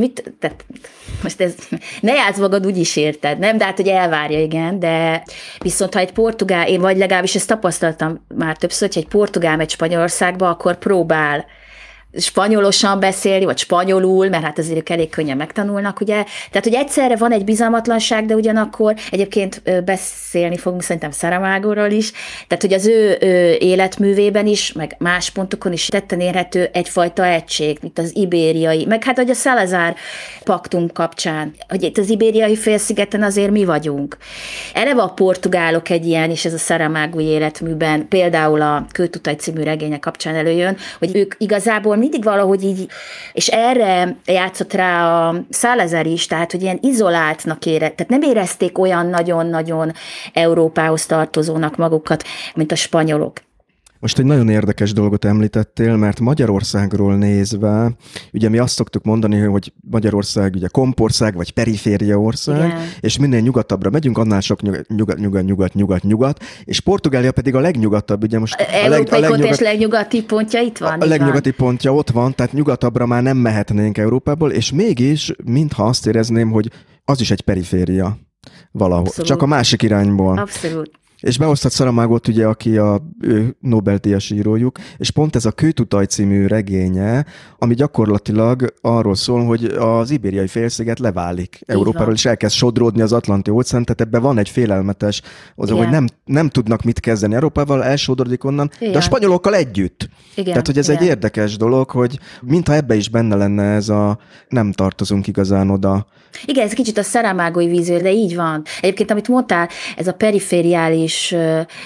ez, ne játsz magad, úgyis érted, nem? De hát, hogy elvárja, igen, de viszont ha egy portugál, én vagy legalábbis ezt tapasztaltam már többször, hogy egy portugál megy Spanyolországba, akkor próbál spanyolosan beszélni, vagy spanyolul, mert hát azért ők elég könnyen megtanulnak, ugye? Tehát, hogy egyszerre van egy bizalmatlanság, de ugyanakkor egyébként beszélni fogunk szerintem Saramagoról is, tehát, hogy az ő életművében is, meg más pontokon is tetten érhető egyfajta egység, mint az ibériai, meg hát, hogy a Salazar paktum kapcsán, hogy itt az ibériai félszigeten azért mi vagyunk. Eleve a portugálok egy ilyen, és ez a Saramago életműben, például a Kőtutaj című regénye kapcsán előjön, hogy ők igazából mindig valahogy így, és erre játszott rá a Salazar is, tehát, hogy ilyen izoláltnak tehát nem érezték olyan nagyon-nagyon Európához tartozónak magukat, mint a spanyolok. Most egy nagyon érdekes dolgot említettél, mert Magyarországról nézve, ugye mi azt szoktuk mondani, hogy Magyarország ugye kompország, vagy periféria ország, igen. És minél nyugatabbra megyünk, annál sok nyugat, és Portugália pedig a legnyugatabb, ugye most a legnyugati pontja itt van. A legnyugati pontja ott van, tehát nyugatabbra már nem mehetnénk Európából, és mégis, mintha azt érezném, hogy az is egy periféria valahol, abszolút. Csak a másik irányból. Abszolút. És behoztat Saramagot, ugye, aki a Nobel-díjas írójuk, és pont ez a Kőtutaj című regénye, ami gyakorlatilag arról szól, hogy az ibériai félsziget leválik Európáról, és elkezd sodródni az Atlanti-óceán, tehát ebben van egy félelmetes, hogy nem tudnak mit kezdeni Európával, elsodródik onnan, igen. De a spanyolokkal együtt. Igen, tehát, hogy ez egy érdekes dolog, hogy mintha ebbe is benne lenne ez a nem tartozunk igazán oda. Igen, ez kicsit a Saramagói vízió, de így van. Egyébként, amit mondtál, ez a perifériális és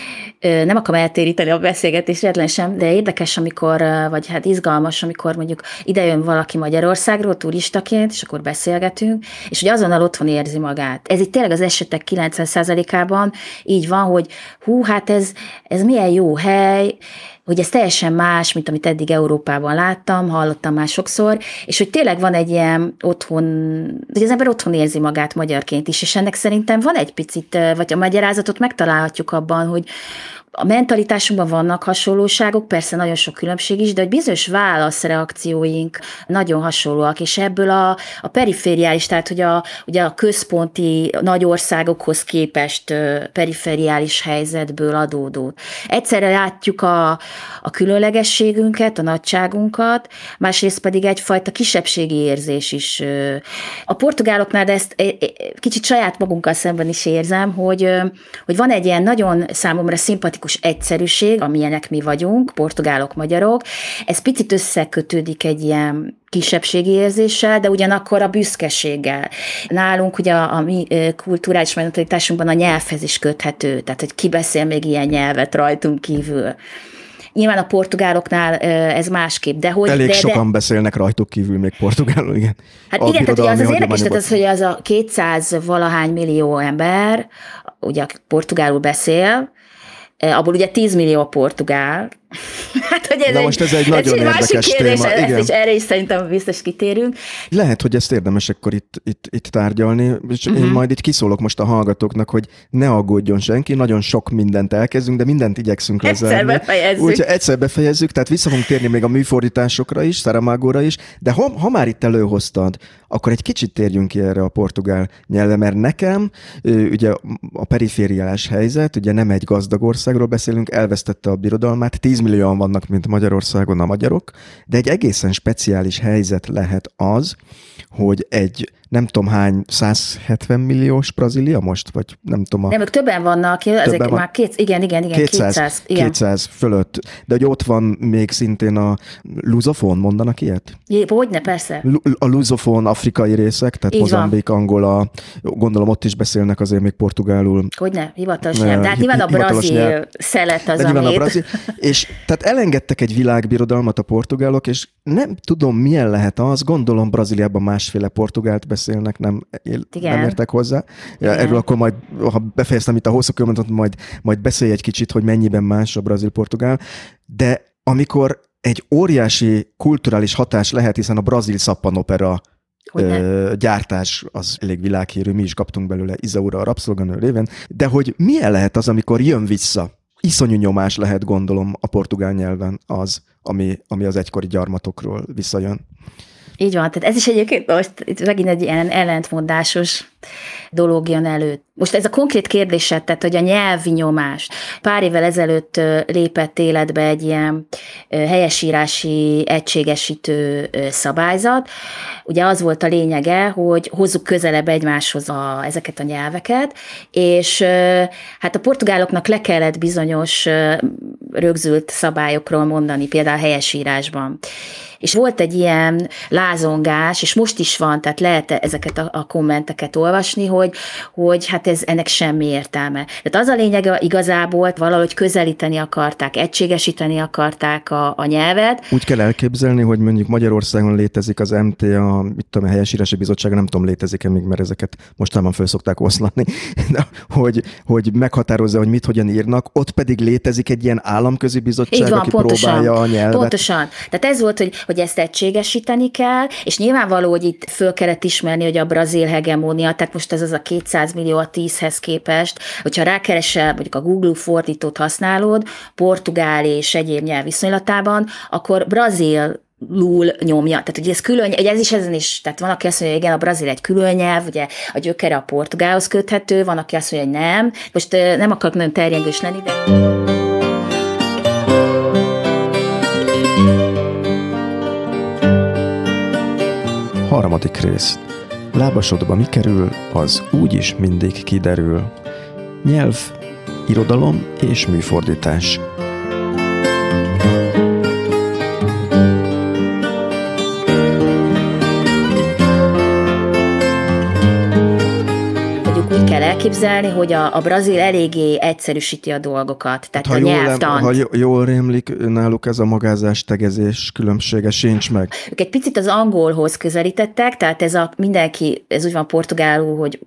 nem akarom eltéríteni a beszélgetést egyetlen sem, de érdekes, amikor, vagy hát izgalmas, amikor mondjuk idejön valaki Magyarországról turistaként, és akkor beszélgetünk, és hogy azonnal otthon érzi magát. Ez itt tényleg az esetek 90%-ában így van, hogy hát ez milyen jó hely, hogy ez teljesen más, mint amit eddig Európában láttam, hallottam már sokszor, és hogy tényleg van egy ilyen otthon, hogy az ember otthon érzi magát magyarként is, és ennek szerintem van egy picit, vagy a magyarázatot megtalálhatjuk abban, hogy a mentalitásunkban vannak hasonlóságok, persze nagyon sok különbség is, de hogy bizonyos válaszreakcióink nagyon hasonlóak, és ebből a perifériális, tehát hogy ugye a központi nagy országokhoz képest perifériális helyzetből adódó. Egyszerre látjuk a különlegességünket, a nagyságunkat, másrészt pedig egyfajta kisebbségi érzés is. A portugáloknál, de ezt kicsit saját magunkkal szemben is érzem, hogy van egy ilyen nagyon számomra szimpatikus egyszerűség, amilyenek mi vagyunk, portugálok, magyarok. Ez picit összekötődik egy ilyen kisebbségi érzéssel, de ugyanakkor a büszkeséggel. Nálunk ugye a mi kulturális mentalitásunkban a nyelvhez is köthető, tehát hogy ki beszél még ilyen nyelvet rajtunk kívül. Nyilván a portugáloknál ez másképp, de hogy... Elég sokan beszélnek rajtuk kívül még portugálul, igen. Hát igen, tehát az érdekes, tehát az, hogy az a 200 valahány millió ember, ugye portugálul beszél, abból ugye 10 millió a portugál. Hát, hogy ez most ez egy nagyon érdekes kérdés, téma. Igen. És erre is szerintem biztos kitérünk. Lehet, hogy ezt érdemes akkor itt tárgyalni, és én majd itt kiszólok most a hallgatóknak, hogy ne aggódjon senki, nagyon sok mindent elkezdünk, de mindent igyekszünk lezárni. Egyszer befejezzük. Úgyhogy egyszer befejezzük, tehát vissza fogunk térni még a műfordításokra is, Saramago-ra is, de ha már itt előhoztad, akkor egy kicsit térjünk ki erre a portugál nyelvre, mert nekem ugye a perifériás helyzet, ugye nem egy gazdag országról beszélünk, elvesztette a birodalmát, 10 millióan vannak, mint Magyarországon a magyarok, de egy egészen speciális helyzet lehet az, hogy egy nem tudom hány, 170 milliós Brazília most, vagy nem tudom. Nem, ők többen vannak, ezek van. Már igen, 200 fölött. De hogy ott van még szintén a luzofón, mondanak ilyet? Hogyne, persze. A luzofón afrikai részek, tehát Mozambik, Angola, gondolom ott is beszélnek azért még portugálul. Hogyne, hivatalos nyelv. De hát nyilván a brazil szelet az, amit. És tehát elengedtek egy világbirodalmat a portugálok, és nem tudom, milyen lehet az, gondolom Brazíliában másféle portugált beszélnek, nem értek hozzá. Erről akkor majd, ha befejeztem itt a hosszú körmondatot, majd beszélj egy kicsit, hogy mennyiben más a brazil-portugál, de amikor egy óriási kulturális hatás lehet, hiszen a brazil szappanopera gyártás az elég világhírű, mi is kaptunk belőle Izaura a rabszolganő révén, de hogy milyen lehet az, amikor jön vissza? Iszonyú nyomás lehet, gondolom, a portugál nyelven az, ami az egykori gyarmatokról visszajön. Így van, tehát ez is egyébként most itt megint egy ilyen ellentmondásos dolog jön elő. Most ez a konkrét kérdésed, tehát hogy a nyelvi nyomás. Pár évvel ezelőtt lépett életbe egy ilyen helyesírási egységesítő szabályzat. Ugye az volt a lényege, hogy hozzuk közelebb egymáshoz ezeket a nyelveket, és hát a portugáloknak le kellett bizonyos rögzült szabályokról mondani, például helyesírásban. És volt egy ilyen lázongás, és most is van, tehát lehet ezeket a kommenteket olvasni, hogy hát ennek semmi értelme. Tehát az a lényege igazából valahogy közelíteni akarták, egységesíteni akarták a nyelvet. Úgy kell elképzelni, hogy mondjuk Magyarországon létezik az MTA, a Helyesírási Bizottság, nem tudom, létezik-e még, mert ezeket mostanában föl szokták oszlatni, hogy meghatározza, hogy mit hogyan írnak, ott pedig létezik egy ilyen államközi bizottság, van, aki pontosan, próbálja a nyelvet. Pontosan. Tehát ez volt, hogy ezt egységesíteni kell, és nyilvánvaló, hogy itt föl kellett ismerni, hogy a brazil hegemónia, tehát most ez az a 200 millió a 10-hez képest, hogyha rákeresel, mondjuk a Google fordítót használod, portugál és egyéb nyelv viszonylatában, akkor brazil nyomja. Tehát ugye ez külön, ugye ez is ezen is, tehát van, aki azt mondja, hogy igen, a brazil egy külön nyelv, ugye a gyökere a portugálhoz köthető, van, aki azt mondja, hogy nem. Most nem akarok nagyon terjengős lenni, de... Harmadik rész. Lábasodba mi kerül, az úgyis mindig kiderül. Nyelv, irodalom és műfordítás. elképzelni, hogy a brazil eléggé egyszerűsíti a dolgokat, tehát a nyelvtant. Ha jól rémlik, náluk ez a magázás, tegezés különbsége sincs meg. Ők egy picit az angolhoz közelítettek, tehát ez úgy van portugálul, hogy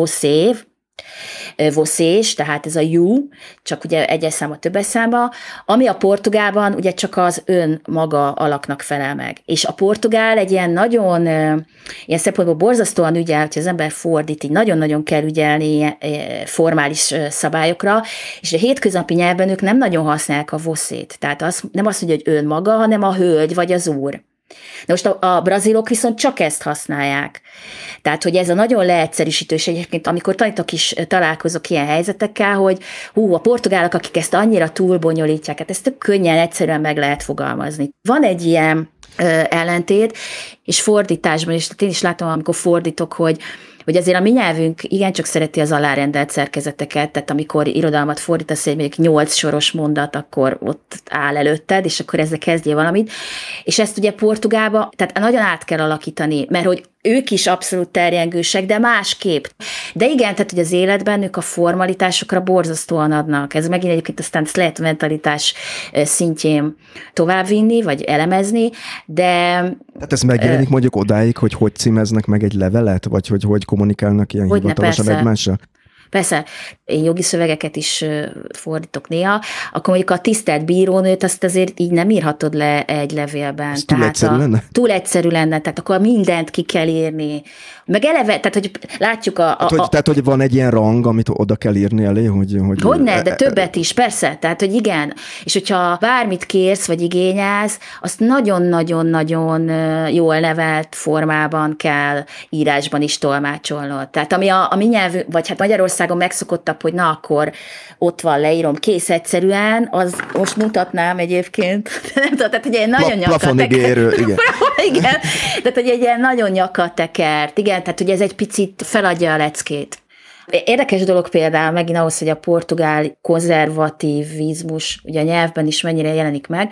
vocês, tehát ez a you, csak ugye egyes számba, többes számba, ami a portugálban ugye csak az ön maga alaknak felel meg. És a portugál egy ilyen nagyon, ilyen szempontból borzasztóan ügyel, hogy az ember fordít, így nagyon-nagyon kell ügyelni formális szabályokra, és a hétköznapi nyelven ők nem nagyon használják a vocét, tehát nem azt mondja, hogy ön maga, hanem a hölgy vagy az úr. De most a brazilok viszont csak ezt használják. Tehát, hogy ez a nagyon leegyszerűsítő, és egyébként amikor tanítok is, találkozok ilyen helyzetekkel, hogy a portugálok, akik ezt annyira túlbonyolítják, hát ezt tök könnyen, egyszerűen meg lehet fogalmazni. Van egy ilyen ellentét, és fordításban, és én is látom, amikor fordítok, hogy azért a mi nyelvünk igencsak szereti az alárendelt szerkezeteket, tehát amikor irodalmat fordítasz, egy mondjuk 8 soros mondat, akkor ott áll előtted, és akkor ezzel kezdjél valamit. És ezt ugye portugálba, tehát nagyon át kell alakítani, mert hogy ők is abszolút terjengősek, de másképp. De igen, tehát hogy az életben ők a formalitásokra borzasztóan adnak. Ez megint egyébként aztán ezt lehet mentalitás szintjén továbbvinni, vagy elemezni, de... Tehát ez megjelenik mondjuk odáig, hogy címeznek meg egy levelet, vagy hogy kommunikálnak ilyen hivatalosan egymással? Persze, én jogi szövegeket is fordítok néha, akkor mondjuk a tisztelt bírónőt azt azért így nem írhatod le egy levélben. Ez túl egyszerű lenne? Túl egyszerű lenne, tehát akkor mindent ki kell írni. Meg eleve, tehát hogy látjuk Tehát, hogy van egy ilyen rang, amit oda kell írni elé, Hogyne, de többet is, persze, tehát, hogy igen. És hogyha bármit kérsz, vagy igényelsz, azt nagyon-nagyon-nagyon jól nevelt formában kell írásban is tolmácsolnod. Tehát ami a mi nyelvű, vagy hát Magyarországon megszokottabb, hogy na akkor ott van, leírom, kész egyszerűen, az most mutatnám egyébként, nem tudom, tehát hogy egy nagyon plafonigérő, igen. Igen, tehát hogy egy ilyen nagyon nyakatekert, igen, tehát hogy ez egy picit feladja a leckét. Érdekes dolog például megint ahhoz, hogy a portugál konzervativizmus ugye a nyelvben is mennyire jelenik meg.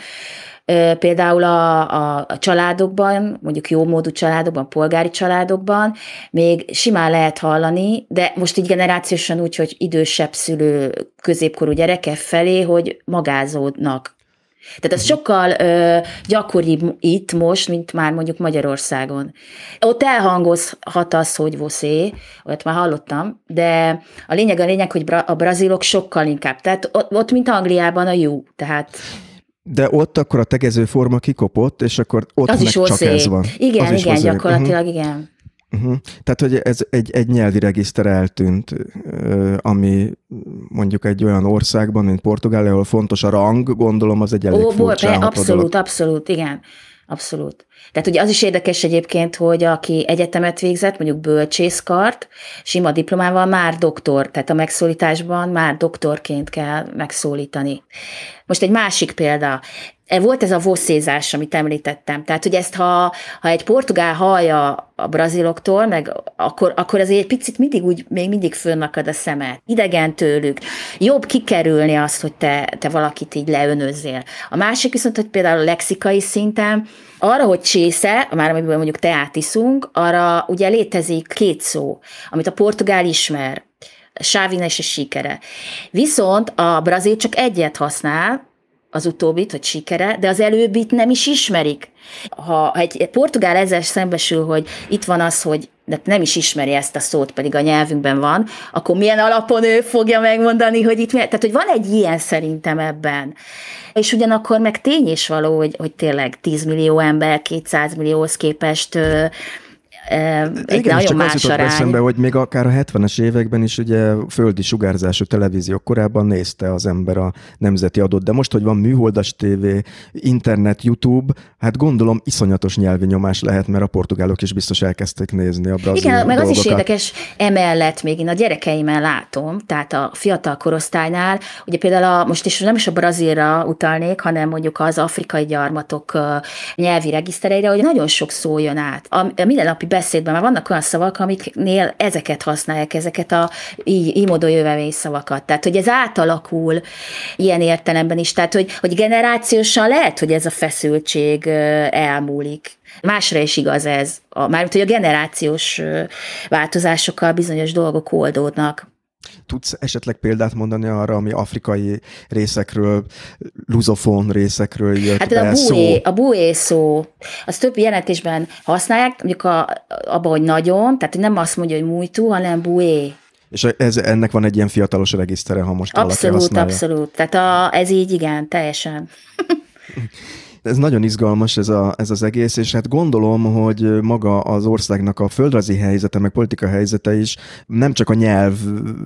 Például a családokban, mondjuk jómódú családokban, polgári családokban még simán lehet hallani, de most így generációsan úgy, hogy idősebb szülő középkorú gyereke felé, hogy magázódnak. Tehát ez sokkal gyakoribb itt most, mint már mondjuk Magyarországon. Ott elhangozhat az, hogy voszé, olyat már hallottam, de a lényeg, hogy a brazilok sokkal inkább. Tehát ott mint Angliában a you, tehát... De ott akkor a tegező forma kikopott, és akkor ott az meg is csak ez van. Igen, gyakorlatilag igen. Tehát, hogy ez egy nyelvi regiszter eltűnt, ami mondjuk egy olyan országban, mint Portugália, ahol fontos a rang, gondolom, az egy elég furcsa. Abszolút, igen. Abszolút. Tehát ugye az is érdekes egyébként, hogy aki egyetemet végzett, mondjuk bölcsészkart, sima diplomával már doktor, tehát a megszólításban már doktorként kell megszólítani. Most egy másik példa. Volt ez a voszézás, amit említettem. Tehát, hogy ezt, ha egy portugál hallja a braziloktól, meg akkor azért egy picit még mindig fönnakad a szemed. Idegen tőlük. Jobb kikerülni azt, hogy te valakit így leönözzél. A másik viszont, hogy például a lexikai szinten arra, hogy csésze, már amiből mondjuk teát iszunk, arra ugye létezik 2 szó, amit a portugál ismer. Chávina és a sikere. Viszont a brazil csak egyet használ, az utóbbit, hogy sikere, de az előbbit nem is ismerik. Ha egy portugál ezzel szembesül, hogy itt van az, hogy de nem is ismeri ezt a szót, pedig a nyelvünkben van, akkor milyen alapon ő fogja megmondani, hogy itt tehát, hogy van egy ilyen szerintem ebben. És ugyanakkor meg tény is való, hogy tényleg 10 millió ember 200 millióhoz képest igen, és csak az jutott eszembe, hogy még akár a 70-es években is ugye földi sugárzású televíziók korábban nézte az ember a nemzeti adót, de most, hogy van műholdas tévé, internet, YouTube, hát gondolom iszonyatos nyelvi nyomás lehet, mert a portugálok is biztos elkezdték nézni a brazil Igen, meg dolgokat. Az is érdekes, emellett még én a gyerekeimen látom, tehát a fiatal korosztálynál, ugye például most is nem is a brazilra utalnék, hanem mondjuk az afrikai gyarmatok nyelvi regisztereire, hogy nagyon sok szó jön át. A mindennapi beszédben már vannak olyan szavak, amiknél ezeket használják, ezeket a ímodó jövevény szavakat. Tehát, hogy ez átalakul ilyen értelemben is. Tehát, hogy generációsan lehet, hogy ez a feszültség elmúlik. Másra is igaz ez. Mármint, hogy a generációs változásokkal bizonyos dolgok oldódnak. Tudsz esetleg példát mondani arra, ami afrikai részekről, luzofón részekről jött Hát be szó? A bué szó, az több jelentésben használják, mondjuk abban, hogy nagyon, tehát nem azt mondja, hogy muito, hanem bué. És ennek van egy ilyen fiatalos regisztere, ha most valaki használja. Abszolút. Tehát ez így, igen, teljesen. Ez nagyon izgalmas ez az egész, és hát gondolom, hogy maga az országnak a földrajzi helyzete, meg politika helyzete is nem csak a nyelv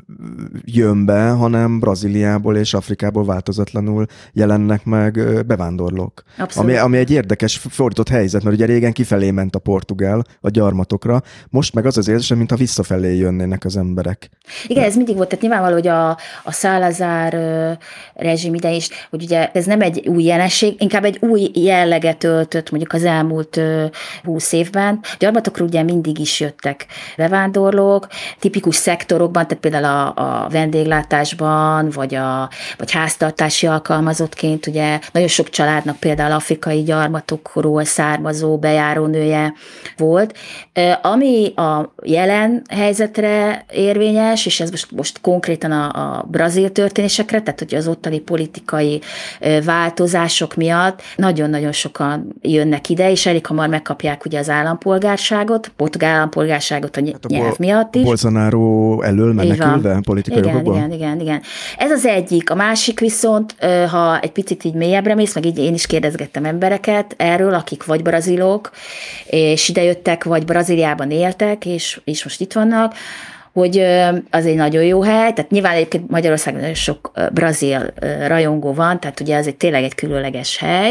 jön be, hanem Brazíliából és Afrikából változatlanul jelennek meg bevándorlók. Ami egy érdekes fordított helyzet, mert ugye régen kifelé ment a portugál a gyarmatokra, most meg az érzés, mintha visszafelé jönnének az emberek. Igen, ez mindig volt, tehát nyilvánvaló, hogy a Salazar rezsim ide is, hogy ugye ez nem egy új jelenség, inkább egy új jelleget öltött mondjuk az elmúlt 20 évben. Gyarmatokra ugye mindig is jöttek bevándorlók, tipikus szektorokban, tehát például a vendéglátásban, vagy háztartási alkalmazottként, ugye nagyon sok családnak például afrikai gyarmatokról származó bejárónője volt. Ami a jelen helyzetre érvényes, és ez most konkrétan a brazil történésekre, tehát hogy az ottani politikai változások miatt nagyon-nagyon sokan jönnek ide, és elég hamar megkapják ugye az állampolgárságot, portugál állampolgárságot a nyelv miatt is. Bolsonaro elől menekülve politikai jogokból? Igen. Ez az egyik. A másik viszont, ha egy picit így mélyebbre mész, meg így én is kérdezgettem embereket erről, akik vagy brazilok, és idejöttek, vagy Brazíliában éltek, és most itt vannak, hogy az egy nagyon jó hely, tehát nyilván egyébként Magyarországon nagyon sok brazil rajongó van, tehát ugye az egy tényleg egy különleges hely,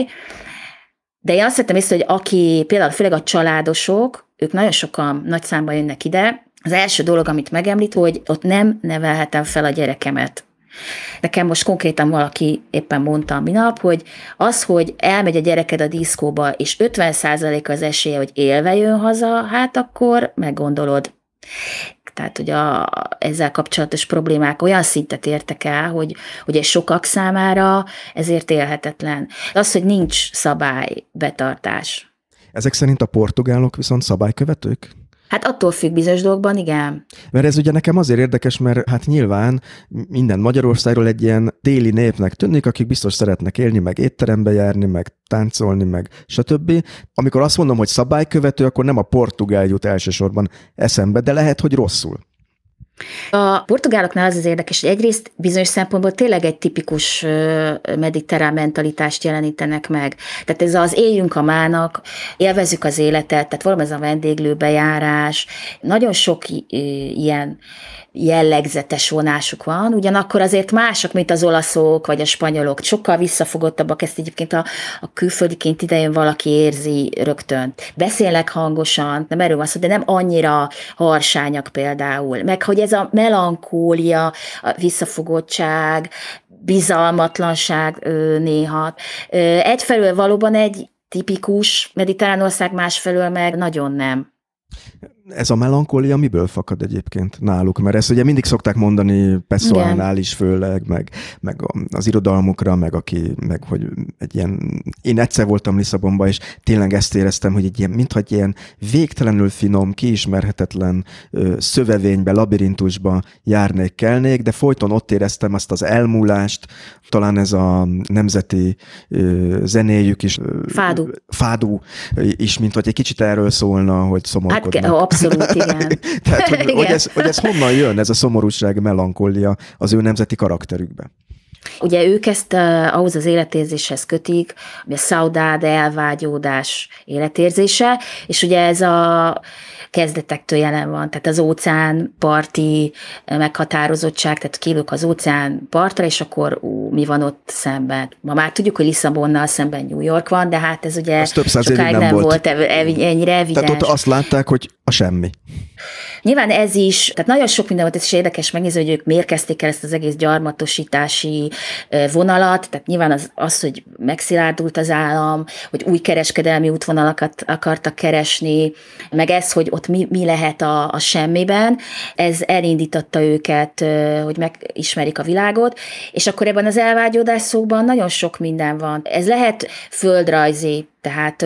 de én azt vettem észre, hogy aki például főleg a családosok, ők nagyon sokan nagy számban jönnek ide, az első dolog, amit megemlít, hogy ott nem nevelhetem fel a gyerekemet. Nekem most konkrétan valaki éppen mondta minap, hogy az, hogy elmegy a gyereked a diszkóba, és 50% az esélye, hogy élve jön haza, hát akkor meggondolod. Tehát, hogy ezzel kapcsolatos problémák olyan szintet értek el, hogy ez sokak számára ezért élhetetlen. Az, hogy nincs szabálybetartás. Ezek szerint a portugálok viszont szabálykövetők? Hát attól függ bizonyos dolgokban, igen. Mert ez ugye nekem azért érdekes, mert hát nyilván minden Magyarországról egy ilyen téli népnek tűnik, akik biztos szeretnek élni, meg étterembe járni, meg táncolni, meg stb. Amikor azt mondom, hogy szabálykövető, akkor nem a portugál jut elsősorban eszembe, de lehet, hogy rosszul. A portugáloknál az érdekes, hogy egyrészt bizonyos szempontból tényleg egy tipikus mediterrán mentalitást jelenítenek meg. Tehát ez az éljünk a mának, élvezzük az életet, tehát valami ez a vendéglőbejárás, nagyon sok ilyen jellegzetes vonásuk van, ugyanakkor azért mások, mint az olaszok vagy a spanyolok, sokkal visszafogottabbak, ezt egyébként a külföldiként idejön valaki érzi rögtön. Beszélnek hangosan, nem erről van szó, de nem annyira harsányak például. Meg hogy ez a melankólia, a visszafogottság, bizalmatlanság néha. Egyfelől valóban egy tipikus mediterrán ország, másfelől meg nagyon nem. Ez a melankólia miből fakad egyébként náluk? Mert ezt ugye mindig szokták mondani Pessoánál is főleg, meg az irodalmukra, meg hogy egy ilyen... Én egyszer voltam Lisszabonban, és tényleg ezt éreztem, hogy mintha egy ilyen végtelenül finom, kiismerhetetlen szövevénybe, labirintusba járnék, kelnék, de folyton ott éreztem azt az elmúlást, talán ez a nemzeti zenéjük is. Fádú is, mint hogy egy kicsit erről szólna, hogy szomorkodnak. Hát abszolút, igen. Tehát, hogy ez honnan jön, ez a szomorúság, melankólia az ő nemzeti karakterükbe? Ugye ők ezt ahhoz az életérzéshez kötik, hogy a saudade, elvágyódás életérzése, és ugye ez a kezdetektől jelen van, tehát az óceánparti meghatározottság, tehát kilők az óceán partra, és akkor mi van ott szemben. Ma már tudjuk, hogy Lisszabonnal szemben New York van, de hát ez ugye sokáig nem volt ennyire evidens. Tehát ott azt látták, hogy a semmi. Nyilván ez is, tehát nagyon sok minden volt, ez is érdekes megnézni, hogy ők miért kezdték el ezt az egész gyarmatosítási vonalat, tehát nyilván az, hogy megszilárdult az állam, hogy új kereskedelmi útvonalakat akartak keresni, meg ez, hogy ott mi lehet a semmiben, ez elindította őket, hogy megismerik a világot, és akkor ebben az elvágyódás szóban nagyon sok minden van. Ez lehet földrajzi, tehát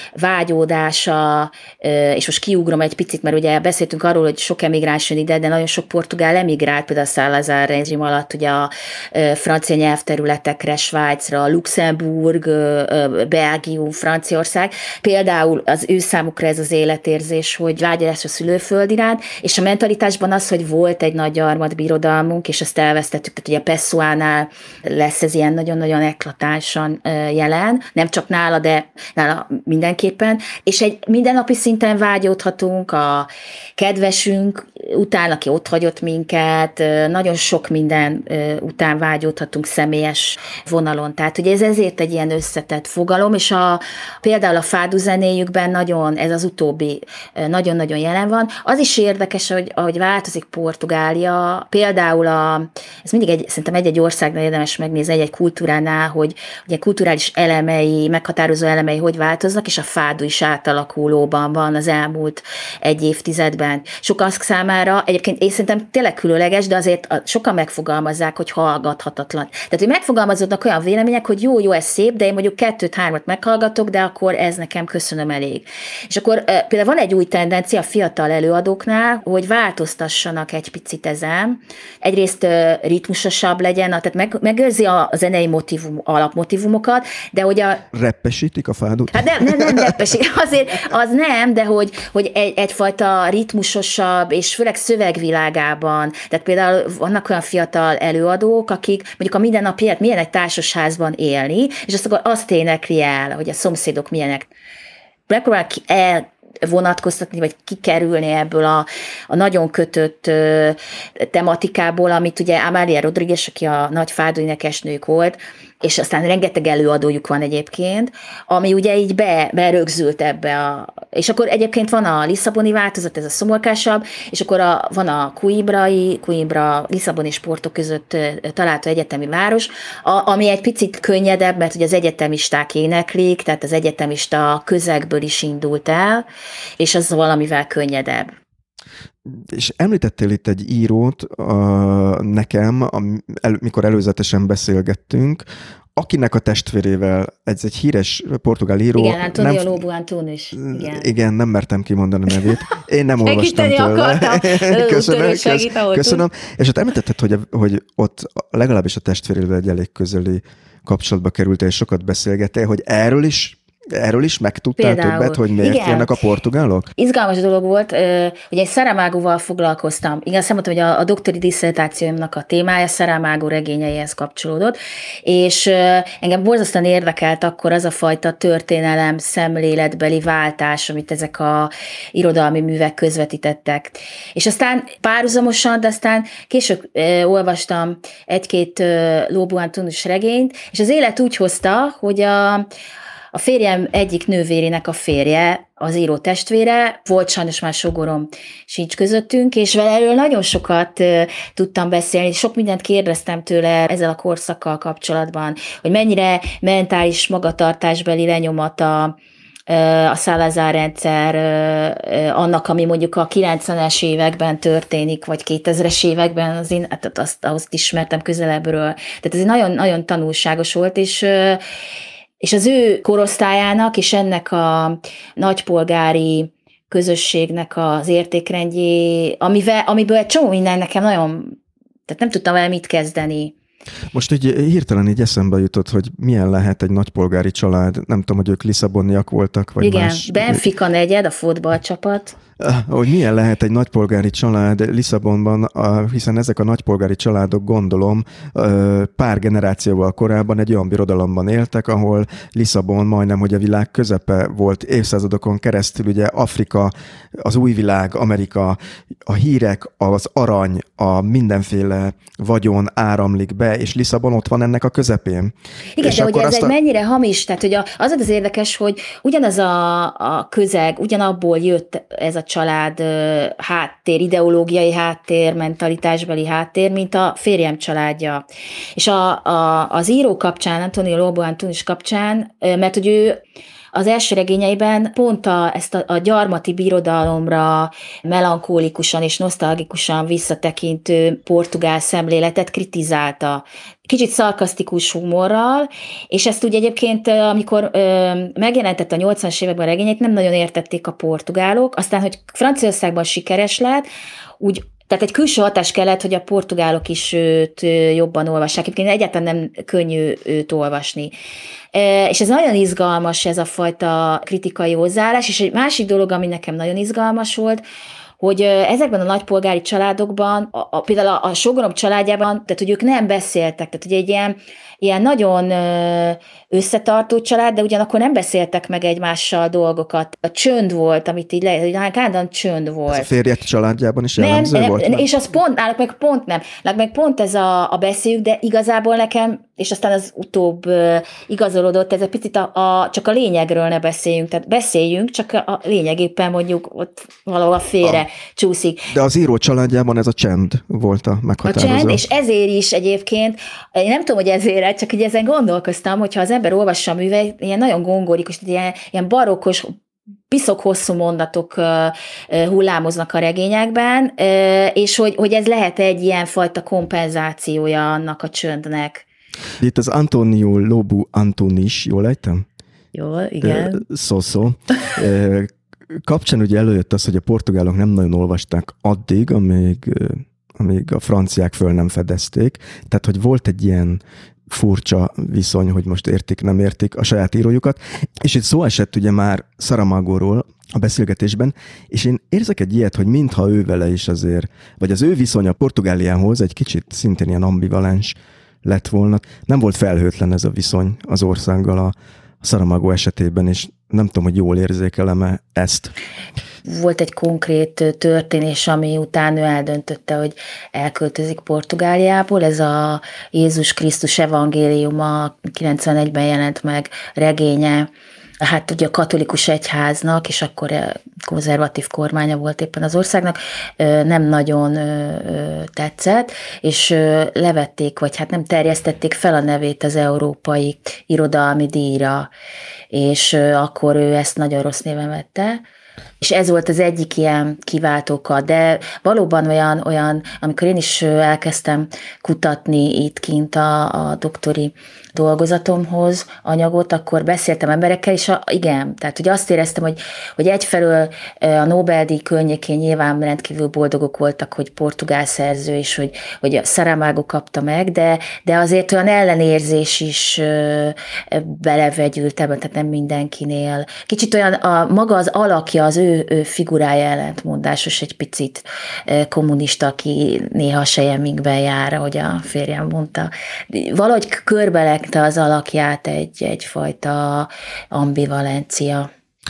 vágyódása, és most kiugrom egy picit, mert ugye beszéltünk arról, hogy sok emigráns jön ide, de nagyon sok portugál emigrált, például a Salazar rezsim alatt ugye a francia nyelvterületekre, Svájcra, Luxemburg, Belgium, Franciaország. Például az ő számukra ez az életérzés, hogy vágyás a szülőföld iránt, és a mentalitásban az, hogy volt egy nagy gyarmatbirodalmunk, és azt elvesztettük, tehát ugye Pessoánál lesz ez ilyen nagyon-nagyon eklatánsan jelen, nem csak nála, de nála mindenképpen, és egy mindennapi szinten vágyódhatunk a kedvesünk után, aki ott hagyott minket, nagyon sok minden után vágyódhatunk személyes vonalon. Tehát ugye ez ezért egy ilyen összetett fogalom, és például a fádu zenéjükben nagyon, ez az utóbbi nagyon-nagyon jelen van. Az is érdekes, hogy ahogy változik Portugália, például ez mindig szerintem egy országnál érdemes megnézni, egy kultúránál, hogy ugye kulturális elemei, meghatározó elemei hogy változnak, és a fádu is átalakulóban van az elmúlt egy évtizedben. Sokan számára, egyébként én szerintem tényleg különleges, de azért sokan megfogalmazzák, hogy hallgathatatlan. Tehát, hogy megfogalmazódnak olyan vélemények, hogy jó, ez szép, de én mondjuk 2-3 meghallgatok, de akkor ez nekem köszönöm elég. És akkor például van egy új tendencia a fiatal előadóknál, hogy változtassanak egy picit ezen. Egyrészt ritmusosabb legyen, tehát megőrzi a zenei alapmotivumokat, de hogy Reppesítik a fádut? Hát nem reppesítik, azért az nem, de hogy egyfajta ritmusosabb, és főleg szövegvilágában. Tehát például vannak olyan fiatal előadók, akik mondjuk a mindennapi élet milyen egy társasházban élni, és azt akkor azt énekli el, hogy a szomszédok milyenek. Megpróbál vonatkoztatni, vagy kikerülni ebből a nagyon kötött tematikából, amit ugye Amália Rodriguez, aki a nagy fádu énekesnők volt, és aztán rengeteg előadójuk van egyébként, ami ugye így berögzült ebbe és akkor egyébként van a lisszaboni változat, ez a szomorkásabb, és akkor van a Coimbra, Lisszabon és Porto között található egyetemi város, ami egy picit könnyedebb, mert ugye az egyetemisták éneklik, tehát az egyetemista közegből is indult el, és az valamivel könnyedebb. És említettél itt egy írót nekem, mikor előzetesen beszélgettünk, akinek a testvérével, ez egy híres portugál író. Igen, António Lobo Antunes. Igen, nem mertem kimondani a nevét. Én nem olvastam tőle. Köszönöm. És ott említetted, hogy ott legalábbis a testvérével egy elég közeli kapcsolatba kerültél, és sokat beszélgettél, hogy erről is megtudtál többet, hogy miért jönnek a portugálok? Izgalmas dolog volt, ugye egy Saramagoval foglalkoztam. Igen, azt mondtam, hogy a doktori disszertációmnak a témája Saramago regényeihez kapcsolódott, és engem borzasztóan érdekelt akkor az a fajta történelem szemléletbeli váltás, amit ezek a irodalmi művek közvetítettek. És aztán párhuzamosan, de aztán később olvastam egy-két Lobo Antunes regényt, és az élet úgy hozta, hogy a férjem egyik nővérének a férje, az író testvére, volt sajnos már sogorom sincs közöttünk, és vele erről nagyon sokat tudtam beszélni, sok mindent kérdeztem tőle ezzel a korszakkal kapcsolatban, hogy mennyire mentális magatartásbeli lenyomata a Salazar rendszer annak, ami mondjuk a 90-es években történik, vagy 2000-es években, azt ismertem közelebbről. Tehát ez nagyon, nagyon tanulságos volt, és az ő korosztályának és ennek a nagypolgári közösségnek az értékrendjé, amiből egy csomó minden nekem nagyon, tehát nem tudtam vele mit kezdeni. Most így hirtelen így eszembe jutott, hogy milyen lehet egy nagypolgári család, nem tudom, hogy ők lisszaboniak voltak, vagy igen, más. Benfica negyed, a fotballcsapat. Hogy milyen lehet egy nagypolgári család Lisszabonban, hiszen ezek a nagypolgári családok, gondolom, pár generációval korábban egy olyan birodalomban éltek, ahol Lisszabon majdnem, hogy a világ közepe volt évszázadokon keresztül, ugye Afrika, az új világ, Amerika, a hírek, az arany, a mindenféle vagyon áramlik be, és Lisszabon ott van ennek a közepén. Igen, és de hogy ez mennyire hamis, tehát hogy az érdekes, hogy ugyanaz a közeg, ugyanabból jött ez a család háttér, ideológiai háttér, mentalitásbeli háttér, mint a férjem családja. És az író kapcsán, António Lobo Antunes kapcsán, mert hogy ő Az első regényeiben pont ezt a gyarmati birodalomra melankólikusan és nosztalgikusan visszatekintő portugál szemléletet kritizálta. Kicsit szarkasztikus humorral, és ezt úgy egyébként, amikor megjelentett a 80-as években a regényeit, nem nagyon értették a portugálok, aztán, hogy Franciaországban sikeres lett, tehát egy külső hatás kellett, hogy a portugálok is őt jobban olvassák. Egyébként egyáltalán nem könnyű őt olvasni. És ez nagyon izgalmas, ez a fajta kritikai hozzáállás, és egy másik dolog, ami nekem nagyon izgalmas volt, hogy ezekben a nagypolgári családokban, például a sógorom családjában, tehát hogy ők nem beszéltek, tehát hogy egy ilyen nagyon összetartó család, de ugyanakkor nem beszéltek meg egymással dolgokat. A csönd volt, amit így lehet, állandóan csönd volt. Ez a férjed családjában is jellemző volt? Nem, és az náluk meg pont ez a beszéljük, de igazából nekem, és aztán az utóbb igazolódott, ez egy picit csak a lényegről ne beszéljünk, tehát beszéljünk, csak a lényeg éppen mondjuk ott valahol félre csúszik. De az író családjában ez a csend volt a meghatározó. A csend, és ezért is egyébként, én nem tudom, hogy ezért, csak így ezen gondolkoztam, hogyha az ember olvassa a műveit, ilyen nagyon gongorikus, ilyen barokkos, piszok hosszú mondatok hullámoznak a regényekben, és hogy ez lehet egy ilyen fajta kompenzációja annak a csöndnek. Itt az Antonio Lobu Antunis, jól ejtem? Jól, igen. Szó. Kapcsán ugye előjött az, hogy a portugálok nem nagyon olvasták addig, amíg a franciák föl nem fedezték. Tehát, hogy volt egy ilyen furcsa viszony, hogy most értik, nem értik a saját írójukat. És itt szó esett ugye már Saramagoról a beszélgetésben, és én érzek egy ilyet, hogy mintha ő vele is azért, vagy az ő viszonya Portugáliához egy kicsit szintén ilyen ambivalens lett volna. Nem volt felhőtlen ez a viszony az országgal a Saramago esetében, és nem tudom, hogy jól érzékelem-e ezt. Volt egy konkrét történés, ami után ő eldöntötte, hogy elköltözik Portugáliából. Ez a Jézus Krisztus evangéliuma 91-ben jelent meg regénye, hát ugye a katolikus egyháznak, és akkor konzervatív kormánya volt éppen az országnak, nem nagyon tetszett, és levették, vagy hát nem terjesztették fel a nevét az európai irodalmi díjra, és akkor ő ezt nagyon rossz néven vette. És ez volt az egyik ilyen kiváltóka, de valóban olyan, amikor én is elkezdtem kutatni itt kint a doktori dolgozatomhoz anyagot, akkor beszéltem emberekkel, és igen, tehát hogy azt éreztem, hogy egyfelől a Nobel-díj környékén nyilván rendkívül boldogok voltak, hogy portugál szerző, és hogy a Saramago kapta meg, de azért olyan ellenérzés is belevegyült ebben, tehát nem mindenkinél. Kicsit olyan maga az alakja, az ő figurája ellentmondásos, egy picit kommunista, aki néha a selyemikben jár, ahogy a férjem mondta. Valahogy körbelekte az alakját egyfajta ambivalencia.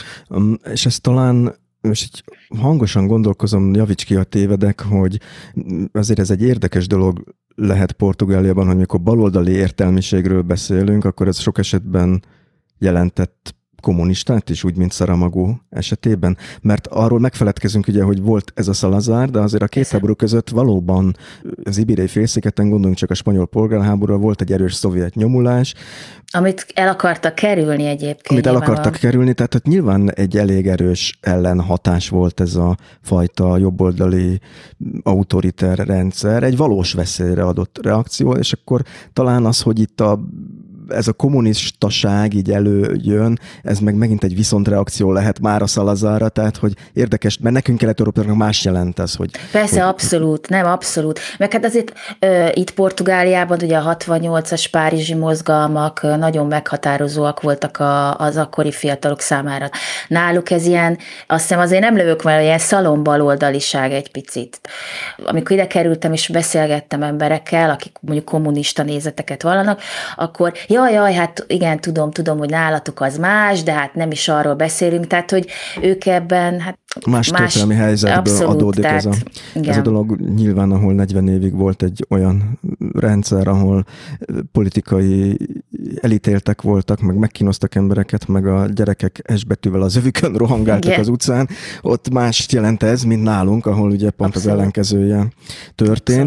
És ez talán, most így hangosan gondolkozom, javíts ki, ha tévedek, hogy azért ez egy érdekes dolog lehet Portugáliában, hogy mikor baloldali értelmiségről beszélünk, akkor ez sok esetben jelentett kommunistát is, úgy, mint Saramago esetében. Mert arról megfeledkezünk ugye, hogy volt ez a Salazar, de azért a két háború között valóban az Ibirei félszigeten, gondoljunk csak a spanyol polgárháborúra, volt egy erős szovjet nyomulás. Amit el akartak kerülni egyébként. Amit el akartak kerülni, tehát hogy nyilván egy elég erős ellenhatás volt ez a fajta jobboldali autoriter rendszer, egy valós veszélyre adott reakció, és akkor talán az, hogy itt ez a kommunistaság így előjön, ez meg megint egy viszontreakció lehet már a Salazarra, tehát hogy érdekes, mert nekünk Kelet-Európának más jelent ez, hogy... Persze, hogy... abszolút, nem abszolút. Meg hát azért itt Portugáliában ugye a 68-as párizsi mozgalmak nagyon meghatározóak voltak az akkori fiatalok számára. Náluk ez ilyen, azt hiszem azért nem lövök, mert ilyen szalombaloldaliság egy picit. Amikor ide kerültem és beszélgettem emberekkel, akik mondjuk kommunista nézeteket vallanak, akkor jaj, hát igen, tudom, hogy nálatok az más, de hát nem is arról beszélünk, tehát, hogy ők ebben, hát más történelmi helyzetből abszolút, adódik tehát, ez a dolog. Nyilván, ahol 40 évig volt egy olyan rendszer, ahol politikai elítéltek voltak, meg megkínoztak embereket, meg a gyerekek S-betűvel az övükön rohangáltak az utcán, ott mást jelent ez, mint nálunk, ahol ugye pont abszolút. Az ellenkezője történt. Abszolút.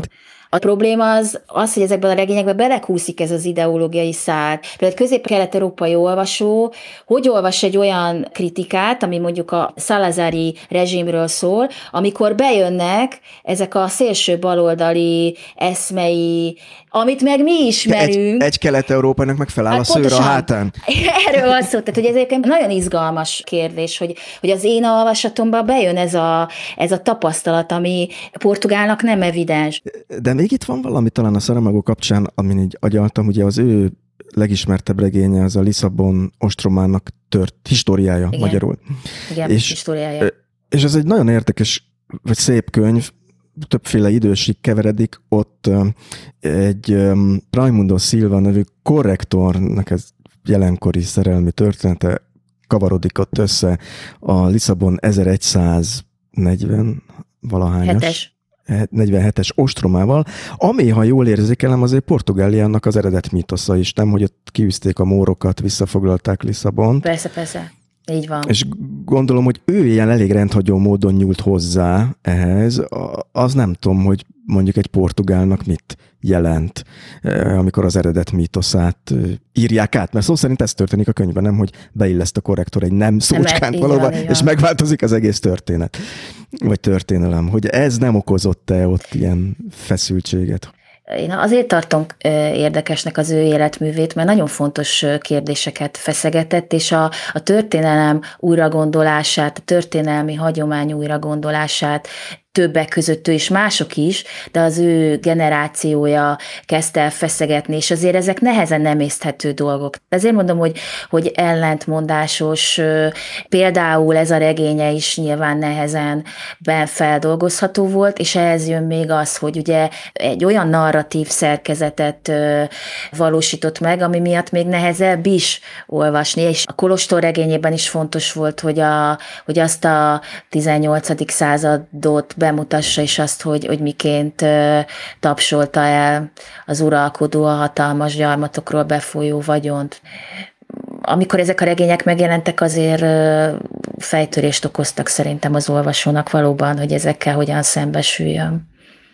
A probléma az, hogy ezekben a regényekben belekúszik ez az ideológiai szál. Például egy közép-kelet-európai olvasó, hogy olvas egy olyan kritikát, ami mondjuk a szalazári rezsimről szól, amikor bejönnek ezek a szélső baloldali eszmei, amit meg mi ismerünk. Egy Kelet-Európának meg feláll a szőr a hátán. Erről van szó. Tehát, hogy ez egyébként nagyon izgalmas kérdés, hogy az én olvasatomban bejön ez a tapasztalat, ami Portugálnak nem evidens. De még itt van valami talán a Saramago kapcsán, amin így agyaltam, ugye az ő legismertebb regénye az a Lisszabon ostromának tört históriája. Igen. Magyarul. Igen, históriája. És ez egy nagyon érdekes, vagy szép könyv, többféle idősig keveredik, ott egy Raimundo Silva nevű korrektornak ez jelenkori szerelmi története kavarodik ott össze a Lisszabon 1140 valahányas. 47-es ostromával, ami, ha jól érzékelem, azért Portugáliának az eredet mítosza is, nem, hogy ott kiűzték a mórokat, visszafoglalták Lisszabont. Persze. Így van. És gondolom, hogy ő ilyen elég rendhagyó módon nyúlt hozzá ehhez, az nem tudom, hogy mondjuk egy portugálnak mit jelent, amikor az eredet mítoszát írják át, mert szó szerint ez történik a könyvben, nem, hogy beilleszt a korrektor egy nem szócskánt valóban, és megváltozik az egész történet, vagy történelem, hogy ez nem okozott-e ott ilyen feszültséget? Én azért tartom érdekesnek az ő életművét, mert nagyon fontos kérdéseket feszegetett, és a történelem újragondolását, a történelmi hagyomány újragondolását többek között ő is, mások is, de az ő generációja kezdte el feszegetni, és azért ezek nehezen emészthető dolgok. Ezért mondom, hogy ellentmondásos, például ez a regénye is nyilván nehezen feldolgozható volt, és ehhez jön még az, hogy ugye egy olyan narratív szerkezetet valósított meg, ami miatt még nehezebb is olvasni, és a Kolostor regényében is fontos volt, hogy azt a 18. századot bemutassa, és azt, hogy miként tapsolta el az uralkodó a hatalmas gyarmatokról befolyó vagyont. Amikor ezek a regények megjelentek, azért fejtörést okoztak szerintem az olvasónak valóban, hogy ezekkel hogyan szembesüljön.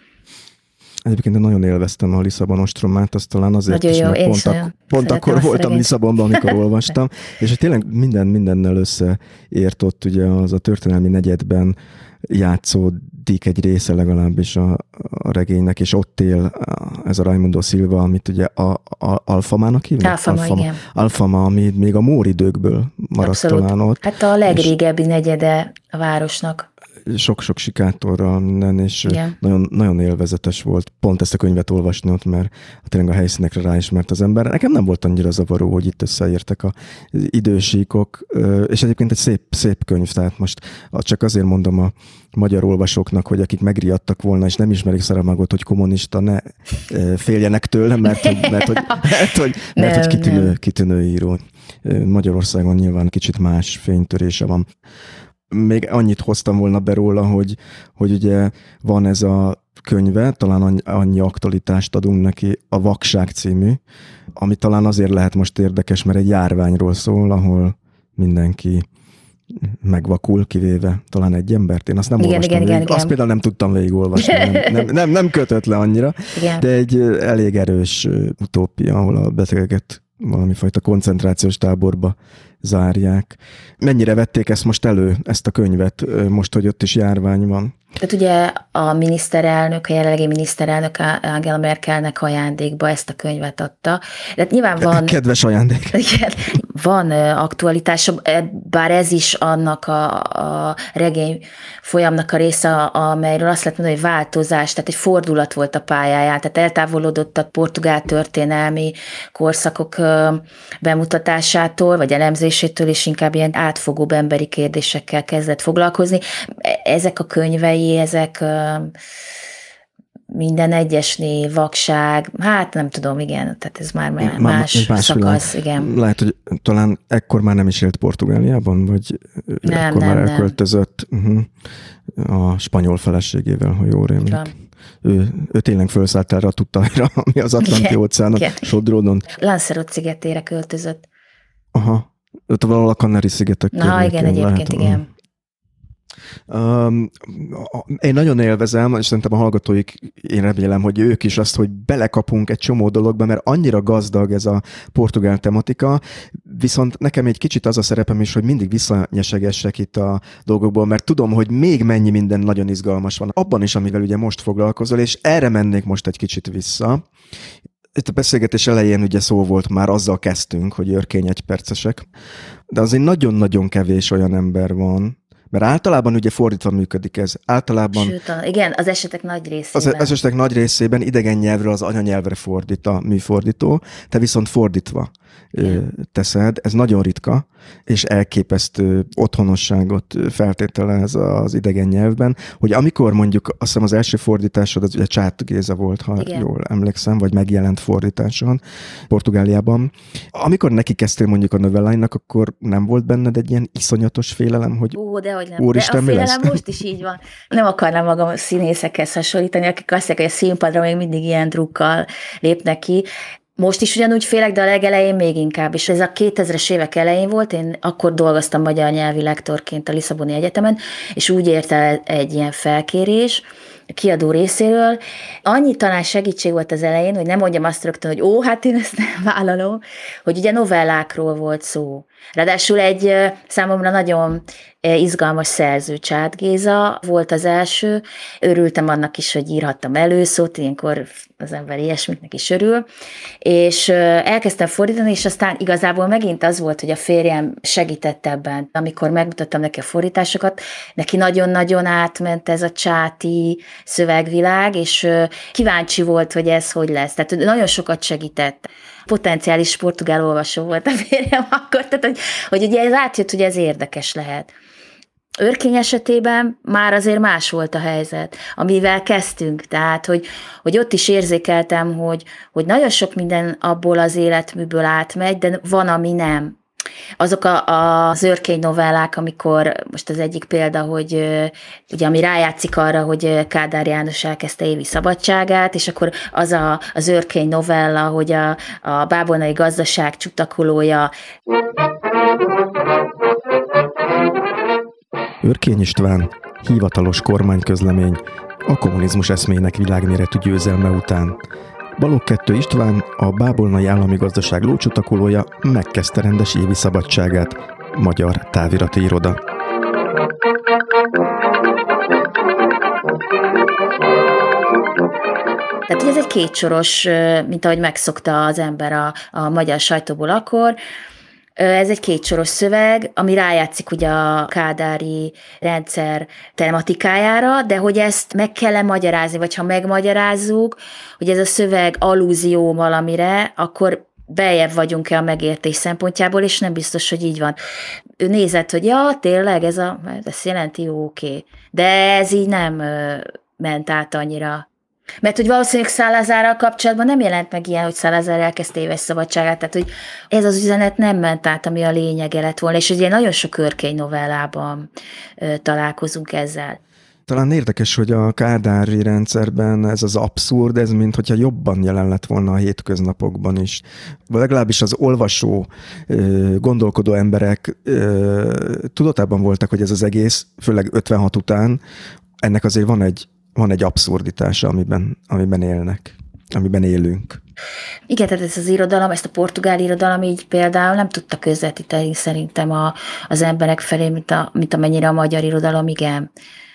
Egyébként nagyon élveztem a Lisszabon ostromát, azt talán azért nagyon is, jó, mert pont akkor voltam Lisszabonban, amikor olvastam, és hogy tényleg mindennel összeért ott ugye az a történelmi negyedben játszódik egy része legalábbis a regénynek, és ott él ez a Raimundo Silva, amit ugye Alfamának hívnak? Igen. Alfama, ami még a mór időkből maradt talán ott. Hát a legrégebbi negyede a városnak. Sok-sok sikátorral minden, és nagyon, nagyon élvezetes volt pont ezt a könyvet olvasni ott, mert tényleg a helyszínekre ráismert az ember. Nekem nem volt annyira zavaró, hogy itt összeértek az idősíkok, és egyébként egy szép könyv, tehát most csak azért mondom a magyar olvasóknak, hogy akik megriadtak volna, és nem ismerik Saramagot, hogy kommunista, ne féljenek tőle, mert hogy kitűnő író. Magyarországon nyilván kicsit más fénytörése van. Még annyit hoztam volna be róla, hogy ugye van ez a könyve, talán annyi aktualitást adunk neki, a Vakság című, ami talán azért lehet most érdekes, mert egy járványról szól, ahol mindenki megvakul, kivéve talán egy embert. Én azt nem olvastam végig. Azt például nem tudtam végigolvasni. Nem kötött le annyira, igen. De egy elég erős utópia, ahol a betegeket valamifajta koncentrációs táborba zárják. Mennyire vették ezt most elő, ezt a könyvet, most, hogy ott is járvány van? Tehát ugye a miniszterelnök, a jelenlegi miniszterelnök Angela Merkelnek ajándékba ezt a könyvet adta. De nyilván van... Kedves ajándék. Igen, van aktualitása, bár ez is annak a regény folyamnak a része, amelyről azt lehet mondani, hogy változás, tehát egy fordulat volt a pályáján, tehát eltávolodott a portugál történelmi korszakok bemutatásától, vagy elemzésétől, és inkább ilyen átfogóbb emberi kérdésekkel kezdett foglalkozni. Ezek a könyvei, ezek minden egyesné, vakság, hát nem tudom, igen, tehát ez már más szakasz, igen. Lehet, hogy talán ekkor már nem is élt Portugáliában, vagy ekkor már elköltözött a spanyol feleségével, ha jól rémlik. Ő tényleg felszállt erre a tudtára, ami az Atlanti-óceánon, Sodródon. Lanzarote szigetére költözött. Aha, ott valahol a Kanári-szigetek. Na, igen, egyébként lehet, igen. Én nagyon élvezem, és szerintem a hallgatóik, én remélem, hogy ők is azt, hogy belekapunk egy csomó dologba, mert annyira gazdag ez a portugál tematika, viszont nekem egy kicsit az a szerepem is, hogy mindig visszanyesegessek itt a dolgokból, mert tudom, hogy még mennyi minden nagyon izgalmas van abban is, amivel ugye most foglalkozol, és erre mennék most egy kicsit vissza. Itt a beszélgetés elején ugye szó volt, már azzal kezdtünk, hogy örkény egypercesek, de azért nagyon-nagyon kevés olyan ember van, mert általában ugye fordítva működik ez. Általában... Sőt, igen, az esetek nagy részében. Az esetek nagy részében idegen nyelvről az anyanyelvre fordít a műfordító, te viszont fordítva teszed. Ez nagyon ritka, és elképesztő otthonosságot feltételez az idegen nyelvben, hogy amikor mondjuk, azt hiszem az első fordításod, az ugye Csát Géza volt, ha jól emlékszem, vagy megjelent fordításon Portugáliában. Amikor neki kezdtél mondjuk a novelláinak, akkor nem volt benned egy ilyen iszonyatos félelem, hogy dehogy nem. Úristen, de a mi lesz? félelem most is így van. Nem akarnám magam színészekhez hasonlítani, akik azt mondják, hogy a színpadra még mindig ilyen drukkal lépnek ki. Most is ugyanúgy félek, de a legelején még inkább. És ez a 2000-es évek elején volt, én akkor dolgoztam magyar nyelvi lektorként a Lisszaboni Egyetemen, és úgy ért el egy ilyen felkérés a kiadó részéről. Annyi talán segítség volt az elején, hogy nem mondjam azt rögtön, hogy hát én ezt nem vállalom, hogy ugye novellákról volt szó. Ráadásul egy számomra nagyon izgalmas szerző, Csát Géza volt az első. Örültem annak is, hogy írhattam előszót, ilyenkor az ember ilyesmiknek is örül. És elkezdtem fordítani, és aztán igazából megint az volt, hogy a férjem segített ebben. Amikor megmutattam neki a fordításokat, neki nagyon-nagyon átment ez a csáti szövegvilág, és kíváncsi volt, hogy ez hogy lesz. Tehát nagyon sokat segített. Potenciális portugál olvasó volt a férjem akkor, tehát hogy ugye rájött, hogy ez érdekes lehet. Örkény esetében már azért más volt a helyzet, amivel kezdtünk, tehát hogy ott is érzékeltem, hogy nagyon sok minden abból az életműből átmegy, de van, ami nem. Azok az örkény novellák, amikor most az egyik példa, hogy ugye ami rájátszik arra, hogy Kádár János elkezdte évi szabadságát, és akkor az örkény novella, hogy a bábolnai gazdaság csutakolója. Örkény István, hivatalos kormányközlemény a kommunizmus eszmének világméretű győzelme után. Balogh II. István, a bábolnai állami gazdaság lócsutakolója megkezdte rendes évi szabadságát. Magyar távirati iroda. Tehát ez egy kétsoros, mint ahogy megszokta az ember a magyar sajtóból akkor. Ez egy kétsoros szöveg, ami rájátszik ugye a kádári rendszer tematikájára, de hogy ezt meg kell magyarázni, vagy ha megmagyarázzuk, hogy ez a szöveg allúzió valamire, akkor beljebb vagyunk-e a megértés szempontjából, és nem biztos, hogy így van. Ő nézett, hogy tényleg ez jelenti, oké. De ez így nem ment át annyira. Mert hogy valószínűleg Salazarral kapcsolatban nem jelent meg ilyen, hogy Salazar elkezdte éves szabadságát, tehát hogy ez az üzenet nem ment át, ami a lényege lett volna, és ugye nagyon sok örkény novellában találkozunk ezzel. Talán érdekes, hogy a kádári rendszerben ez az abszurd, ez mint hogyha jobban jelen lett volna a hétköznapokban is. Vagy legalábbis az olvasó, gondolkodó emberek tudatában voltak, hogy ez az egész, főleg 56 után, ennek azért van egy abszurditása, amiben élnek, amiben élünk. Igen, tehát ez az irodalom, ezt a portugál irodalom így például nem tudta közvetíteni szerintem az emberek felé, mint amennyire a magyar irodalom, igen.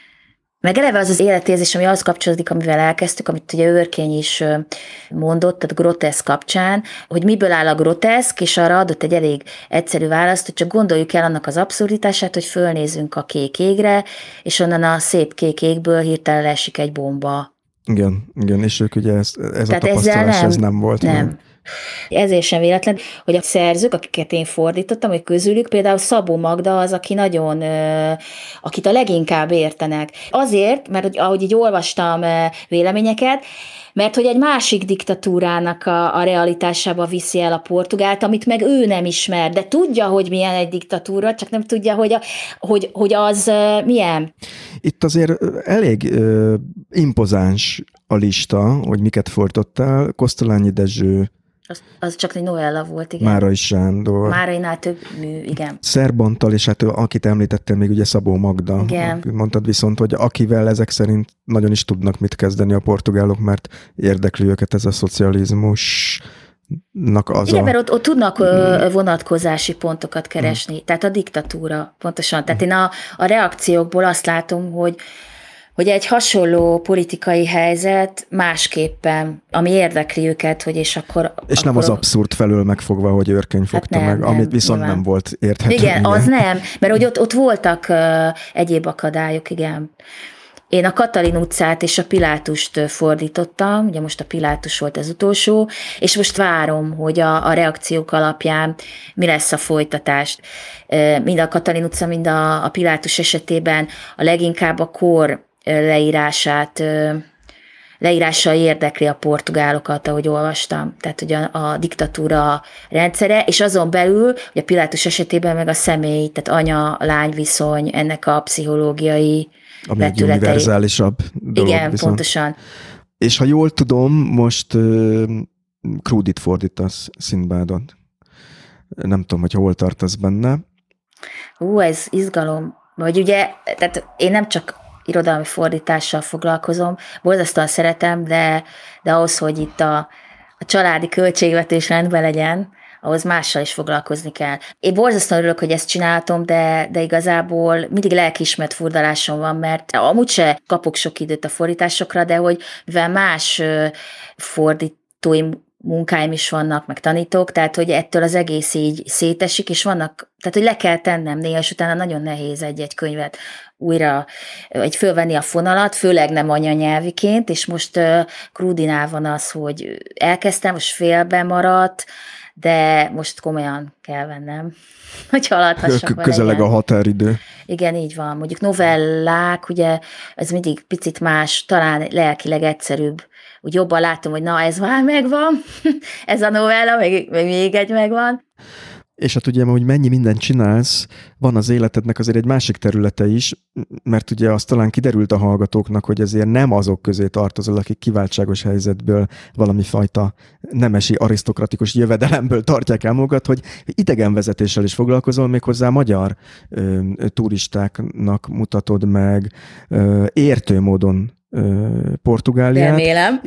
Meg eleve az életérzés, ami ahhoz kapcsolódik, amivel elkezdtük, amit ugye Örkény is mondott, tehát groteszk kapcsán, hogy miből áll a groteszk, és arra adott egy elég egyszerű választ, hogy csak gondoljuk el annak az abszurditását, hogy fölnézünk a kék égre, és onnan a szép kék égből hirtelen leesik egy bomba. Igen, és ők ugye ez a tapasztalás, ez nem volt. Nem. Ezért sem véletlen, hogy a szerzők, akiket én fordítottam, hogy közülük például Szabó Magda az, aki nagyon, akit a leginkább értenek. Azért, mert ahogy így olvastam véleményeket, mert hogy egy másik diktatúrának a realitásába viszi el a Portugált, amit meg ő nem ismer, de tudja, hogy milyen egy diktatúra, csak nem tudja, hogy az milyen. Itt azért elég impozáns a lista, hogy miket fordítottál. Kosztolányi Dezső, Az csak egy novella volt, igen. Márai Sándor. Márainál több mű, igen. Szerb Antal, és hát akit említettél még ugye Szabó Magda. Igen. Mondtad viszont, hogy akivel ezek szerint nagyon is tudnak mit kezdeni a portugálok, mert érdekli őket ez a szocializmus. Igen, mert ott tudnak vonatkozási pontokat keresni, tehát a diktatúra, pontosan. Tehát én a reakciókból azt látom, hogy egy hasonló politikai helyzet másképpen, ami érdekli őket, hogy és akkor... És nem az abszurd felől megfogva, hogy Örkény fogta meg, amit viszont nyilván nem volt érthető. Igen, az nem, mert hogy ott voltak egyéb akadályok, igen. Én a Katalin utcát és a Pilátust fordítottam, ugye most a Pilátus volt az utolsó, és most várom, hogy a reakciók alapján mi lesz a folytatás. Mind a Katalin utca, mind a Pilátus esetében a leginkább a kor leírása érdekli a portugálokat, ahogy olvastam. Tehát, hogy a diktatúra rendszere, és azon belül, hogy a Pilátus esetében meg a személy, tehát anya-lány viszony, ennek a pszichológiai ami egy univerzálisabb dolog. Igen, viszont. Pontosan. És ha jól tudom, most Krúdit fordítasz Szindbádon. Nem tudom, hogy hol tartasz benne. Ez izgalom. Vagy ugye, tehát én nem csak irodalmi fordítással foglalkozom, borzasztóan szeretem, de ahhoz, hogy itt a családi költségvetés rendben legyen, ahhoz mással is foglalkozni kell. Én borzasztóan örülök, hogy ezt csináltam, de igazából mindig lelkiismert furdalásom van, mert amúgy se kapok sok időt a fordításokra, de hogy mivel más fordítói munkáim is vannak, meg tanítok, tehát hogy ettől az egész így szétesik, és vannak, tehát hogy le kell tennem néha, és utána nagyon nehéz egy könyvet újra, vagy fölvenni a fonalat, főleg nem anyanyelviként, és most Krúdinál van az, hogy elkezdtem, most félbe maradt, de most komolyan kell vennem, hogy haladhassak vele. Közeleg a határidő. Igen, így van. Mondjuk novellák, ugye ez mindig picit más, talán lelkileg egyszerűbb. Úgy jobban látom, hogy na, ez már megvan, ez a novella, meg még egy megvan. És hát ugye, hogy mennyi mindent csinálsz, van az életednek azért egy másik területe is, mert ugye azt talán kiderült a hallgatóknak, hogy ezért nem azok közé tartozol, akik kiváltságos helyzetből valami fajta nemesi, arisztokratikus jövedelemből tartják el magukat, hogy idegenvezetéssel is foglalkozol, méghozzá magyar turistáknak mutatod meg értő módon Portugáliát. Remélem.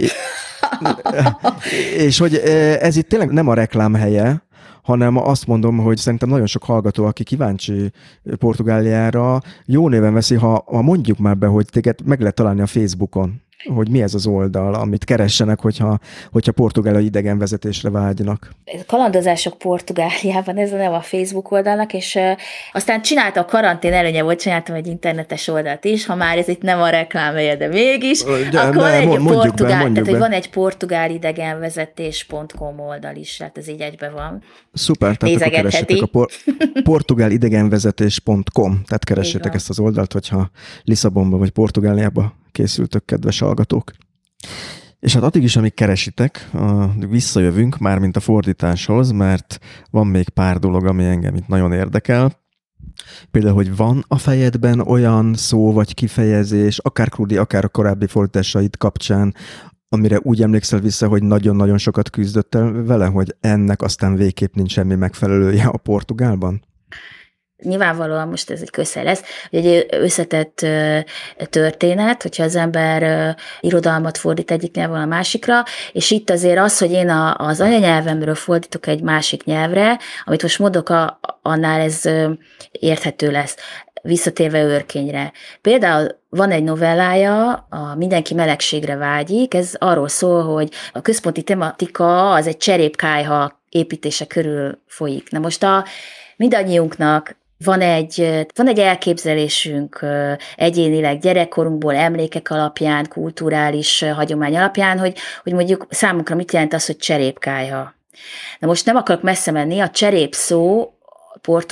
És hogy ez itt tényleg nem a reklám helye, hanem azt mondom, hogy szerintem nagyon sok hallgató, aki kíváncsi Portugáliára, jó néven veszi, ha mondjuk már be, hogy téged meg lehet találni a Facebookon, hogy mi ez az oldal, amit keressenek, hogyha Portugália idegenvezetésre vágynak. Kalandozások Portugáliában, ez a neve a Facebook oldalnak, és aztán csináltam, a karantén előnye volt, csináltam egy internetes oldalt is, ha már ez itt nem a reklámhelye, de mégis, akkor van egy portugál, tehát hogy van egy portugálidegenvezetés.com oldal is, tehát ez így egybe van. Szuper, tehát akkor keressétek a portugálidegenvezetés.com, tehát keressétek ezt az oldalt, hogyha Lisszabonba vagy Portugáliába készültök, kedves hallgatók. És hát addig is, amíg keresitek, visszajövünk már, mint a fordításhoz, mert van még pár dolog, ami engem itt nagyon érdekel. Például, hogy van a fejedben olyan szó vagy kifejezés, akár Krúdi, akár a korábbi fordításaid kapcsán, amire úgy emlékszel vissza, hogy nagyon-nagyon sokat küzdöttél vele, hogy ennek aztán végképp nincs semmi megfelelője a portugálban? Nyilvánvalóan most ez egy közhely lesz, hogy egy összetett történet, hogyha az ember irodalmat fordít egyik nyelvről a másikra, és itt azért az, hogy én az anyanyelvemről fordítok egy másik nyelvre, amit most mondok, annál ez érthető lesz. Visszatérve Örkényre. Például van egy novellája, a Mindenki melegségre vágyik, ez arról szól, hogy a központi tematika az egy cserépkályha építése körül folyik. Na most mindannyiunknak van egy elképzelésünk egyénileg, gyerekkorunkból, emlékek alapján, kulturális hagyomány alapján, hogy mondjuk számunkra mit jelent az, hogy cserépkályha. Na most nem akarok messze menni, a cserép szó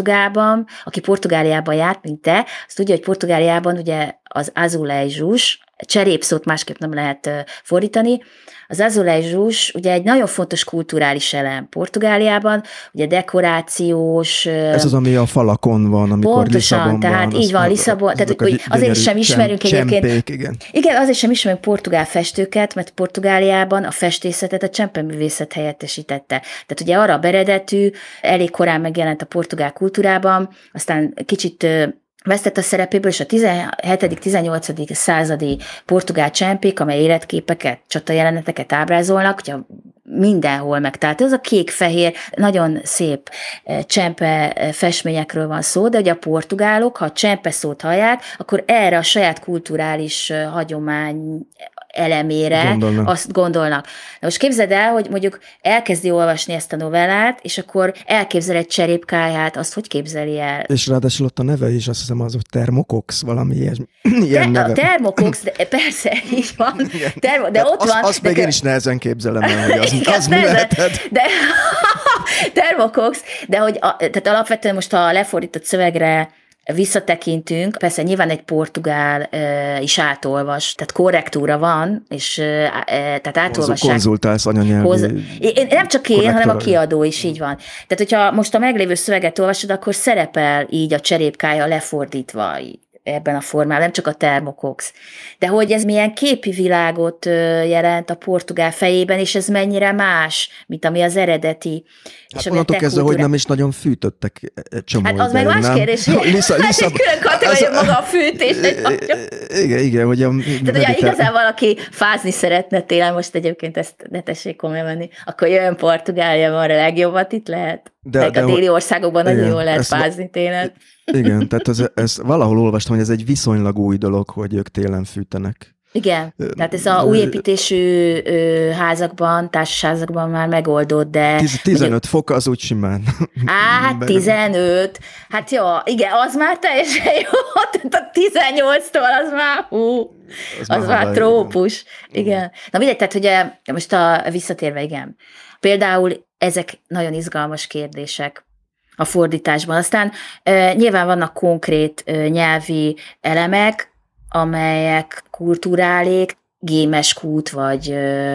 Portugálban, aki Portugáliában járt, mint te, azt tudja, hogy Portugáliában ugye az azulejzsus, cserépszót másképp nem lehet fordítani. Az azulejzsus ugye egy nagyon fontos kulturális elem Portugáliában, ugye dekorációs... Ez az, ami a falakon van, amikor pontosan, Lisszabonban. tehát így van, Lisszabon, tehát hogy azért sem ismerünk egyébként. Igen, azért sem ismerünk portugál festőket, mert Portugáliában a festészetet a csempeművészet helyettesítette. Tehát ugye arab eredetű, elég korán megjelent a portugál kultúrában, aztán kicsit vesztett a szerepéből, és a 17.-18. századi portugál csempék, amely életképeket, csatajeleneteket ábrázolnak, ugye mindenhol megtalált. Ez a kék-fehér, nagyon szép csempe festményekről van szó, de ugye a portugálok, ha a csempe szót hallják, akkor erre a saját kulturális hagyomány elemére azt gondolnak. Na most képzeld el, hogy mondjuk elkezdi olvasni ezt a novellát, és akkor elképzel egy cserépkáját, azt hogy képzeli el? És ráadásul ott a neve is, azt hiszem, az, hogy Thermocox, valami ilyen neve. A Thermocox, persze, így van. De ott van. Azt még én is nehezen képzelem el, hogy az mi lehetett. De Thermocox, de hogy tehát alapvetően most a lefordított szövegre visszatekintünk, persze nyilván egy portugál is átolvas, tehát korrektúra van, és tehát átolvassák. Konzultálsz anyanyelvi nem csak én, hanem a kiadó is, így van. Tehát, hogyha most a meglévő szöveget olvasod, akkor szerepel így a cserépkája lefordítva ebben a formában, nem csak a Thermocox. De hogy ez milyen képi világot jelent a portugál fejében, és ez mennyire más, mint ami az eredeti. Hát onnantól kezdve, hogy nem is nagyon fűtöttek csomó. Hát az meg más kérdés, hogy egy külön kategória maga a fűtés. Igen, hogy tehát, hogyha igazán valaki fázni szeretne télen, most egyébként ezt ne tessék komolyan venni, akkor jön Portugália, van a legjobbat itt lehet. De a déli országokban nagyon jól lehet fázni télen. Igen, tehát ez valahol olvastam, hogy ez egy viszonylag új dolog, hogy ők télen fűtenek. Igen, tehát ez a új építésű házakban, társasházakban már megoldott, de... 15 fok az úgy simán. Hát 15, hát jó, igen, az már teljesen jó, tehát a 18-tól az már, az már trópus. Igen. Na mindegy, tehát ugye most visszatérve, igen. Például ezek nagyon izgalmas kérdések a fordításban. Aztán nyilván vannak konkrét nyelvi elemek, amelyek kulturálék, Gémeskút, vagy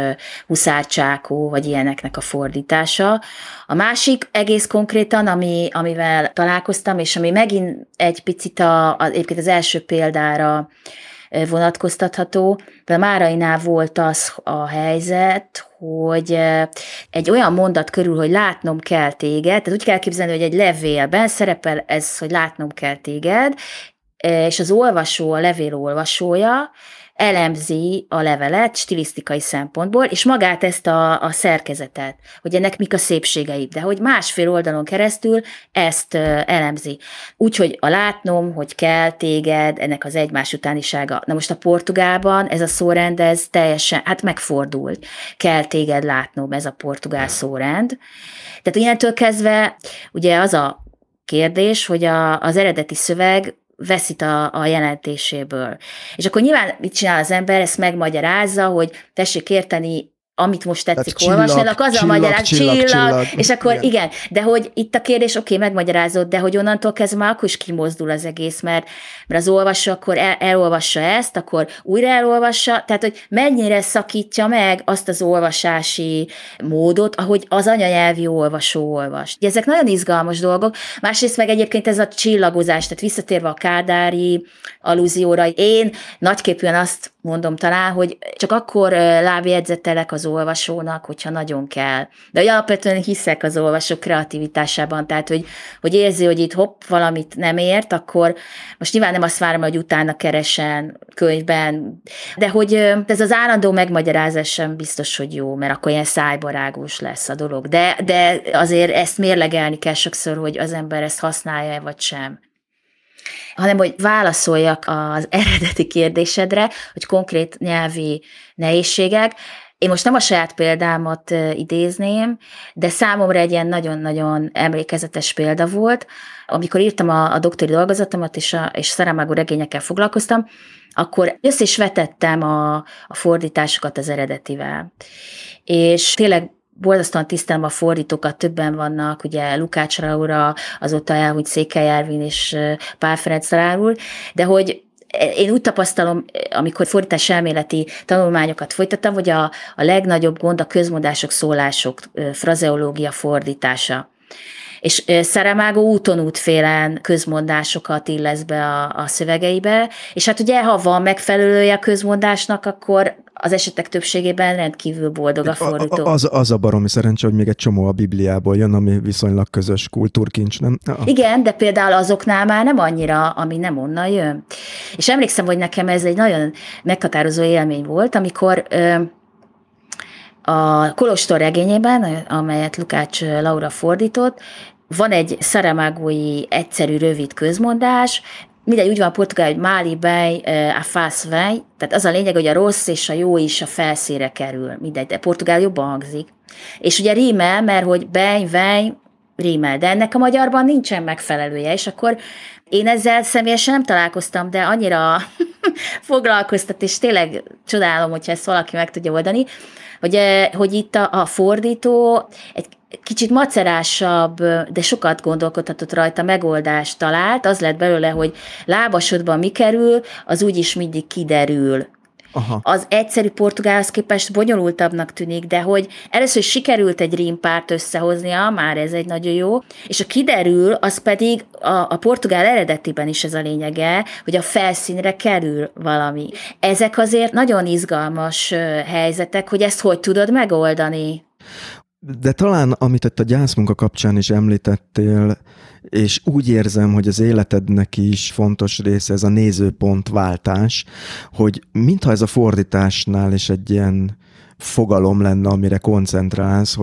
Huszárcsákó, vagy ilyeneknek a fordítása. A másik egész konkrétan, amivel találkoztam, és ami megint egy picit egyébként az első példára vonatkoztatható, de Márainál volt az a helyzet, hogy egy olyan mondat körül, hogy látnom kell téged, tehát úgy kell képzelni, hogy egy levélben szerepel ez, hogy látnom kell téged, és az olvasó, a levél olvasója elemzi a levelet stilisztikai szempontból, és magát ezt a szerkezetet, hogy ennek mik a szépségei, de hogy másfél oldalon keresztül ezt elemzi. Úgyhogy a látnom, hogy kell téged, ennek az egymás utánisága. Na most a portugálban ez a szórend, ez teljesen, hát megfordult. Kell téged látnom, ez a portugál szórend. Tehát innentől kezdve ugye az a kérdés, hogy az eredeti szöveg veszít a jelentéséből. És akkor nyilván mit csinál az ember, ezt megmagyarázza, hogy tessék érteni, amit most tetszik olvasni, az a magyaráz, csillag, és akkor igen, de hogy itt a kérdés, megmagyarázod, de hogy onnantól kezdve már akkor is kimozdul az egész, mert az olvasó akkor elolvassa ezt, akkor újra elolvassa, tehát hogy mennyire szakítja meg azt az olvasási módot, ahogy az anyanyelvi olvasó olvas. Ezek nagyon izgalmas dolgok, másrészt meg egyébként ez a csillagozás, tehát visszatérve a kádári allúzióra, én nagyképűen azt mondom talán, hogy csak akkor lábjegyzetelek az olvasónak, hogyha nagyon kell. De hogy alapvetően hiszek az olvasó kreativitásában, tehát hogy érzi, hogy itt hopp, valamit nem ért, akkor most nyilván nem azt várom, hogy utána keresen könyvben, de hogy ez az állandó megmagyarázás sem biztos, hogy jó, mert akkor ilyen szájbarágos lesz a dolog. De azért ezt mérlegelni kell sokszor, hogy az ember ezt használja vagy sem. Hanem, hogy válaszoljak az eredeti kérdésedre, hogy konkrét nyelvi nehézségek. Én most nem a saját példámat idézném, de számomra egy ilyen nagyon-nagyon emlékezetes példa volt. Amikor írtam a doktori dolgozatomat, és Saramago regényekkel foglalkoztam, akkor össze is vetettem a fordításokat az eredetivel. És tényleg borzasztóan tisztelem a fordítókat, többen vannak, ugye Lukács Laura, azóta elhunyt Székely Ervin és Pál Ferenc Szalár úr, de hogy én úgy tapasztalom, amikor fordítás elméleti tanulmányokat folytattam, hogy a legnagyobb gond a közmondások, szólások, frazeológia fordítása. És Saramago úton útfélen közmondásokat illesz be a szövegeibe, és hát ugye, ha van megfelelője a közmondásnak, akkor az esetek többségében rendkívül boldog a fordító. Az a baromi szerencse, hogy még egy csomó a Bibliából jön, ami viszonylag közös kultúrkincs, nem? Igen, de például azoknál már nem annyira, ami nem onnan jön. És emlékszem, hogy nekem ez egy nagyon meghatározó élmény volt, amikor a Kolostor regényében, amelyet Lukács Laura fordított, van egy szaramagói egyszerű, rövid közmondás, mindegy, úgy van a portugál, hogy máli bem, a faz vem, tehát az a lényeg, hogy a rossz és a jó is a felszínre kerül, mindegy, de portugál jobban hangzik. És ugye rímel, mert hogy bem, vem, rímel, de ennek a magyarban nincsen megfelelője, és akkor én ezzel személyesen nem találkoztam, de annyira foglalkoztat, és tényleg csodálom, hogyha ezt valaki meg tudja oldani, hogy itt a fordító egy kicsit macerásabb, de sokat gondolkodhatott rajta megoldást talált, az lett belőle, hogy lábasodban mi kerül, az úgyis mindig kiderül. Aha. Az egyszerű portugálhoz képest bonyolultabbnak tűnik, de hogy először sikerült egy rímpárt összehoznia, már ez egy nagyon jó, és a kiderül, az pedig a portugál eredetiben is ez a lényege, hogy a felszínre kerül valami. Ezek azért nagyon izgalmas helyzetek, hogy ezt hogy tudod megoldani. De talán, amit itt a gyászmunka kapcsán is említettél, és úgy érzem, hogy az életednek is fontos része ez a nézőpontváltás, hogy mintha ez a fordításnál is egy ilyen fogalom lenne, amire koncentrálsz,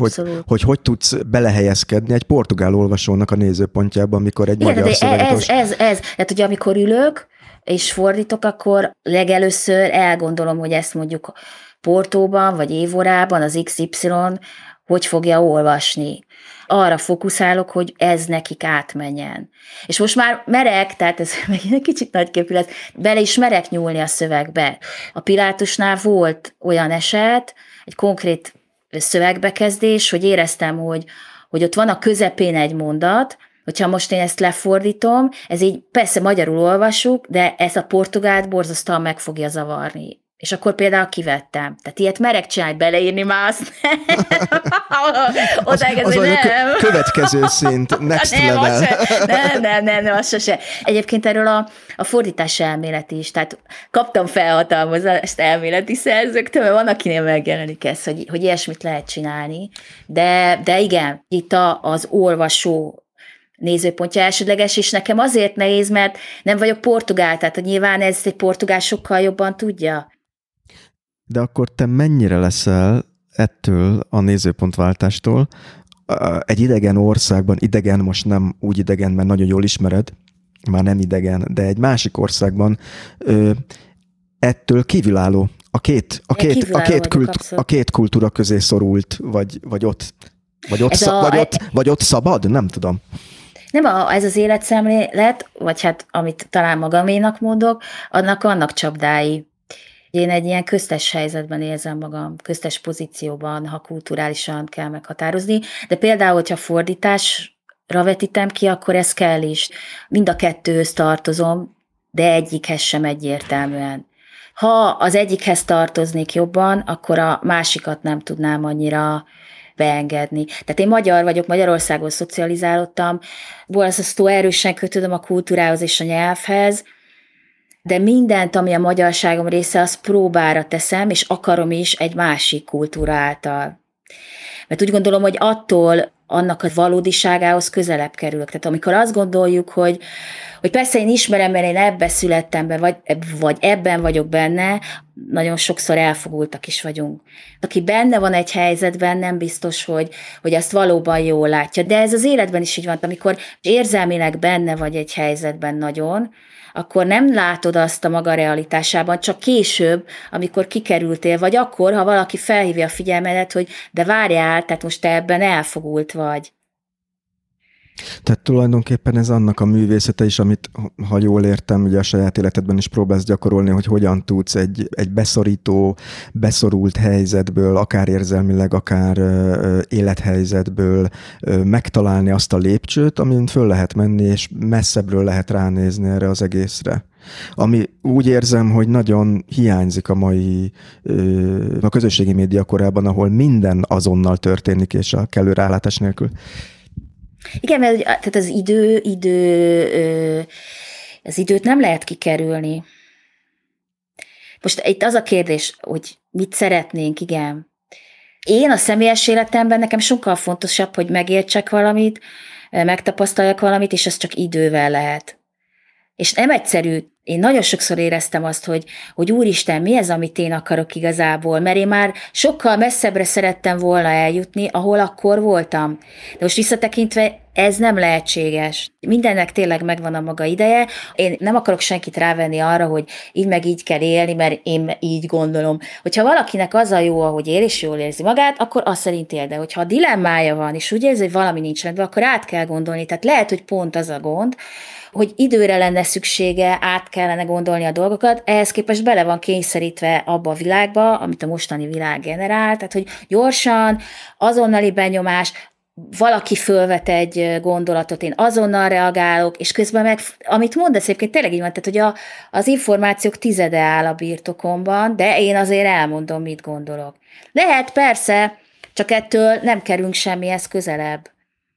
hogy tudsz belehelyezkedni egy portugál olvasónak a nézőpontjába, amikor egy magyar szöveget. Hát ugye amikor ülök és fordítok, akkor legelőször elgondolom, hogy ezt mondjuk Portóban vagy Évorában az XY hogy fogja olvasni. Arra fókuszálok, hogy ez nekik átmenjen. És most már merek, tehát ez megint egy kicsit nagyképű lesz, bele is merek nyúlni a szövegbe. A Pilátusnál volt olyan eset, egy konkrét szövegbekezdés, hogy éreztem, hogy ott van a közepén egy mondat, hogyha most én ezt lefordítom, ez így persze magyarul olvassuk, de ez a portugált borzasztóan meg fogja zavarni. És akkor például kivettem. Tehát ilyet merek csinálni, beleírni már azt. Az a következő szint, next level. Nem, az sose. Egyébként erről a fordítás elméleti is. Tehát kaptam felhatalmazást elméleti szerzőktől, mert van, akinél megjelenik ez, hogy ilyesmit lehet csinálni. De igen, itt az olvasó nézőpontja elsődleges, és nekem azért nehéz, mert nem vagyok portugál, tehát nyilván ez egy portugál sokkal jobban tudja. De akkor te mennyire leszel ettől a nézőpontváltástól egy idegen országban, idegen most nem úgy idegen, mert nagyon jól ismered, már nem idegen, de egy másik országban ettől kívülálló, a két kultúra közé szorult, vagy ott szabad? Nem tudom. Nem, ez az életszemlélet, vagy hát amit talán magaménak mondok, annak csapdái. Én egy ilyen köztes helyzetben érzem magam, köztes pozícióban, ha kulturálisan kell meghatározni, de például, hogyha fordításra vetítem ki, akkor ez kell is. Mind a kettőhöz tartozom, de egyikhez sem egyértelműen. Ha az egyikhez tartoznék jobban, akkor a másikat nem tudnám annyira beengedni. Tehát én magyar vagyok, Magyarországon szocializálódtam, borzasztó erősen kötődöm a kultúrához és a nyelvhez, de mindent, ami a magyarságom része, azt próbára teszem, és akarom is egy másik kultúra által. Mert úgy gondolom, hogy attól annak a valódiságához közelebb kerülök. Tehát amikor azt gondoljuk, hogy persze én ismerem, mert én ebben születtem be, vagy ebben vagyok benne, nagyon sokszor elfogultak is vagyunk. Aki benne van egy helyzetben, nem biztos, hogy azt valóban jól látja. De ez az életben is így van, amikor érzelmileg benne vagy egy helyzetben nagyon, akkor nem látod azt a maga realitásában, csak később, amikor kikerültél, vagy akkor, ha valaki felhívja a figyelmedet, hogy de várjál, tehát most te ebben elfogult vagy. Tehát tulajdonképpen ez annak a művészete is, amit, ha jól értem, ugye a saját életedben is próbálsz gyakorolni, hogy hogyan tudsz egy beszorító, beszorult helyzetből, akár érzelmileg, akár élethelyzetből megtalálni azt a lépcsőt, amin föl lehet menni, és messzebbről lehet ránézni erre az egészre. Ami úgy érzem, hogy nagyon hiányzik a közösségi média korában, ahol minden azonnal történik, és a kellő rálátás nélkül. Igen, mert tehát az időt nem lehet kikerülni. Most itt az a kérdés, hogy mit szeretnénk, igen. Én a személyes életemben nekem sokkal fontosabb, hogy megértsek valamit, megtapasztaljak valamit, és ez csak idővel lehet. És nem egyszerű. Én nagyon sokszor éreztem azt, hogy úristen, mi ez, amit én akarok igazából, mert én már sokkal messzebbre szerettem volna eljutni, ahol akkor voltam. De most visszatekintve ez nem lehetséges. Mindennek tényleg megvan a maga ideje. Én nem akarok senkit rávenni arra, hogy így meg így kell élni, mert én így gondolom. Hogyha valakinek az a jó, ahogy él, és jól érzi magát, akkor azt szerint él. De hogyha a dilemmája van, és úgy érzi, hogy valami nincs rendben, akkor át kell gondolni. Tehát lehet, hogy pont az a gond, hogy időre lenne szüksége, át kellene gondolni a dolgokat, ehhez képest bele van kényszerítve abba a világba, amit a mostani világ generál, tehát hogy gyorsan, azonnali benyomás, valaki fölvet egy gondolatot, én azonnal reagálok, és közben meg, amit mondasz, egyébként tényleg így van, tehát hogy az információk tizede áll a birtokomban, de én azért elmondom, mit gondolok. Lehet, persze, csak ettől nem kerülünk semmihez közelebb.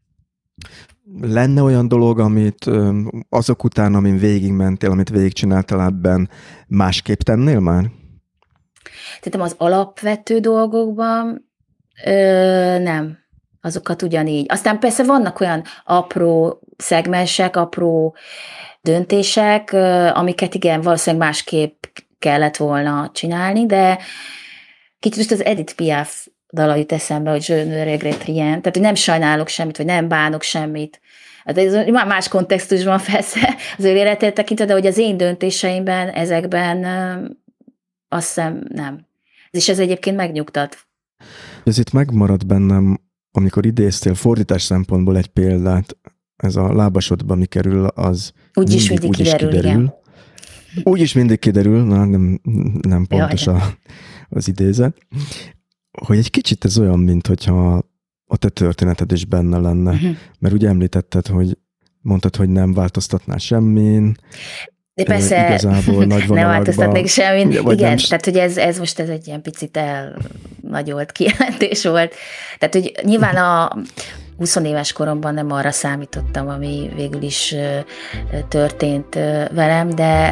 Lenne olyan dolog, amit azok után, amin végigmentél, amit végigcsináltál ebben, másképp tennél már? Szerintem az alapvető dolgokban nem. Azokat ugyanígy. Aztán persze vannak olyan apró szegmensek, apró döntések, amiket igen, valószínűleg másképp kellett volna csinálni, de kicsit most az Edith Piaf dala jut eszembe, hogy je ne regrette rien, tehát hogy nem sajnálok semmit, vagy nem bánok semmit. Hát ez már más kontextusban persze az ő életét tekintve, de hogy az én döntéseimben, ezekben azt hiszem nem. És ez egyébként megnyugtat. Ez itt megmaradt bennem, amikor idéztél fordítás szempontból egy példát, ez a lábasodba mi kerül, az úgyis mindig kiderül. Igen. Úgyis mindig kiderül, nem pontos az idézet, hogy egy kicsit ez olyan, mint hogyha a te történeted is benne lenne. Uh-huh. Mert ugye említetted, hogy mondtad, hogy nem változtatnál semmin. De persze igazából nagy nem változtatnék semmin. Igen, tehát hogy ez most egy ilyen picit elnagyolt kijelentés volt. Tehát, hogy nyilván a 20 éves koromban nem arra számítottam, ami végül is történt velem,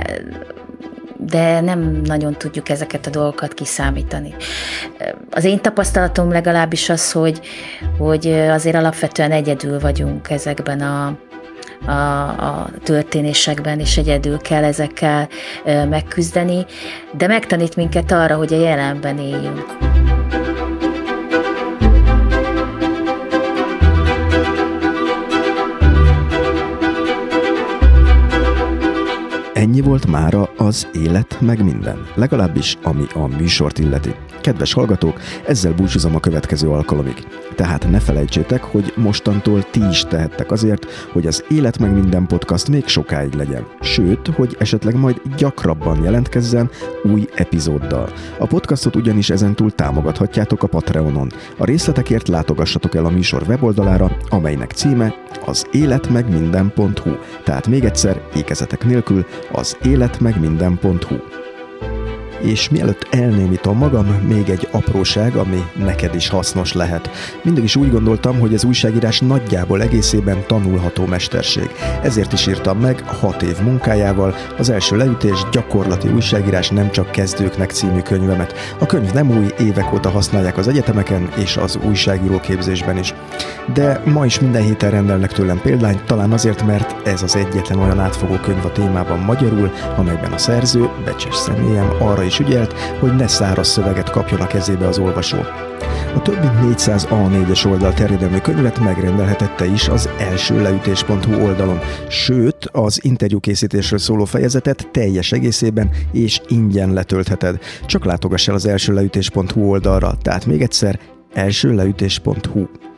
de nem nagyon tudjuk ezeket a dolgokat kiszámítani. Az én tapasztalatom legalábbis az, hogy azért alapvetően egyedül vagyunk ezekben a történésekben, és egyedül kell ezekkel megküzdeni, de megtanít minket arra, hogy a jelenben éljünk. Ennyi volt mára az Élet meg minden, legalábbis ami a műsort illeti. Kedves hallgatók, ezzel búcsúzom a következő alkalomig. Tehát ne felejtsétek, hogy mostantól ti is tehettek azért, hogy az Élet meg minden podcast még sokáig legyen. Sőt, hogy esetleg majd gyakrabban jelentkezzen új epizóddal. A podcastot ugyanis ezentúl támogathatjátok a Patreonon. A részletekért látogassatok el a műsor weboldalára, amelynek címe az életmegminden.hu. Tehát még egyszer, ékezetek nélkül, az életmegminden.hu. És mielőtt elnémítom magam, még egy apróság, ami neked is hasznos lehet. Mindig is úgy gondoltam, hogy az újságírás nagyjából egészében tanulható mesterség. Ezért is írtam meg 6 év munkájával az első leütés gyakorlati újságírás nem csak kezdőknek című könyvemet. A könyv nem új, évek óta használják az egyetemeken és az újságíróképzésben is. De ma is minden héten rendelnek tőlem példányt, talán azért, mert ez az egyetlen olyan átfogó könyv a témában magyarul, amelyben a szerző, becses személyem arra is ügyelt, hogy ne száraz szöveget kapjon a kezébe az olvasó. A több mint 400 A4-es oldal terjedelmű könyvet megrendelhetette is az elsőleütés.hu oldalon, sőt, az interjúkészítésről szóló fejezetet teljes egészében és ingyen letöltheted. Csak látogass el az elsőleütés.hu oldalra, tehát még egyszer elsőleütés.hu.